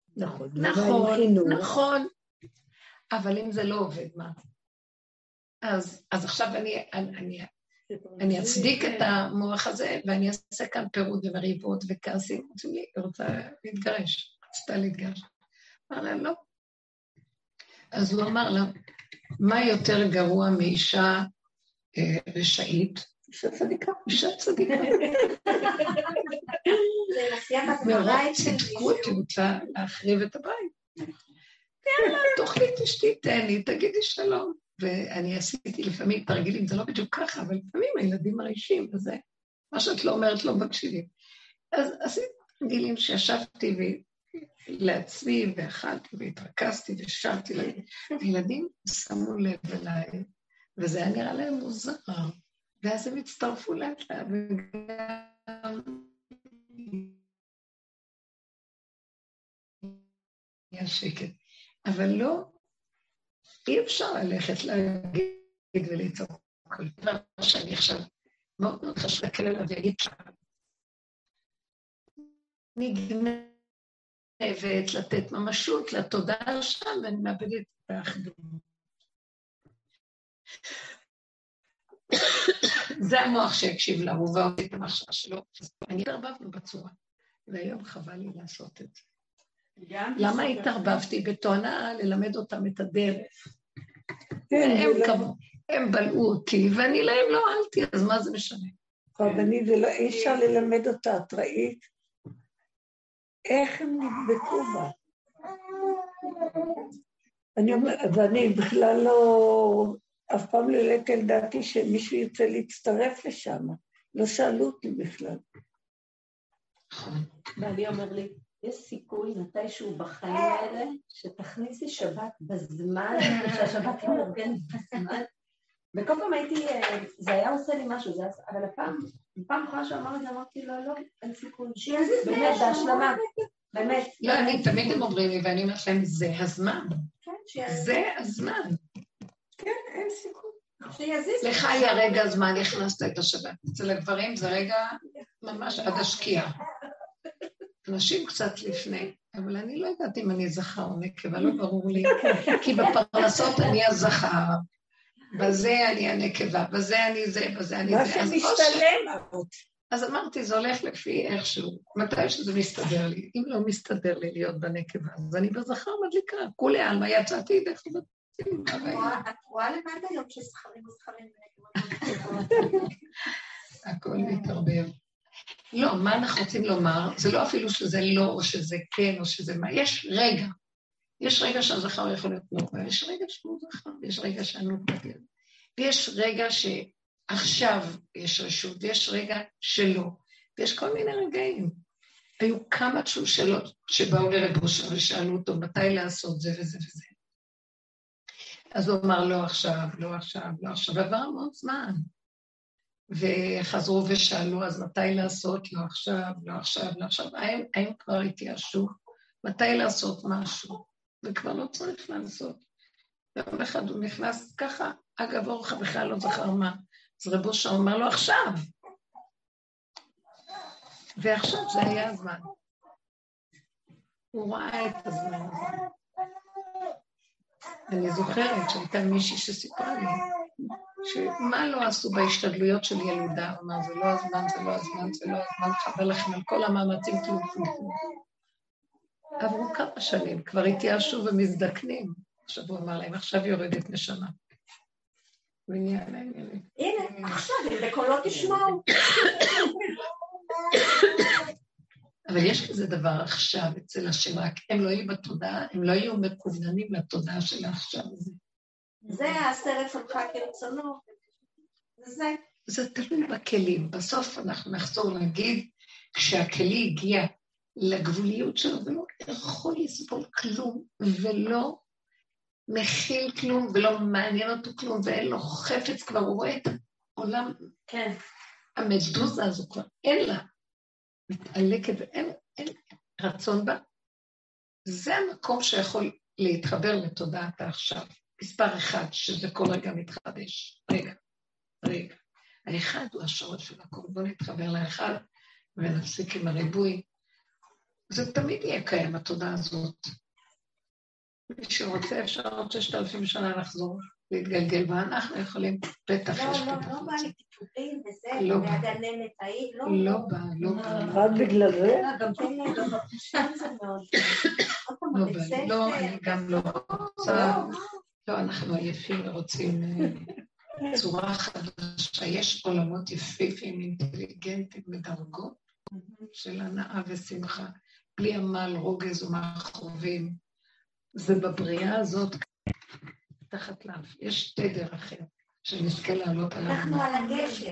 נכון. אבל אם זה לא עובד, מה? אז עכשיו אני אצדיק את המוח הזה, ואני אעשה כאן פירוד ומריבות וכעסים. היא רוצה להתגרש, רצתה להתגרש. אמר לה, לא. אז הוא אמר לה, מה יותר גרוע מאישה רשאית? אישה צדיקה. מרוב צדקות היא רוצה להחריב את הבית. יאללה, תאכלי, תשתי, תן לי, תגידי שלום. ואני עשיתי לפעמים תרגילים, זה לא בדיוק ככה, אבל לפעמים הילדים מרעישים, וזה מה שאת לא אומרת לא מקשיבים. אז עשיתי תרגילים שישבתי לעצמי, ואכלתי והתרכזתי ושרתי להם. הילדים שמו לב אליי, וזה היה נראה להם מוזר. ואז הם הצטרפו לאט לאט, וגם... היה שקט. אבל לא, אי אפשר ללכת להגיד ולצעוק כל דבר שאני עכשיו מאוד מאוד חשוב לקל עליו ויגיד נגנבת לתת ממשות לתודעה שם ואני מאבדת את האחדות. זה המוח שהקשיב לה, הוא ועוד את המחשבה שלו. אני התערבבנו בצורה, והיום חבל לי לעשות את זה. למה התערבבתי? בתואנה ללמד אותם את הדרך. הם בלעו אותי, ואני להם לא אהלתי, אז מה זה משנה? רבנית, אי אפשר ללמד אותה, את ראית? איך הם נדבקו בה? ואני בכלל לא, אף פעם לא העליתי על דעתי שמישהו ירצה להצטרף לשם. לא שאלו אותי בכלל. ואני אומר לי, יש סיכוי מתישהו בחיים האלה שתכניסי שבת בזמן, שהשבת היא מאורגנת בזמן. וכל פעם הייתי, זה היה עושה לי משהו, אבל הפעם אחרונה שאמרתי, אמרתי לו, לא, אין סיכוי. באמת, בהשלמה. באמת. לא, אני תמיד הם אומרים לי, ואני אומרת להם, זה הזמן. זה הזמן. כן, אין סיכוי. לך היה רגע הזמן, הכנסת את השבת. אצל הגברים זה רגע ממש עד השקיעה. אנשים קצת לפני, אבל אני לא יודעת אם אני זכר או נקבה, לא ברור לי, כי בפרנסות אני הזכר, בזה אני הנקבה, בזה אני זה, בזה אני זה. מה שמשתלם. אז אמרתי, זה הולך לפי איכשהו, מתי שזה מסתדר לי, אם לא מסתדר לי להיות בנקבה, אז אני בזכר מדליקה, כולי עלמה יצאתי דרך בצים. את רואה למעט היום שזכרים בנקבה. הכל מתערבב. לא, מה אנחנו רוצים לומר? זה לא אפילו שזה לא, או שזה כן, או שזה מה. יש רגע. יש רגע שהזכר יכול להיות נוקבה, יש רגע שהוא זכר, יש רגע שהנוקבה תהיה. ויש רגע שעכשיו יש רשות, ויש רגע שלא. ויש כל מיני רגעים. היו כמה שאלות שבאו לרב ראשה ושאלו אותו מתי לעשות זה וזה וזה. אז הוא אמר לא עכשיו, לא עכשיו, לא עכשיו, עבר המון זמן. וחזרו ושאלו, אז מתי לעשות? לא עכשיו, לא עכשיו, לא עכשיו. הם כבר התייאשו, מתי לעשות משהו? וכבר לא צריך לעשות. יום אחד הוא נכנס ככה, אגב אורך בכלל לא זכר מה. אז רב ראשה אומר לו עכשיו. ועכשיו זה היה הזמן. הוא ראה את הזמן הזה. אני זוכרת שהייתה מישהי שסיפרה לי, שמה לא עשו בהשתדלויות של ילודה, הוא אמר, זה לא הזמן, זה לא הזמן, זה לא הזמן, חבל לכם על כל המאמצים כלום. עברו כמה שנים, כבר התייאשו ומזדקנים. עכשיו הוא אמר להם, עכשיו יורדת נשמה. ונהיה להם ילד. הנה, עכשיו, בקולות תשמעו. אבל יש כזה דבר עכשיו אצל השם, רק הם לא יהיו בתודעה, הם לא יהיו מקווננים לתודעה של העכשיו הזה. זה הסרט שלך כרצונו. זה תלוי בכלים. בסוף אנחנו נחזור להגיד, כשהכלי הגיע לגבוליות שלו, ולא יכול לסבול כלום, ולא מכיל כלום, ולא מעניין אותו כלום, ואין לו חפץ, כבר הוא רואה את העולם. כן. המדוזה הזו כבר אין לה. מתעלקת ואין רצון בה. זה המקום שיכול להתחבר לתודעת העכשיו. מספר אחד, שזה כל רגע מתחדש. רגע. האחד הוא השורש של הכל. בוא נתחבר לאחד ונפסיק עם הריבוי. זה תמיד יהיה קיים, התודעה הזאת. מי שרוצה אפשר עוד 6,000 שנה לחזור, להתגלגל, ואנחנו יכולים בטח יש פה בחוץ. לא בא לי טיפולים וזה, והגננת ההיא, לא בא. רק בגלל זה? גם שם זה מאוד. לא, אני גם לא רוצה. לא, אנחנו עייפים ורוצים צורה חדשה. יש עולמות יפיפים, אינטליגנטים בדרגות של הנאה ושמחה, בלי עמל, רוגז ומחרובים. זה בבריאה הזאת, תחת לאף. יש תדר אחר שנזכה לעלות עליו. אנחנו על הגשר.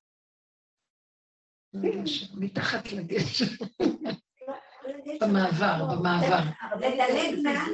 מתחת לגשר. במעבר. לדלג מעל.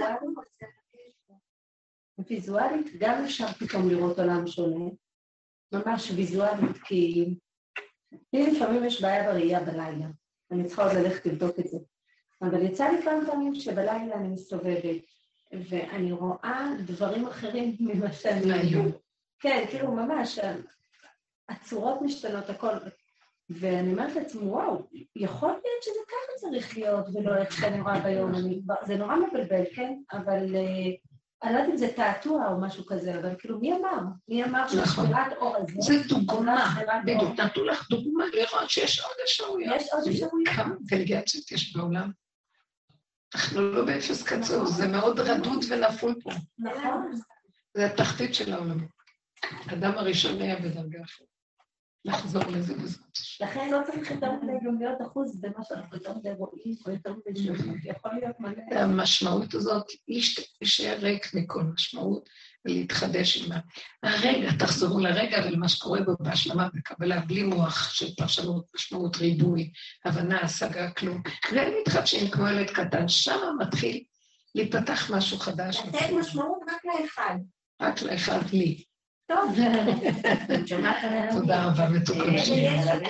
ויזואלית גם אפשר פתאום לראות עולם שונה, ממש ויזואלית, כי לפעמים יש בעיה בראייה בלילה, אני צריכה עוד ללכת לבדוק את זה, אבל יצא לי כמה פעמים שבלילה אני מסתובבת, ואני רואה דברים אחרים ממה שאני היום. כן, כאילו ממש, הצורות משתנות, הכל, ואני אומרת לעצמי, וואו, יכול להיות שזה ככה צריך להיות, ולא איך שאני רואה ביום, זה נורא מבלבל, כן? אבל אני לא יודעת אם זה תעתוע או משהו כזה, אבל כאילו, מי אמר? מי אמר ששבירת אור הזה? זה דוגמה, בדיוק, נתנו לך דוגמה לראות שיש עוד אפשרויות. יש עוד אפשרויות. כמה אינטליגנציות יש בעולם? אנחנו לא באפס קצור, זה מאוד רדוד ונפול פה. נכון. זה התחתית של העולם. האדם הראשון היה בדרגה אחרת. לחזור לזה בזאת. לכן לא צריך יותר מדי גם להיות אחוז במה שאנחנו יותר מדי רואים, או יותר מדי שומעים, יכול להיות מלא. המשמעות הזאת, להישאר ריק מכל משמעות, ולהתחדש עם הרגע, תחזרו לרגע ולמה שקורה בו בהשלמה, בקבלה, בלי מוח של פרשנות, משמעות ריבוי, הבנה, השגה, כלום. ומתחדשים כמו ילד קטן, שם מתחיל להיפתח משהו חדש. לתת משמעות רק לאחד. רק לאחד לי. טוב. תודה רבה, מתוקה.